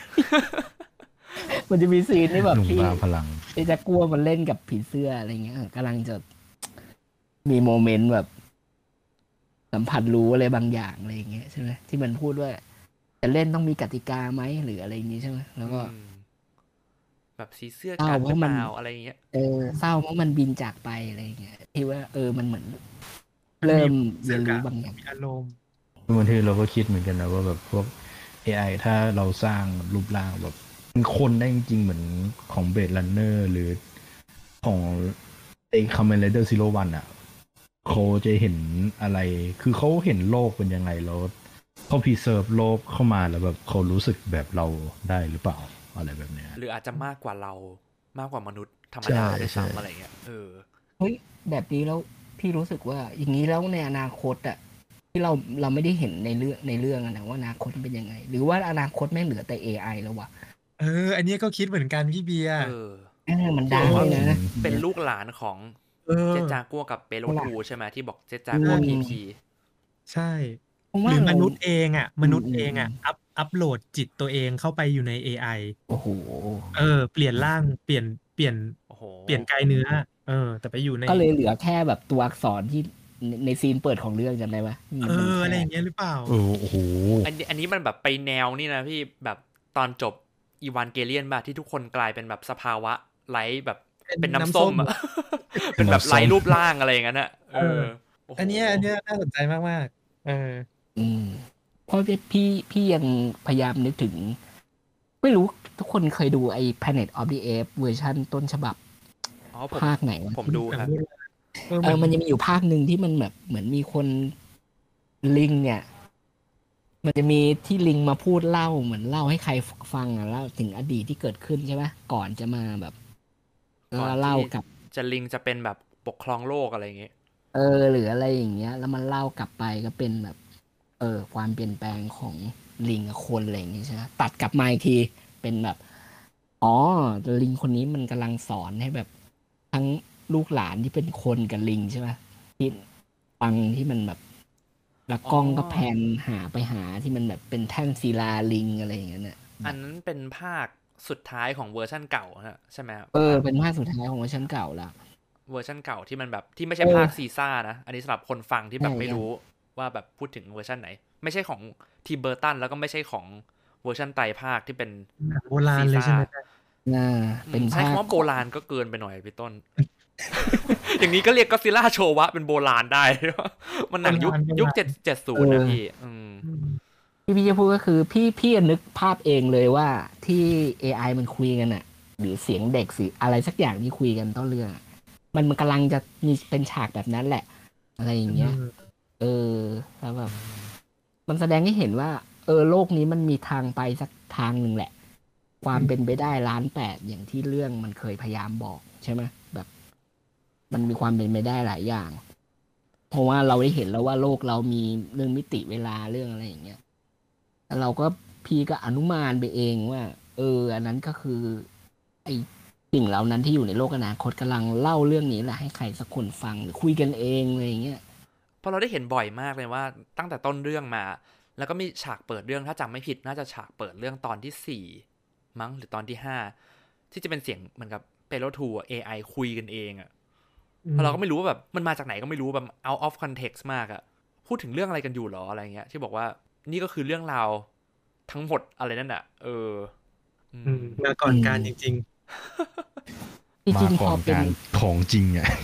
มันจะมีซีนที่แบบหนุ่มที่บ้าพลังที่จะกลัวมันเล่นกับผีเสื้ออะไรเงี้ยกำลังจะมีโมเมนต์แบบ สัมผัสรู้อะไรบางอย่างอะไรอย่างเงี้ยใช่ไหมที่มันพูดว่าจะเล่นต้องมีกติกาไหมหรืออะไรอย่างงี้ใช่ไหมแล้วก็อืมแบบสีเสื้อเศร้ากัดเพหรือราะเปมันล่าอะไรอย่างเงี้ยเออเศร้าเพราะมันบินจากไปอะไรอย่างเงี้ยที่ว่าเออมันเหมือน เริ่มเรียนรู้บางอย่างมีอารมณ์บางทีเราก็คิดเหมือนกันนะว่าแบบพวก เอ ไอ ถ้าเราสร้างรูปร่างแบบเป็นคนได้จริงๆเหมือนของเบดลันเนอร์หรือของไอ้คาเมนไรเดอร์ซีโร่วันอ่ะเขาจะเห็นอะไรคือเขาเห็นโลกเป็นยังไงแล้วเขาพรีเซิร์ฟโลกเข้ามาแล้วแบบเขารู้สึกแบบเราได้หรือเปล่าอะไรแบบเนี้ยหรืออาจจะมากกว่าเรามากกว่ามนุษย์ธรรมใช่ดาด้วยใช่ซ้ำอะไรเงี้ยเออเฮ้ยแบบนี้แล้วพี่รู้สึกว่าอย่างนี้แล้วในอนาคตอะที่เราเราไม่ได้เห็นในเรื่องในเรื่องอะนะว่าอนาคตมันเป็นยังไง หรือว่าอนาคตแม่งเหลือแต่ เอ ไอ แล้ววะเออ อันนี้ก็คิดเหมือนกันพี่เบียร์เออเออมันที่ได้บอกว่านะเป็นลูกหลานของเออเจจากัวกับเปโลลูกหลานทูใช่ไหมที่บอกเจจากัวอืมพีพีใช่เพราะหว่ารือมเรานุษย์เองอ่ะ มนุษย์อืมเองอ่ะอืมอัพอัพโหลดจิตตัวเองเข้าไปอยู่ใน เอ ไอโอ้โหเออ เปลี่ยนร่างเปลี่ยนเปลี่ยนโอ้โหเปลี่ยนกายเนื้อ เออ แต่ไปอยู่ในก็เลยเหลือแค่แบบตัวอักษรที่ในในซีนเปิดของเรื่องจำได้ไหมมีเอมันอ อะไรแค่อย่างเงี้ยหรือเปล่าเออโอ้โหอันนี้อันนี้มันแบบไปแนวนี่นะพี่แบบตอนจบอีวานเกเลียนป่ะที่ทุกคนกลายเป็นแบบสภาวะไร้แบบเป็นเป็นน้ำน้ำส้ส้มมอะ เป็นแบบน้ำส้มไร้รูปร่างอะไรอย่างนั้นอะเออโโหอันเนี้ยอันเนี้ยน่าสนใจมากมากๆเอออืมเพราะพี่พี่พี่ยังพยายามนึกถึง ไม่รู้ทุกคนเคยดูไอ้ Planet of the Apes เวอร์ชันต้นฉบับอ๋อผมภาคไหนวะผมดูครับเออเออมันจะมีอยู่ภาคหนึ่งที่มันแบบเหมือนมีคนลิงเนี่ย มันจะมีที่ลิงมาพูดเล่าเหมือนเล่าให้ใครฟังอ่ะเล่าถึงอดีตที่เกิดขึ้นใช่ไหมก่อนจะมาแบบก่อนที่เล่ากับจะลิงจะเป็นแบบปกครองโลกอะไรอย่างเงี้ยเออหรืออะไรอย่างเงี้ย แล้วมันเล่ากลับไปก็เป็นแบบ เออ ความเปลี่ยนแปลงของลิงกับคนอะไรอย่างงี้ใช่ไหมตัดกลับมาอีกทีเป็นแบบ อ๋อลิงคนนี้มันกำลังสอนให้แบบ ทั้งลูกหลานที่เป็นคนกับลิงใช่ไหมที่ฟังที่มันแบบแล้วกล้องก็แพนหาไปหาที่มันแบบเป็นแท่นศิลาลิงอะไรอย่างเงี้ยน่ะอันนั้นเป็นภาคสุดท้ายของเวอร์ชั่นเก่าฮะใช่ไหมครับเออเป็นภาคสุดท้ายของเวอร์ชันเก่าละเวอร์ชันเก่าที่มันแบบที่ไม่ใช่เออภาคซีซ่านะอันนี้สำหรับคนฟังที่แบบใช่ไม่รู้ว่าแบบพูดถึงเวอร์ชันไหน ไม่ใช่ของทีเบอร์ตันแล้วก็ไม่ใช่ของเวอร์ชันไตรภาคที่เป็นหนังโบราณเลยใช่ไหมน่าเป็นใช้ภาคคำว่าโบราณก็เกินไปหน่อยพี่ต้น อย่างนี้ก็เรียกก็ซิล่าโชวะเป็นโบราณได้ มันหนังยุคโบราณยุคเจ็ดเจ็ดศูนย์นะพี่อืมอืมที่พี่จะพูดก็คือพี่พี่นึกภาพเองเลยว่าที่ เอ ไอ มันคุยกันอะหรือเสียงเด็กสิอะไรสักอย่างที่คุยกันต้นเรื่องอะมันมันกำลังจะมีเป็นฉากแบบนั้นแหละ อะไรอย่างเงี้ย เออแล้วแบบมันแสดงให้เห็นว่า เออโลกนี้มันมีทางไปสักทางหนึ่งแหละ ความเป็นไปได้ล้านแปดอย่างที่เรื่องมันเคยพยายามบอกใช่ไหมแบบ มันมีความเป็นไปได้หลายอย่าง เพราะว่าเราได้เห็นแล้วว่าโลกเรามีเรื่องมิติเวลาเรื่องอะไรอย่างเงี้ยแล้วเราก็พี่ก็อนุมานไปเองว่า เออ อันนั้นก็คือ ไอ้สิ่งเหล่านั้นที่อยู่ในโลกอนาคตกำลังเล่าเรื่องนี้แหละให้ใครสักคนฟังหรือคุยกันเองอะไรอย่างเงี้ยเพราะเราได้เห็นบ่อยมากเลยว่าตั้งแต่ต้นเรื่องมาแล้วก็มีฉากเปิดเรื่องถ้าจำไม่ผิดน่าจะฉากเปิดเรื่องตอนที่สี่มั้งหรือตอนที่ห้าที่จะเป็นเสียงเหมือนกับเปโลทู เอ ไอ คุยกันเองอ่ะเพราะเราก็ไม่รู้ว่าแบบมันมาจากไหนก็ไม่รู้แบบ out of context มากอ่ะพูดถึงเรื่องอะไรกันอยู่หรออะไรเงี้ยที่บอกว่านี่ก็คือเรื่องราวทั้งหมดอะไรนั่นอ่ะเออมาก่อนการจริงๆจริงๆพอเป็นของจริงอ่ะ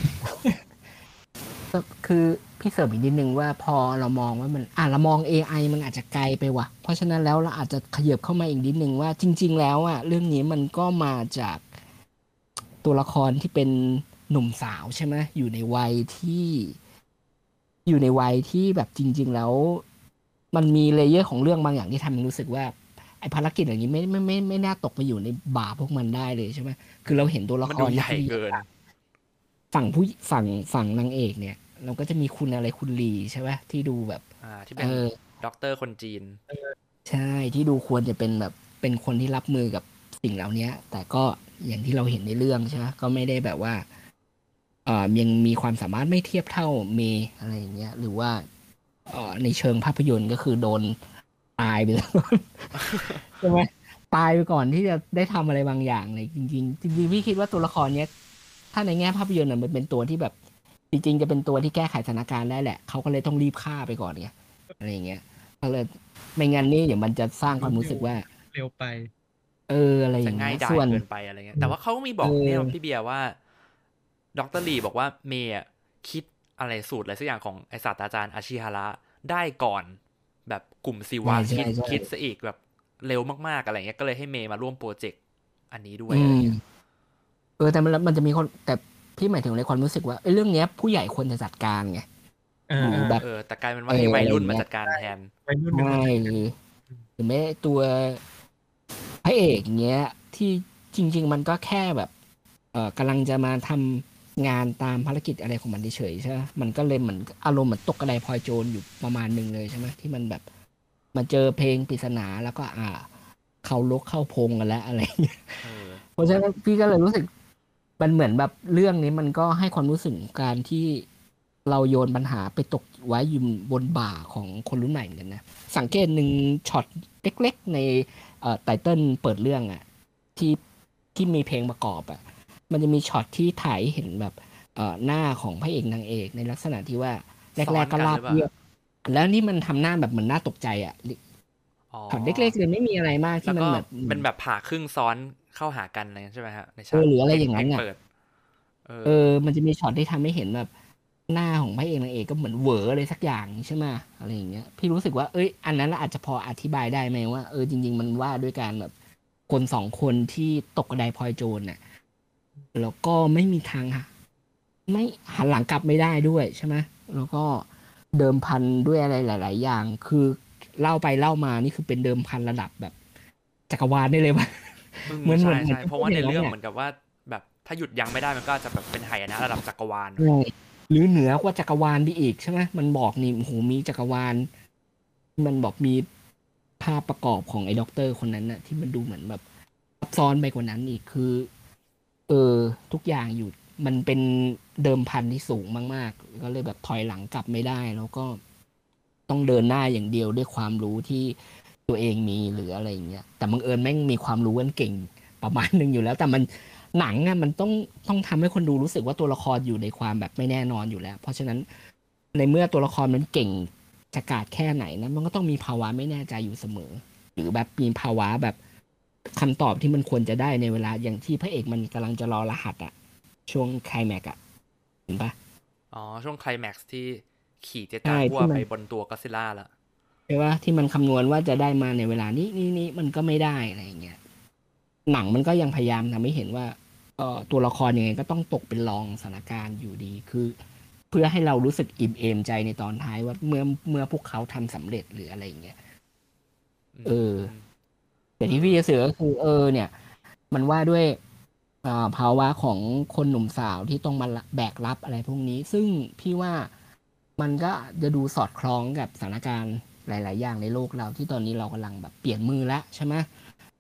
คือพี่เสริมอีกนิดนึงว่าพอเรามองว่ามันอ่ะเรามอง เอ ไอ มันอาจจะไกลไปว่ะเพราะฉะนั้นแล้วเราอาจจะขยับเข้ามาอีกนิดนึงว่าจริงๆแล้วอ่ะเรื่องนี้มันก็มาจากตัวละครที่เป็นหนุ่มสาวใช่ไหมอยู่ในวัยที่อยู่ในวัยที่แบบจริงๆแล้วมันมีเลเยอร์ของเรื่องบางอย่างที่ทำให้รู้สึกว่าไอ้ภารกิจอย่างนี้ไม่ไม่ไม่ไม่น่าตกมาอยู่ในบ่าพวกมันได้เลยใช่ไหมคือเราเห็นตัวละครใหญ่เกินฝั่งผู้ฝั่งฝั่งนางเอกเนี่ยเราก็จะมีคุณอะไรคุณลีใช่ไหมที่ดูแบบอ่าที่เป็นด็อกเตอร์คนจีนใช่ที่ดูควรจะเป็นแบบเป็นคนที่รับมือกับสิ่งเหล่านี้แต่ก็อย่างที่เราเห็นในเรื่องใช่ไหมก็ไม่ได้แบบว่าเอ่อยังมีความสามารถไม่เทียบเท่าเมย์อะไรอย่างเงี้ยหรือว่าเอ่อในเชิงภาพยนตร์ก็คือโดนตายไปแล้วใช่ไหมตายไปก่อนที่จะได้ทำอะไรบางอย่างเลยจริงๆจริงๆพี่คิดว่าตัวละครเนี้ยถ้าในแง่ภาพยนตร์มันเป็นตัวที่แบบจริงๆจะเป็นตัวที่แก้ไขสถานการณ์ได้แหละเขาก็เลยต้องรีบฆ่าไปก่อนไงอะไรอย่างเงี้ยก็เลยไม่งั้นนี่เดี๋ยวมันจะสร้างความรู้สึกว่าเร็วไปเอออะไรอย่างเงี้ยส่วนเกินไปอะไรเงี้ยแต่ว่าเขาก็มีบอกเนี่ยพี่เบียร์ว่าดร.ลีบอกว่าเมย์คิดอะไรสูตรอะไรสักอย่างของไอศาสตราจารย์อาชิฮาระได้ก่อนแบบกลุ่มซีวะคิดคิดซะอีกแบบเร็วมากๆอะไรเงี้ยก็เลยให้เมย์มาร่วมโปรเจกต์อันนี้ด้วยอะไรเงี้ยเออแต่มันมันจะมีคนแต่พี่หมายถึงในความรู้สึกว่าไอ้เรื่องเนี้ยผู้ใหญ่ควรจะจัดการไงหรือแบบเออแต่กลายเป็นว่าให้วัยรุ่นมาจัดการแทนวัยรุ่นไม่หรือแม้ตัวพระเอกเงี้ยที่จริงๆมันก็แค่แบบเออกำลังจะมาทำงานตามภารกิจอะไรของมันเฉยๆใช่ไหมมันก็เลยเหมือนอารมณ์เหมือนตกกระไดพลอยโจรอยู่ประมาณหนึ่งเลยใช่ไหมที่มันแบบมาเจอเพลงปริศนาแล้วก็อ่าเข้าลกเข้าพงกันแล้วอะไรเงี้ยเพราะฉะนั้นพี่ก็เลยรู้สึกมันเหมือนแบบเรื่องนี้มันก็ให้ความรู้สึกการที่เราโยนปัญหาไปตกไว้อยู่บนบ่าของคนรุ่นใหม่เหมือนกันนะสังเกตหนึ่งช็อตเล็กๆในเอ่อไตเติ้ลเปิดเรื่องอ่ะที่ที่มีเพลงประกอบอ่ะมันจะมีช็อตที่ถ่ายเห็นแบบเอ่อหน้าของพระเอกนางเอกในลักษณะที่ว่าแรกๆก็ลาบเรียบแล้วนี่มันทำหน้าแบบเหมือนหน้าตกใจอ่ะช็อตเล็กๆเลยไม่มีอะไรมากที่มันแบบเป็นแบบผ่าครึ่งซ้อนเข้าหากันอะไรใช่ไหมฮะในฉากหรืออะไรอย่างนั้นอ่ะเออมันจะมีช็อตที่ทำให้เห็นแบบหน้าของพระเอกนางเอกก็เหมือนเหวออะไรสักอย่างใช่ไหมอะไรอย่างเงี้ยพี่รู้สึกว่าเอ้ยอันนั้นอาจจะพออธิบายได้ไหมว่าเออจริงๆมันว่าด้วยการแบบคนสองคนที่ตกกระไดพลอยโจรน่ะแล้วก็ไม่มีทางค่ะไม่หันหลังกลับไม่ได้ด้วยใช่ไหมแล้วก็เดิมพันด้วยอะไรหลายๆอย่างคือเล่าไปเล่ามานี่คือเป็นเดิมพันระดับแบบจักรวาลได้เลยป่ะเหมือนใช่ใช่เพราะว่าในเรื่องเหมือนกับว่าแบบถ้าหยุดยั้งไม่ได้มันก็จะแบบเป็นหายนะระดับจักรวาลหรือเหนือกว่าจักรวาลไปอีกใช่ไหมมันบอกนี่โอ้โหมีจักรวาลมันบอกมีภาพประกอบของไอ้ด็อกเตอร์คนนั้นน่ะที่มันดูเหมือนแบบซับซ้อนไปกว่านั้นอีกคือเออทุกอย่างอยู่มันเป็นเดิมพันที่สูงมากๆก็เลยแบบถอยหลังกลับไม่ได้แล้วก็ต้องเดินหน้าอย่างเดียวด้วยความรู้ที่ตัวเองมีหรืออะไรอย่างเงี้ยแต่บังเอิญแม่งมีความรู้กันเก่งประมาณนึงอยู่แล้วแต่มันหนังอ่ะมันต้องต้องทำให้คนดูรู้สึกว่าตัวละครอยู่ในความแบบไม่แน่นอนอยู่แล้วเพราะฉะนั้นในเมื่อตัวละครมันเก่งจะกาจแค่ไหนนะมันก็ต้องมีภาวะไม่แน่ใจอยู่เสมอหรือแบบมีภาวะแบบคำตอบที่มันควรจะได้ในเวลาอย่างที่พระเอกมันกำลังจะรอรหัสอะช่วงไคลแม็กซ์อะเห็นปะอ๋อช่วงไคลแม็กซ์ที่ขี่เจตาพัวไปบนตัวก็ซิล่าละใช่ปะที่มันคำนวณว่าจะได้มาในเวลานี้นี้นี้มันก็ไม่ได้อะไรอย่างเงี้ยหนังมันก็ยังพยายามทำให้เห็นว่าเอ่อตัวละครยังไงก็ต้องตกเป็นรองสถานการณ์อยู่ดีคือเพื่อให้เรารู้สึกอิ่มเอมใจในตอนท้ายว่าเมื่อเมื่อพวกเขาทำสำเร็จหรืออะไรอย่างเงี้ยเออแต่ที่พี่จะสื่อก็คือเออเนี่ยมันว่าด้วยภาวะของคนหนุ่มสาวที่ต้องมาแบกรับอะไรพวกนี้ซึ่งพี่ว่ามันก็จะดูสอดคล้องกับสถานการณ์หลายๆอย่างในโลกเราที่ตอนนี้เรากำลังแบบเปลี่ยนมือแล้วใช่ไหม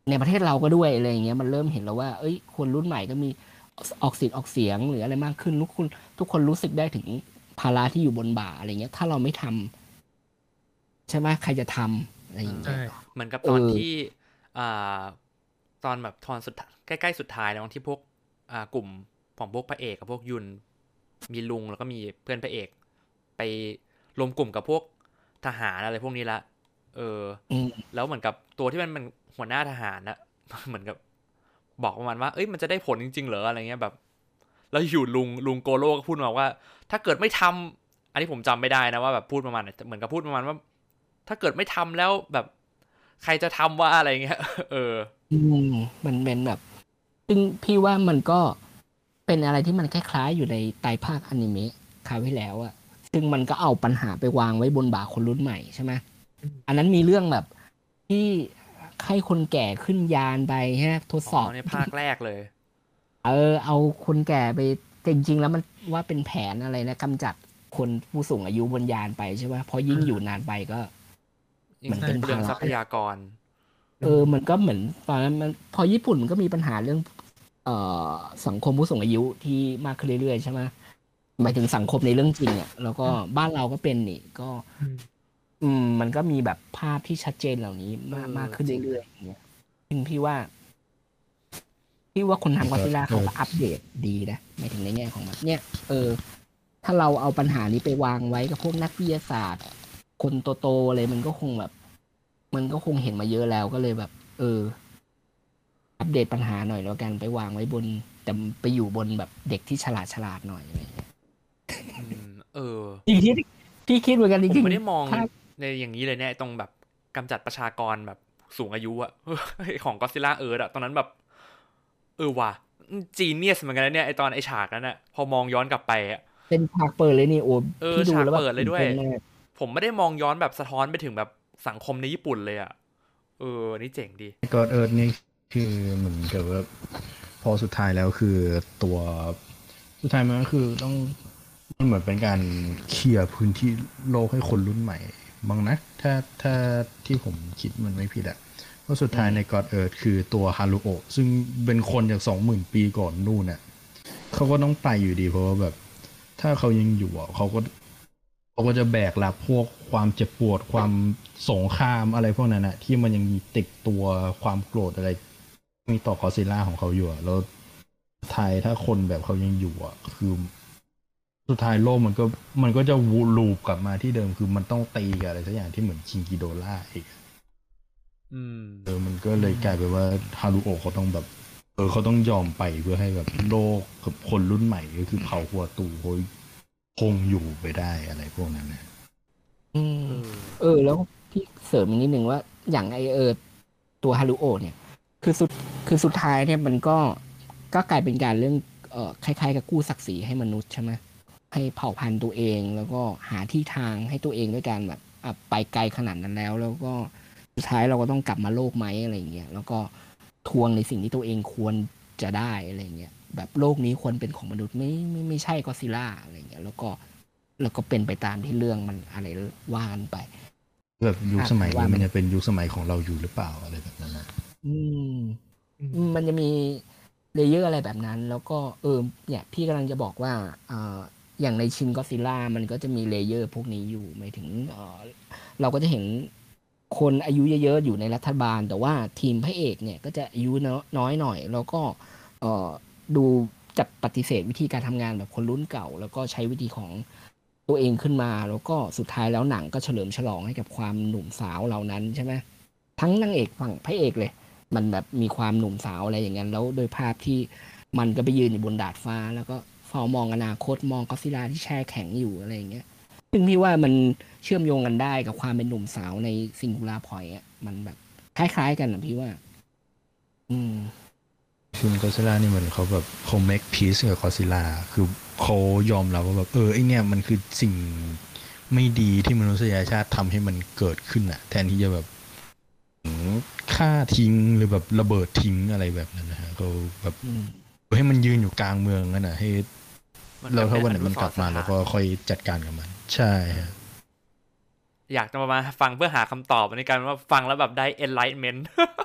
ในประเทศเราก็ด้วยอะไรอย่างเงี้ยมันเริ่มเห็นแล้วว่าเอ้ยคนรุ่นใหม่ก็มีออกสิทธิ์ออกเสียงหรืออะไรมากขึ้นทุกคนทุกคนรู้สึกได้ถึงภาระที่อยู่บนบ่าอะไรเงี้ยถ้าเราไม่ทำใช่ไหมใครจะทำอะไรอย่างเงี้ใช่ยเหมือนกับเอตอนอที่อ่าตอนแบบตอนสุดใกล้ๆสุดท้ายแล้วที่พวกอ่ากลุ่มของพวกพระเอกกับพวกยุนมีลุงแล้วก็มีเพื่อนพระเอก ไปรวมกลุ่มกับพวกทหารอะไรพวกนี้ละเอออืมแล้วเหมือนกับตัวที่มันเป็นหัวหน้าทหารนะ เหมือนกับบอกประมาณว่าเอ้ยมันจะได้ผลจริงๆเหรออะไรเงี้ยแบบ แล้วอยู่ลุงลุงโกโร่ก็พูดมาว่า ถ้าเกิดไม่ทำอันนี้ผมจำไม่ได้นะว่าแบบพูดประมาณไหนเหมือนกับพูดประมาณว่า ถ้าเกิดไม่ทำแล้วแบบใครจะทำว่าอะไรเงี้ย เอออืมมันเป็นแบบ ซึ่งพี่ว่ามันก็เป็นอะไรที่มันคล้ายๆอยู่ในไตรภาคอนิเมะคราวที่แล้วอะซึ่งมันก็เอาปัญหาไปวางไว้บนบ่าคนรุ่นใหม่ใช่ไหมอันนั้นมีเรื่องแบบที่ให้คนแก่ขึ้นยานไปฮะทดสอ๋ออบ ในภาคแรกเลยเออเอาคนแก่ไปจริงๆแล้วมันว่าเป็นแผนอะไรนะกำจัดคนผู้สูงอายุบนยานไปใช่ไหมเพราะยิ่งอยู่นานไปก็ยิ่เหมืงอนเป็นเรื่องภาระทรัพยากรเออ มันก็เหมือนตอนนั้นมันพอญี่ปุ่นมันก็มีปัญหาเรื่อง เอ่อสังคมผู้สูงอายุที่มากขึ้นเรื่อยๆใช่ไหมหมายถึงสังคมในเรื่องจริงอ่ะแล้วก็บ้านเราก็เป็นนี่ก็อืมอืม มันก็มีแบบภาพที่ชัดเจนเหล่านี้มากเออมากขึ้นจริงเรื่อยๆอย่างเงี้ยซึ่งพี่ว่า พี่ว่าคนทำก็อดซิลล่าเขาก็อัปเดตดีนะหมายถึงในแง่ของมันเนี่ย เออ ถ้าเราเอาปัญหานี้ไปวางไว้กับพวกนักวิทยาศาสตร์ คนโตๆอะไรมันก็คงแบบ มันก็คงเห็นมาเยอะแล้วก็เลยแบบ เออ อัปเดตปัญหาหน่อยแล้วกันไปวางไว้บน แต่ไปอยู่บนแบบเด็กที่ฉลาดฉลาดหน่อยอะไรอย่างเงี้ยอืมเออพี่คิดพี่คิดเหมือนกันจผมริงไม่ได้มองถ้าในอย่างนี้เลยเนี่ยตรงแบบกำจัดประชากรแบบสูงอายุอะ ของก็อดซิลล่าเอิร์ธอะตอนนั้นแบบ เออว่ะจีเนียสเหมือนกันนะเนี่ยไอตอนไอฉากนั้นอะพอมองย้อนกลับไปอะเป็นฉากเปิดเลยนี่โอ้เออพี่ดูฉากแล้วแบบเปิดเลยด้วยตื่นต้นมากผมไม่ได้มองย้อนแบบสะท้อนไปถึงแบบสังคมในญี่ปุ่นเลยอะเออนี่เจ๋งดีก็เอิร์ธนี่คือเหมือนกับว่าพอสุดท้ายแล้วคือตัวสุดท้ายมันก็คือต้องมันเหมือนเป็นการเคลียร์พื้นที่โลกให้คนรุ่นใหม่บ้างนะถ้าถ้าที่ผมคิดมันไม่ผิดอะเพราะสุดท้ายใน God Earth คือตัวฮารุโอะซึ่งเป็นคนจากสองหมื่นปีก่อนนู่นน่ะเขาก็ต้องไปอยู่ดีเพราะว่าแบบ ถ้าเขายังอยู่อ่ะเขาก็เขาก็จะแบกรับพวกความเจ็บปวดความสงครามอะไรพวกนั้นนะที่มันยังมีติดตัวความโกรธอะไรมีต่อก็อดซิลล่าของเขาอยู่อะแล้วสุดท้ายถ้าคนแบบเขายังอยู่อ่ะคือสุดท้ายโลกมันก็มันก็จะวูลูปกลับมาที่เดิมคือมันต้องตีกับอะไรสักอย่างที่เหมือนคิงกิโดล่าอีกอืมเออมันก็เลยกลายเป็นว่าฮารุโอะเขาต้องแบบเออเขาต้องยอมไปเพื่อให้แบบโลกกับคนรุ่นใหม่ก็คือเผ่าหัวตูเขาคงอยู่ไปได้อะไรพวกนั้นนะอืมเออเออ แล้วพี่เสริมอีกนิดนึงว่าอย่างไอเออตัวฮารุโอะเนี่ย คือสุดคือสุดท้ายเนี่ยมันก็ก็กลายเป็นการเรื่องเอ่อคล้ายๆกับกู้ศักดิ์ศรีให้มนุษย์ใช่ไหมให้เผ่าพันธุ์ตัวเอง แล้วก็หาที่ทางให้ตัวเองด้วยการแบบอ่ะไปไกลขนาดนั้นแล้ว แล้วก็สุดท้ายเราก็ต้องกลับมาโลกไหมอะไรอย่างเงี้ยแล้วก็ทวงในสิ่งที่ตัวเองควรจะได้อะไรอย่างเงี้ยแบบโลกนี้ควรเป็นของมนุษย์ไม่ไม่ไม่ใช่ก็อดซิลล่าอะไรอย่างเงี้ยแล้วก็แล้วก็เป็นไปตามที่เรื่องมันอะไรว่ากันไปแบบยุคสมัยว่านี้มัมัน นจะเป็นยุคสมัยของเราอยู่หรือเปล่าอะไรแบบนั้นนะอืมอืมมันจะมีเลเยอร์อะไรแบบนั้น แล้วก็เออเนี่ยพี่กำลังจะบอกว่าอ่าอย่างในชินก็อดซิลล่ามันก็จะมีเลเยอร์พวกนี้อยู่หมายถึงเอ่อเราก็จะเห็นคนอายุเยอะๆอยู่ในรัฐบาล แต่ว่าทีมพระเอกเนี่ยก็จะอายุน้อยหน่อย แล้วก็เอ่อดูจัดปฏิเสธวิธีการทำงานแบบคนรุ่นเก่า แล้วก็ใช้วิธีของตัวเองขึ้นมา แล้วก็สุดท้ายแล้วหนังก็เฉลิมฉลองให้กับความหนุ่มสาวเหล่านั้นใช่ไหมทั้งนางเอกฝั่งพระเอกเลย มันแบบมีความหนุ่มสาวอะไรอย่างนั้นแล้วโดยภาพที่มันก็ไปยืนอยู่บนดาดฟ้า แล้วก็เฝ้ามองอนาคตมองก็อดซิลล่าที่แช่แข็งอยู่อะไรอย่างเงี้ยซึ่งพี่ว่ามันเชื่อมโยงกันได้กับความเป็นหนุ่มสาวในซิงคูล่าพอยต์อ่ะมันแบบคล้ายๆกันนะพี่ว่า อืมคือก็อดซิลล่านี่เหมือนเขาแบบเขา make peace กับก็อดซิลล่าคือเขายอมรับว่าแบบเออไอเนี่ยมันคือสิ่งไม่ดีที่มนุษยชาติทำให้มันเกิดขึ้นอะแทนที่จะแบบฆ่าทิ้งหรือแบบระเบิดทิ้งอะไรแบบนั้นนะฮะเขาแบบอืมให้มันยืนอยู่กลางเมืองนั่นนะให้มันแล้วถ้าเป็วันไหนมันกลับมาอนุสรณ์สถานแล้วก็ค่อยจัดการกับมัน ใช่ฮะอยากจะมาฟังเพื่อหาคำตอบในการว่าฟังแล้วแบบได้ enlightenment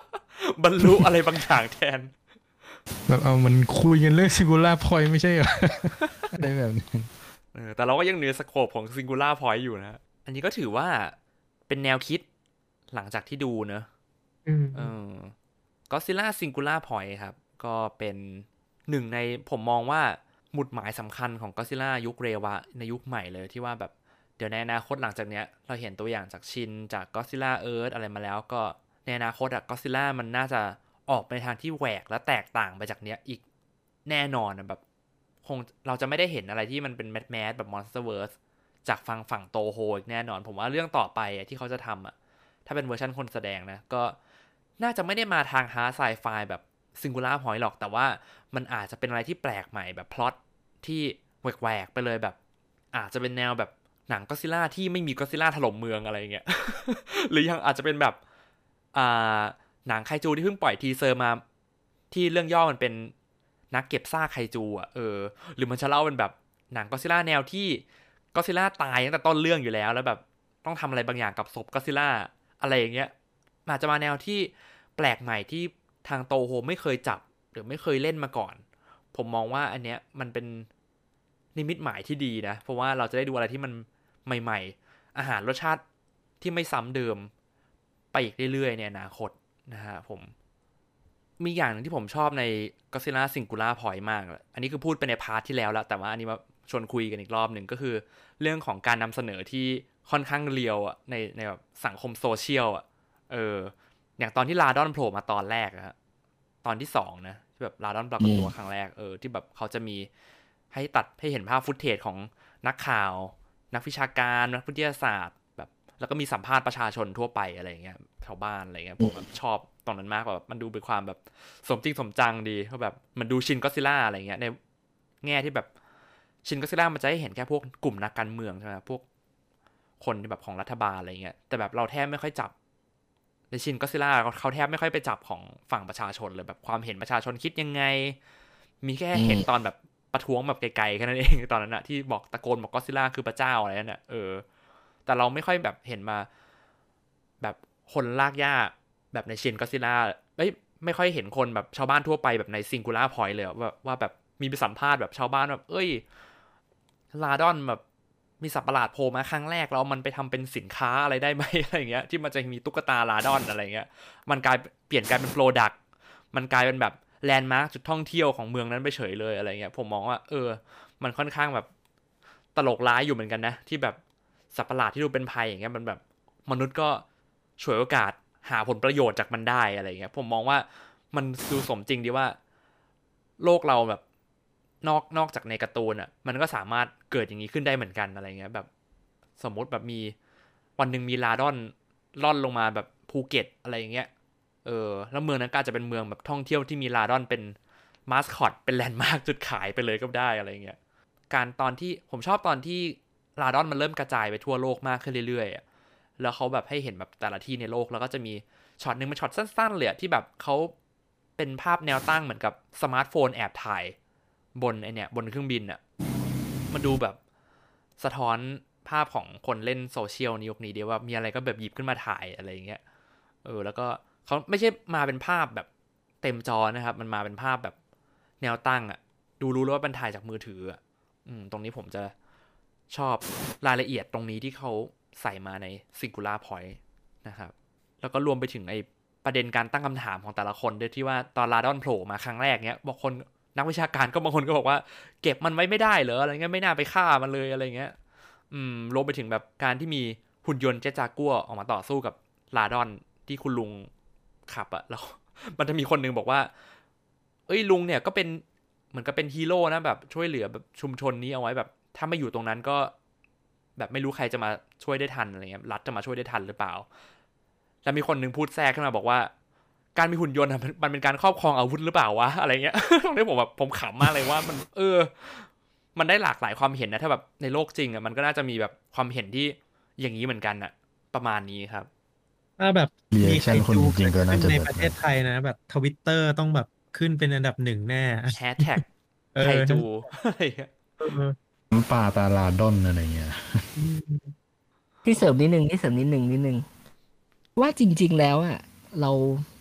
บรรลุอะไรบางอย่างแทนแบบเอามันคุยกันเรื่อง Singular Point ไม่ใช่เหรอ อะไรแบบนี้เออแต่เราก็ยังเหนือสโคปของ Singular Point อยู่นะอันนี้ก็ถือว่าเป็นแนวคิดหลังจากที่ดูเนอะเออ Godzilla Singular Point ครับก็เป็นหนึ่งในผมมองว่าหมุดหมายสำคัญของ Godzilla ยุคเรวะในยุคใหม่เลยที่ว่าแบบเดี๋ยวในอนาคตหลังจากเนี้ยเราเห็นตัวอย่างจากชินจาก Godzilla Earth อะไรมาแล้วก็ในอนาคตอะ Godzilla มันน่าจะออกไปทางที่แหวกและแตกต่างไปจากเนี้ยอีกแน่นอนนะแบบคงเราจะไม่ได้เห็นอะไรที่มันเป็นแมสแมสแบบ Monsterverse จากฝั่งฝั่งโตโฮอีกแน่นอนผมว่าเรื่องต่อไปอะที่เขาจะทำอะถ้าเป็นเวอร์ชันคนแสดงนะก็น่าจะไม่ได้มาทางฮาร์ดไซไฟแบบSingular Point หรอกแต่ว่ามันอาจจะเป็นอะไรที่แปลกใหม่แบบพล็อตที่แหวกๆไปเลยแบบอาจจะเป็นแนวแบบหนังก็อดซิลล่าที่ไม่มีก็อดซิลล่าถล่มเมืองอะไรอย่างเงี้ย หรือยังอาจจะเป็นแบบอ่าหนังไคจูที่เพิ่งปล่อยทีเซอร์มาที่เรื่องย่อมันเป็นนักเก็บซากไคจูอ่ะเออหรือมันจะเล่าเป็นแบบหนังก็อดซิลล่าแนวที่ก็อดซิลล่าตายตั้งแต่ต้นเรื่องอยู่แล้วแล้วแบบต้องทำอะไรบางอย่างกับศพก็อดซิลล่าอะไรอย่างเงี้ยอาจจะมาแนวที่แปลกใหม่ที่ทางโตโฮไม่เคยจับหรือไม่เคยเล่นมาก่อนผมมองว่าอันเนี้ยมันเป็นนิมิตหมายที่ดีนะเพราะว่าเราจะได้ดูอะไรที่มันใหม่ๆอาหารรสชาติที่ไม่ซ้ำเดิมไปอีกเรื่อยๆในอนาคตนะฮะผมมีอย่างนึงที่ผมชอบใน Godzilla Singular Point มากอันนี้คือพูดไปในพาร์ทที่แล้วแล้วแต่ว่าอันนี้มาชวนคุยกันอีกรอบหนึ่งก็คือเรื่องของการนำเสนอที่ค่อนข้างเรียวอ่ะในในแบบสังคมโซเชียลอ่ะเอออย่างตอนที่ลาดอนโผล่มาตอนแรกอะฮะตอนที่สองนะที่แบบลาดอนปรากฏตัวครั้งแรกเออที่แบบเขาจะมีให้ตัดให้เห็นภาพฟุตเทจของนักข่าวนักวิชาการนักวิทยาศาสตร์แบบแล้วก็มีสัมภาษณ์ประชาชนทั่วไปอะไรอย่างเงี้ยชาวบ้านอะไรเงี้ยผมแบบชอบตอนนั้นมากแบบมันดูเป็นความแบบสมจริงสมจังดีเพราะแบบมันดูชินก็อดซิลล่าอะไรเงี้ยในแง่ที่แบบชินก็อดซิลล่ามันจะให้เห็นแค่พวกกลุ่มนักการเมืองใช่ไหมพวกคนที่แบบของรัฐบาลอะไรเงี้ยแต่แบบเราแทบไม่ค่อยจับในชินก็อดซิลล่าเขาแทบไม่ค่อยไปจับของฝั่งประชาชนเลยแบบความเห็นประชาชนคิดยังไงมีแค่เห็นตอนแบบประท้วงแบบไกลๆแค่นั้นเองตอนนั้นอะที่บอกตะโกนบอกก็อดซิลล่าคือพระเจ้าอะไรนั่นอะเออแต่เราไม่ค่อยแบบเห็นมาแบบคนลากหญ้าแบบในชินก็อดซิลล่าเอ้ยไม่ค่อยเห็นคนแบบชาวบ้านทั่วไปแบบใน Singular Point เลยว่าว่าแบบมีไปสัมภาษณ์แบบชาวบ้านแบบเอ้ยลาดอนแบบมีสัตว์ประหลาดโผล่มาครั้งแรกแล้วมันไปทำเป็นสินค้าอะไรได้ไหมอะไรเงี้ยที่มันจะมีตุ๊กตาลาดอนอะไรเงี้ยมันกลายเปลี่ยนกลายเป็นโปรดักต์มันกลายเป็นแบบแลนด์มาร์คจุดท่องเที่ยวของเมืองนั้นไปเฉยเลยอะไรเงี้ยผมมองว่าเออมันค่อนข้างแบบตลกร้ายอยู่เหมือนกันนะที่แบบสัตว์ประหลาดที่ดูเป็นภัยอย่างเงี้ยมันแบบมนุษย์ก็ฉวยโอกาสหาผลประโยชน์จากมันได้อะไรเงี้ยผมมองว่ามันดูสมจริงดีว่าโลกเราแบบนอกนอกจากในการ์ตูนอ่ะมันก็สามารถเกิดอย่างนี้ขึ้นได้เหมือนกันอะไรเงี้ยแบบสมมติแบบมีวันหนึ่งมีลาดอนล่อนลงมาแบบภูเก็ตอะไรอย่างเงี้ยเออแล้วเมืองนั้นก็จะเป็นเมืองแบบท่องเที่ยวที่มีลาดอนเป็นมาสคอตเป็นแลนด์มาร์คจุดขายไปเลยก็ได้อะไรเงี้ยการตอนที่ผมชอบตอนที่ลาดอนมันเริ่มกระจายไปทั่วโลกมากขึ้นเรื่อยๆแล้วเขาแบบให้เห็นแบบแต่ละที่ในโลกแล้วก็จะมีช็อตนึงเป็นช็อตสั้นๆเลยที่แบบเขาเป็นภาพแนวตั้งเหมือนกับสมาร์ทโฟนแอบถ่ายบนไอเนี่ยบนเครื่องบินอ่ะมันดูแบบสะท้อนภาพของคนเล่นโซเชียลในยุคนี้ดีว่ามีอะไรก็แบบหยิบขึ้นมาถ่ายอะไรอย่างเงี้ยเออแล้วก็เขาไม่ใช่มาเป็นภาพแบบเต็มจอนะครับมันมาเป็นภาพแบบแนวตั้งอ่ะดูรู้เลยว่าเป็นถ่ายจากมือถืออ่ะอืมตรงนี้ผมจะชอบรายละเอียดตรงนี้ที่เขาใส่มาใน Singular Point นะครับแล้วก็รวมไปถึงไอ้ประเด็นการตั้งคำถามของแต่ละคนด้วยที่ว่าตอนลาดอนโผล่มาครั้งแรกเนี้ยบอกคนนักวิชาการก็บางคนก็บอกว่าเก็บมันไว้ไม่ได้เหรออะไรเงี้ยไม่น่าไปฆ่ามันเลยอะไรเงี้ยอืมรวมไปถึงแบบการที่มีหุ่นยนต์เจจากัวออกมาต่อสู้กับลาดอนที่คุณลุงขับอะแล้วมันจะมีคนนึงบอกว่าเอ้ยลุงเนี่ยก็เป็นเหมือนกับเป็นฮีโร่นะแบบช่วยเหลือแบบชุมชนนี้เอาไว้แบบถ้าไม่อยู่ตรงนั้นก็แบบไม่รู้ใครจะมาช่วยได้ทันอะไรเงี้ยรัฐจะมาช่วยได้ทันหรือเปล่าแล้วมีคนนึงพูดแทรกขึ้นมาบอกว่าการมีหุ่นยนต์มันเป็นการครอบครองอาวุธหรือเปล่าวะอะไรเงี้ยตรงนี้ผมแบบผมขำมากเลยว่ามันเออมันได้หลากหลายความเห็นนะถ้าแบบในโลกจริงอ่ะมันก็น่าจะมีแบบความเห็นที่อย่างนี้เหมือนกันอ่ะประมาณนี้ครับถ้าแบบมีใครดูจริงๆก็น่าจะในประเทศไทยนะแบบทวิตเตอร์ต้องแบบขึ้นเป็นอันดับหนึ่งแน่แฮชแท็กไคจูอะไรเงี้ยน้ำปลาตาลาดอนอะไรเงี้ยที่เสริมนิดนึงที่เสริมนิดนึงนิดนึงว่าจริงๆแล้วอ่ะเรา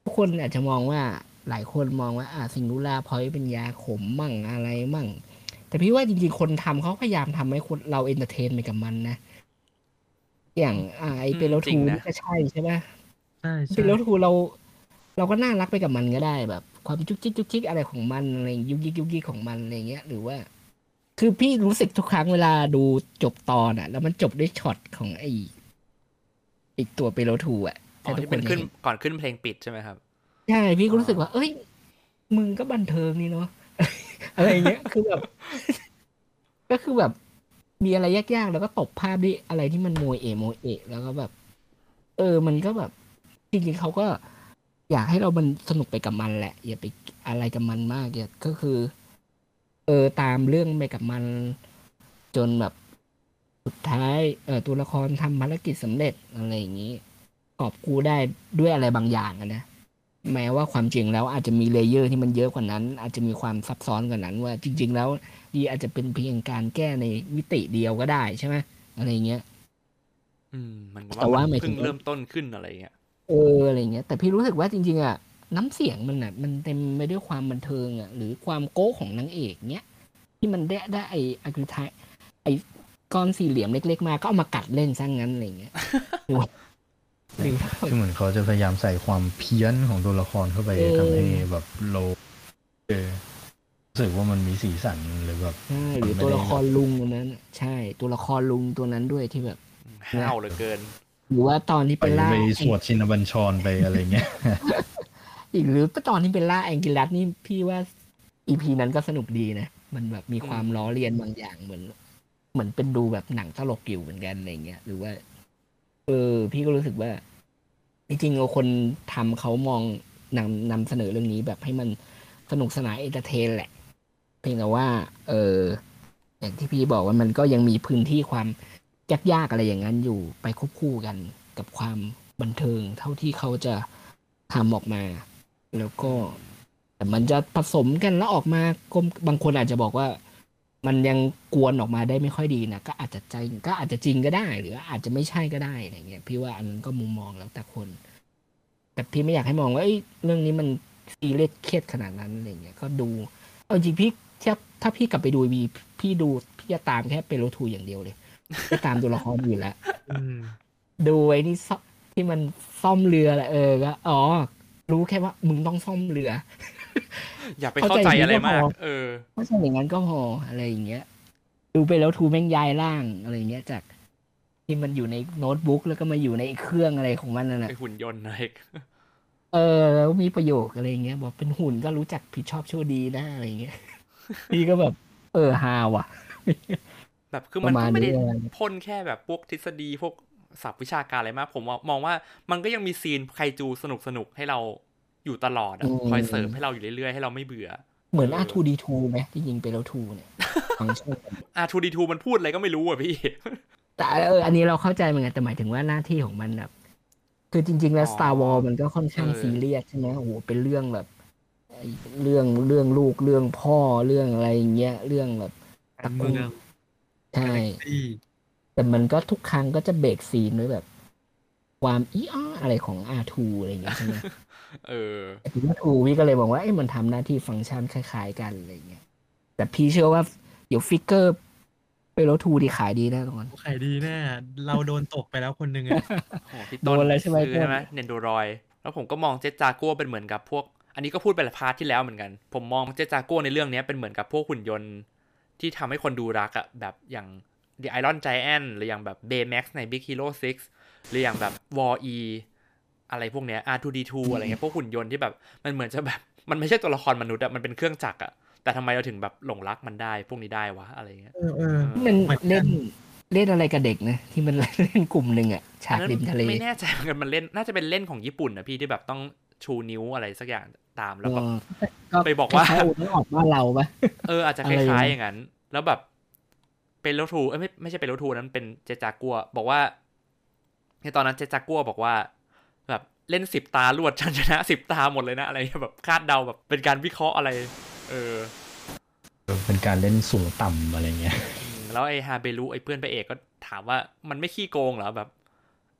ทุกคนอาจจะมองว่าหลายคนมองว่าอ่าซิงคูล่าพอยต์เป็นยาขมมั่งอะไรมั่งแต่พี่ว่าจริงๆคนทำเขาพยายามทำให้คนเราเอนเตอร์เทนไปกับมันนะอย่างอ่าไอเปโลทูนี่ก็ใช่ใช่ไหมใช่เปใช่โลทูเรา เราก็น่ารักไปกับมันก็ได้แบบ ความจุกจิกจุกจิกอะไรของมันอะไรยุกยิกยุกยิกของมันอะไรเงี้ยหรือว่า คือพี่รู้สึกทุกครั้งเวลาดูจบตอนอ่ะ แล้วมันจบด้วยช็อตของไออีกตัวเปโลทูอ่ะอ๋อที่เป็นขึ้นก่อนขึ้นเพลงปิดใช่ไหมครับใช่พี่ก็รู้สึกว่า เอ้ยมึงก็บันเทิงนี่เนาะอะไรเงี้ยคือแบบ ก็คือแบบ มีอะไรยากๆแล้วก็ตบภาพด้วยอะไรที่มันโมเอะโมเอะแล้วก็แบบ เออ มันก็แบบ จริงๆเขาก็อยากให้เรามันสนุกไปกับมันแหละ อย่าไปอะไรกับมันมากอย่าก็คือ เออตามเรื่องไปกับมัน จนแบบสุดท้ายเออตัวละครทำภารกิจสำเร็จอะไรอย่างนี้กอบกู้ได้ด้วยอะไรบางอย่างนะแม้ว่าความจริงแล้วอาจจะมีเลเยอร์ที่มันเยอะกว่านั้น อาจจะมีความซับซ้อนกว่านั้นว่าจริง ๆ แล้วดีอาจจะเป็นเพียงการแก้ในมิติเดียวก็ได้ใช่ไหมอะไรเงี้ยอืมมันก็แต่ว่าว่าหมัมาน ยเพิ่ถึงงเริ่มต้นขึ้นอะไรเงี้ยเอออะไรเงี้ยแต่พี่รู้สึกว่าจริงๆอ่ะน้ำเสียงมันอ่ะมันเต็มไปด้วยความบันเทิงอ่ะหรือความโก้ของนางเอกเนี้ยที่มันได้ได้ไอ้อากิไทไอ้ก้อนสี่เหลี่ยมเล็กๆมาก็เอามากัดเล่นซะงั้นอะไรเงี้ยหรือว่าหรือว่าคือเหมือนเขาจะพยายามใส่ความเพี้ยนของตัวละครเข้าไปเออทำให้แบบโลเออรู้สึกว่ามันมีสีสันหรือแบบใช่หรือตัวละครลุงตัวนั้นน่ะใช่ ตัวละครลุงตัวนั้นด้วยที่แบบห้าวเหลือเกินหรือว่าตอนที่ไปเป็นล่าไปสวดชินบัญชรไปอะไรเงี้ยอีกหรือตอนที่เป็นล่าแองกิลัสนี่พี่ว่าอีพีนั้นก็สนุกดีนะมันแบบมีความอืมล้อเลียนบางอย่างเหมือน เหมือนเป็นดูแบบหนังตลกอยู่เหมือนกันอะไรเงี้ยหรือว่า เออ พี่ก็รู้สึกว่า จริงๆเอาคนทำเขามองนำนำเสนอเรื่องนี้แบบให้มันสนุกสนานเอนเตอร์เทนแหละ เพียงแต่ว่า เออ อย่างที่พี่บอกว่ามันก็ยังมีพื้นที่ความยากๆอะไรอย่างนั้นอยู่ไปควบคู่กันกับความบันเทิง เท่าที่เขาจะทำออกมา แล้วก็ แต่มันจะผสมกันแล้วออกมาก็บางคนอาจจะบอกว่า มันยังกวนออกมาได้ไม่ค่อยดีนะก็อาจจะใจก็อาจจะจริงก็ได้ หรืออาจจะไม่ใช่ก็ได้อะไรเงี้ยพี่ว่าอันนั้นก็มุมมองแล้วแต่คน แต่พี่ไม่อยากให้มองว่าเอ้ยเรื่องนี้มันซีเรียสเครียดขนาดนั้นอะไรเงี้ยก็ดูเอาจริงพี่ถ้าถ้าพี่กลับไปดูวีพี่ดูพี่จะตามแค่เปโลทูอย่างเดียวเลยไม่ตามตัวละครอื่นแล้วอืมดูไอ้นี่ซ่อมที่มันซ่อมเรือแหละเออก็อ๋อ รู้แค่ว่ามึงต้องซ่อมเรืออย่าไปเข้าใจอะไรมาก เออเพราะฉะนั้นอย่างนั้นก็พออะไรอย่างเงี้ย ดูไปแล้วทูแม่งย้ายร่างอะไรอย่างเงี้ยจากที่มันอยู่ในโน้ตบุ๊กแล้วก็มาอยู่ในเครื่องอะไรของมันนั่นแหละไอหุ่นยนต์อะไรเออแล้วมีประโยคอะไรอย่างเงี้ยบอกเป็นหุ่นก็รู้จักผิดชอบชั่วดีนะอะไรอย่างเงี้ย พี่ก็แบบ เออฮาว่ะแบบคือมันประมาก็ณไม่ได้นี้เลยพ่นแค่แบบพวกทฤษฎีพวกศัพท์วิชาการอะไรมาก ผมมองว่ามันก็ยังมีซีนไคจูสนุกสนุกๆให้เราอยู่ตลอดอะอืมคอยเสริมให้เราอยู่เรื่อยๆ ให้เราไม่เบื่อเหมือนเอออาร์ ทู ดี ทู ไหมที่ยิงไปแล้วทูเนี่ย ฟังก์ชันอาร์ ทู ดี ทู มันพูดอะไรก็ไม่รู้อ่ะพี่แต่เอออันนี้เราเข้าใจเหมือนกันแต่หมายถึงว่าหน้าที่ของมันแบบคือจริง ๆ แล้วอ๋อ Star Wars มันก็ค่อนข้างเออซีเรียสใช่ไหมโอ้โหเป็นเรื่องแบบไอ้เรื่องเรื่องลูกเรื่องพ่อเรื่องอะไรอย่างเงี้ยเรื่องแบบการเมืองใช่กาแล็กซี่แต่มันก็ทุกครั้งก็จะเบรกซีนด้วยแบบ ความอีอ้ออะไรของ อาร์ ทู อะไรอย่างเงี้ยใช่ไหมเออแต่ทีนี้ทูพี่ก็เลยบอกว่าเอ้ยมันทำหน้าที่ฟังก์ชันคล้ายๆกันอะไรอย่างเงี้ยแต่พี่เชื่อว่าเดี๋ยวฟิกเกอร์ไปแล้วทูดีขายดีแน่นอนขายดีแน่เราโดนตกไปแล้วคนหนึ่งอะโอ้พี่โดต้นนแล้วใช่ไหมซื้อต้นใช่ไหมเนนโดรอยแล้วผมก็มองเจจากัวเป็นเหมือนกับพวก อันนี้ก็พูดไปละพาร์ทที่แล้วเหมือนกัน ผมมองเจจากัวในเรื่องนี้เป็นเหมือนกับพวกหุ่นยนต์ที่ทำให้คนดูรักอะแบบอย่าง The Iron Giant หรืออย่างแบบ Baymax ใน Big Hero ซิกซ์ หรืออย่างแบบ Wall-E อะไรพวกเนี้ย อาร์ ทู ดี ทู อะไรเงี้ยพวกหุ่นยนต์ที่แบบมันเหมือนจะแบบมันไม่ใช่ตัวละครมนุษย์อะมันเป็นเครื่องจักรอะแต่ทำไมเราถึงแบบหลงรักมันได้พวกนี้ได้วะอะไรเงี้ยเออเออมันเหมือนกันเล่นเล่นอะไรกับเด็กนะที่มัน เล่นกลุ่มหนึ่งอ่ะฉาอักนนั้นริมทะเลไม่แน่ใจเหมือนกันมันเล่นน่าจะเป็นเล่นของญี่ปุ่นนะพี่ที่แบบต้องชูนิ้วอะไรสักอย่างตามแล้วแบบก็ไปบอกว่าคล้ายๆอุนออกบ้านเราปะเอออาจจะอะคไรล้ายๆนะอย่างนั้น แล้วแบบเป็นโรทูเอ้ยไม่ไม่ใช่เป็นโรทูนั้นเป็นเจจากัวบอกว่าในตอนนั้นเจจากัวบอกว่าแบบเล่นสิบตารวดฉันชนะสิบตาหมดเลยนะอะไรเงี้ยแบบคาดเดาแบบเป็นการวิเคราะห์อะไร เออเป็นการเล่นสูงต่ำอะไรเงี้ยอืมแล้วไอ้ฮาเบรุไอ้เพื่อนพระเอกก็ถามว่ามันไม่ขี้โกงเหรอแบบ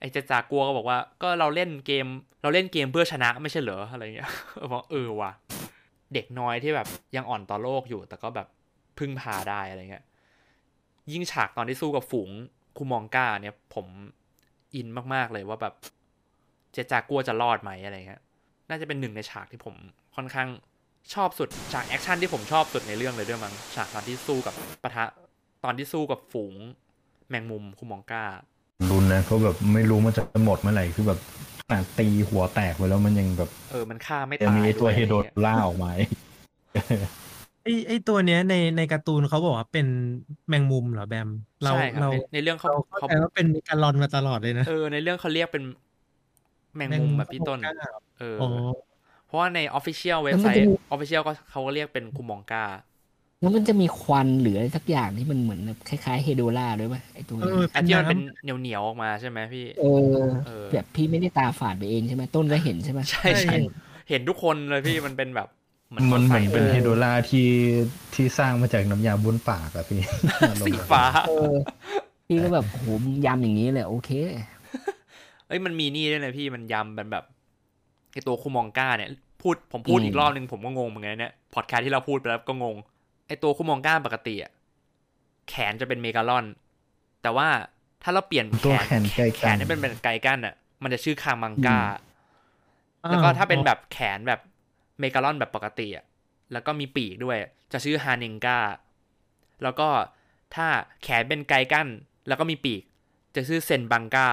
ไอ้เจจากัวก็บอกว่าก็เราเล่นเกมเราเล่นเกมเพื่อชนะไม่ใช่เหรออะไรเงี้ยบอกเออว่ะเด็กน้อยที่แบบยังอ่อนต่อโลกอยู่แต่ก็แบบพึ่งพาได้อะไรเงี้ยยิ่งฉากตอนที่สู้กับฝูงคูมองก้าเนี่ยผมอินมากๆเลยว่าแบบเจจากัวจะรอดไหมอะไรเงี้ยน่าจะเป็นหนึ่งในฉากที่ผมค่อนข้างชอบสุดฉากแอคชั่นที่ผมชอบสุดในเรื่องเลยด้วยมั้งฉากตอนที่สู้กับปะทะตอนที่สู้กับฝูงแมงมุมคูมองก้ารุนนะเขาแบบไม่รู้มันจะหมดเมื่อไหร่คือแบบขนาดตีหัวแตกไปแล้วมันยังแบบเออมันฆ่าไม่ตายมีตัวเฮโดล่าออกมาไอไอตัวเนี้ยในในการ์ตูนเขาบอกว่าเป็นแมงมุมเหรอแบมเราใช่ครับเราในเรื่องเขาเราเข้าใจว่าเป็นกาลอนมาตลอดเลยนะเออในเรื่องเขาเรียกเป็นแมงมุมแบบพี่ต้นเออเพราะว่าใน Official เว็บไซต์ Official ก็เขาก็เรียกเป็นคูมองก้าแล้วมันจะมีควันหรืออะไรสักอย่างที่มันเหมือนแบบคล้ายๆเฮโดล่าด้วยป่ะไอตัวนี้อันที่มันเป็นเหนียวๆออกมาใช่ไหมพี่เออแบบพี่ไม่ได้ตาฝาดไปเองใช่ไหมต้นก็เห็นใช่ไหมใช่ใช่เห็นทุกคนเลยพี่มันเป็นแบบมันเหมือนเป็นเฮโดล่าที่ที่สร้างมาจากน้ำยาบ้วนปากอะพี่สีฟ้าพี่ก็แบบโหยำอย่างนี้เลยโอเคเอ้ยมันมีนี่ด้วยนะพี่มันยำเป็นแบบไอตัวคูมองก้าเนี่ยพูดผมพูดอีกรอบนึงผมก็งงเหมือนกันเนี่ยพอดแคสต์ที่เราพูดไปแล้วก็งงไอตัวคูมองก้าปกติอะแขนจะเป็นเมกาลอนแต่ว่าถ้าเราเปลี่ยนแขนแขนให้เป็นเป็นไกกั้นอ่ะมันจะชื่อคามังก้าแล้วก็ถ้าเป็นแบบแขนแบบเมกาลอนแบบปกติอ่ะแล้วก็มีปีกด้วยจะชื่อฮานิงก้าแล้วก็ถ้าแขนเป็นไกกั้นแล้วก็มีปีกจะชื่อเซนบังก้า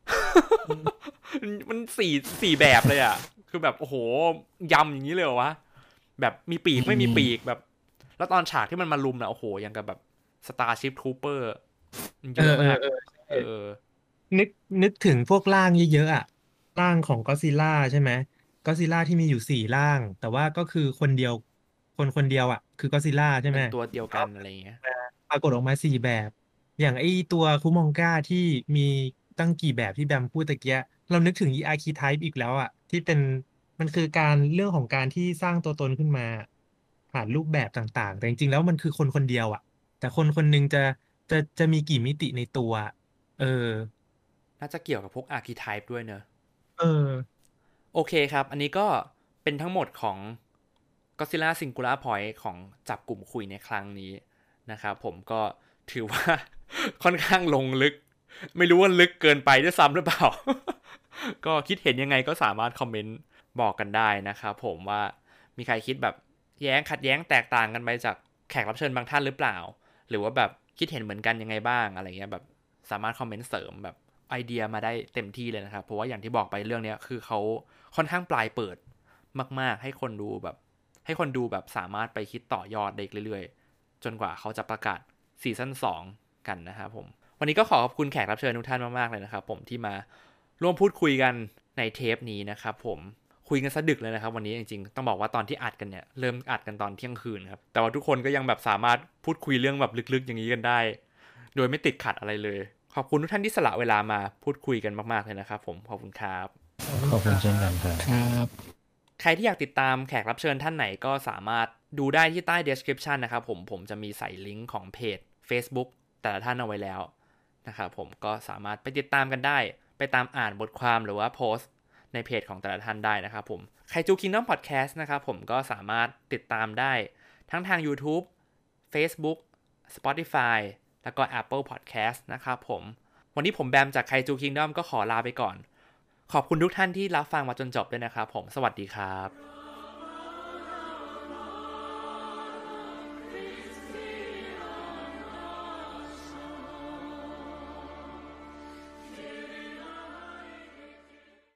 มันสี่สี่แบบเลยอ่ะคือแบบโอ้โหยำอย่างนี้เลยเหรอวะแบบมีปีกไม่มีปีกแบบแล้วตอนฉากที่มันมาลุมนะโอ้โหยังกับแบบ Starship Trooper เยอะมากเออนึกนึกถึงพวกร่างเยอะๆอ่ะร่างของก็อดซิลล่าใช่ไหมก็อดซิลล่าที่มีอยู่สี่ร่างแต่ว่าก็คือคนเดียวคนคนเดียวอ่ะคือก็อดซิลล่าใช่ไหมเป็นตัวเดียวกันอะไรเงี้ยปรากฏออกมาสี่แบบอย่างไอตัวคุมองก้าที่มีตั้งกี่แบบที่แบมพูดตะเกียเรานึกถึงอีอาร์คีไทป์อีกแล้วอ่ะที่เป็นมันคือการเรื่องของการที่สร้างตัวตนขึ้นมาผ่านรูปแบบต่างๆแต่จริงๆแล้วมันคือคนคนเดียวอ่ะแต่คนคนหนึ่งจะจะจะมีกี่มิติในตัวเออน่าจะเกี่ยวกับพวก archetype ด้วยเนอะเออโอเคครับอันนี้ก็เป็นทั้งหมดของ Godzilla Singular Point ของจับกลุ่มคุยในครั้งนี้นะครับผมก็ถือว่าค่อนข้างลงลึกไม่รู้ว่าลึกเกินไปด้วยซ้ำหรือเปล่า ก็คิดเห็นยังไงก็สามารถคอมเมนต์บอกกันได้นะครับผมว่ามีใครคิดแบบแย้งขัดแย้งแตกต่างกันไปจากแขกรับเชิญบางท่านหรือเปล่าหรือว่าแบบคิดเห็นเหมือนกันยังไงบ้างอะไรเงี้ยแบบสามารถคอมเมนต์เสริมแบบไอเดียมาได้เต็มที่เลยนะครับเพราะว่าอย่างที่บอกไปเรื่องนี้คือเขาค่อนข้างปลายเปิดมากๆให้คนดูแบบให้คนดูแบบสามารถไปคิดต่อยอดได้เรื่อยๆจนกว่าเขาจะประกาศซีซั่นสองกันนะครับผมวันนี้ก็ขอขอบคุณแขกรับเชิญทุกท่านมากๆเลยนะครับผมที่มาร่วมพูดคุยกันในเทปนี้นะครับผมคุยกันซะดึกเลยนะครับวันนี้จริงๆต้องบอกว่าตอนที่อัดกันเนี่ยเริ่มอัดกันตอนเที่ยงคืนครับแต่ว่าทุกคนก็ยังแบบสามารถพูดคุยเรื่องแบบลึกๆอย่างนี้กันได้โดยไม่ติดขัดอะไรเลยขอบคุณทุกท่านที่สละเวลามาพูดคุยกันมากๆเลยนะครับผมขอบคุณครับขอบคุณเช่นกันครับใครที่อยากติดตามแขกรับเชิญท่านไหนก็สามารถดูได้ที่ใต้ description นะครับผมผมจะมีใส่ลิงก์ของเพจ Facebook แต่ละท่านเอาไว้แล้วนะครับผมก็สามารถไปติดตามกันได้ไปตามอ่านบทความหรือว่าโพสต์ในเพจของแต่ละท่านได้นะครับผมไคจู Kingdom Podcast นะครับผมก็สามารถติดตามได้ทั้งทาง YouTube Facebook Spotify แล้วก็ Apple Podcast นะครับผมวันนี้ผมแบมจากไคจู Kingdom ก็ขอลาไปก่อนขอบคุณทุกท่านที่รับฟังมาจนจบด้วยนะครับผมสวัสดีครับ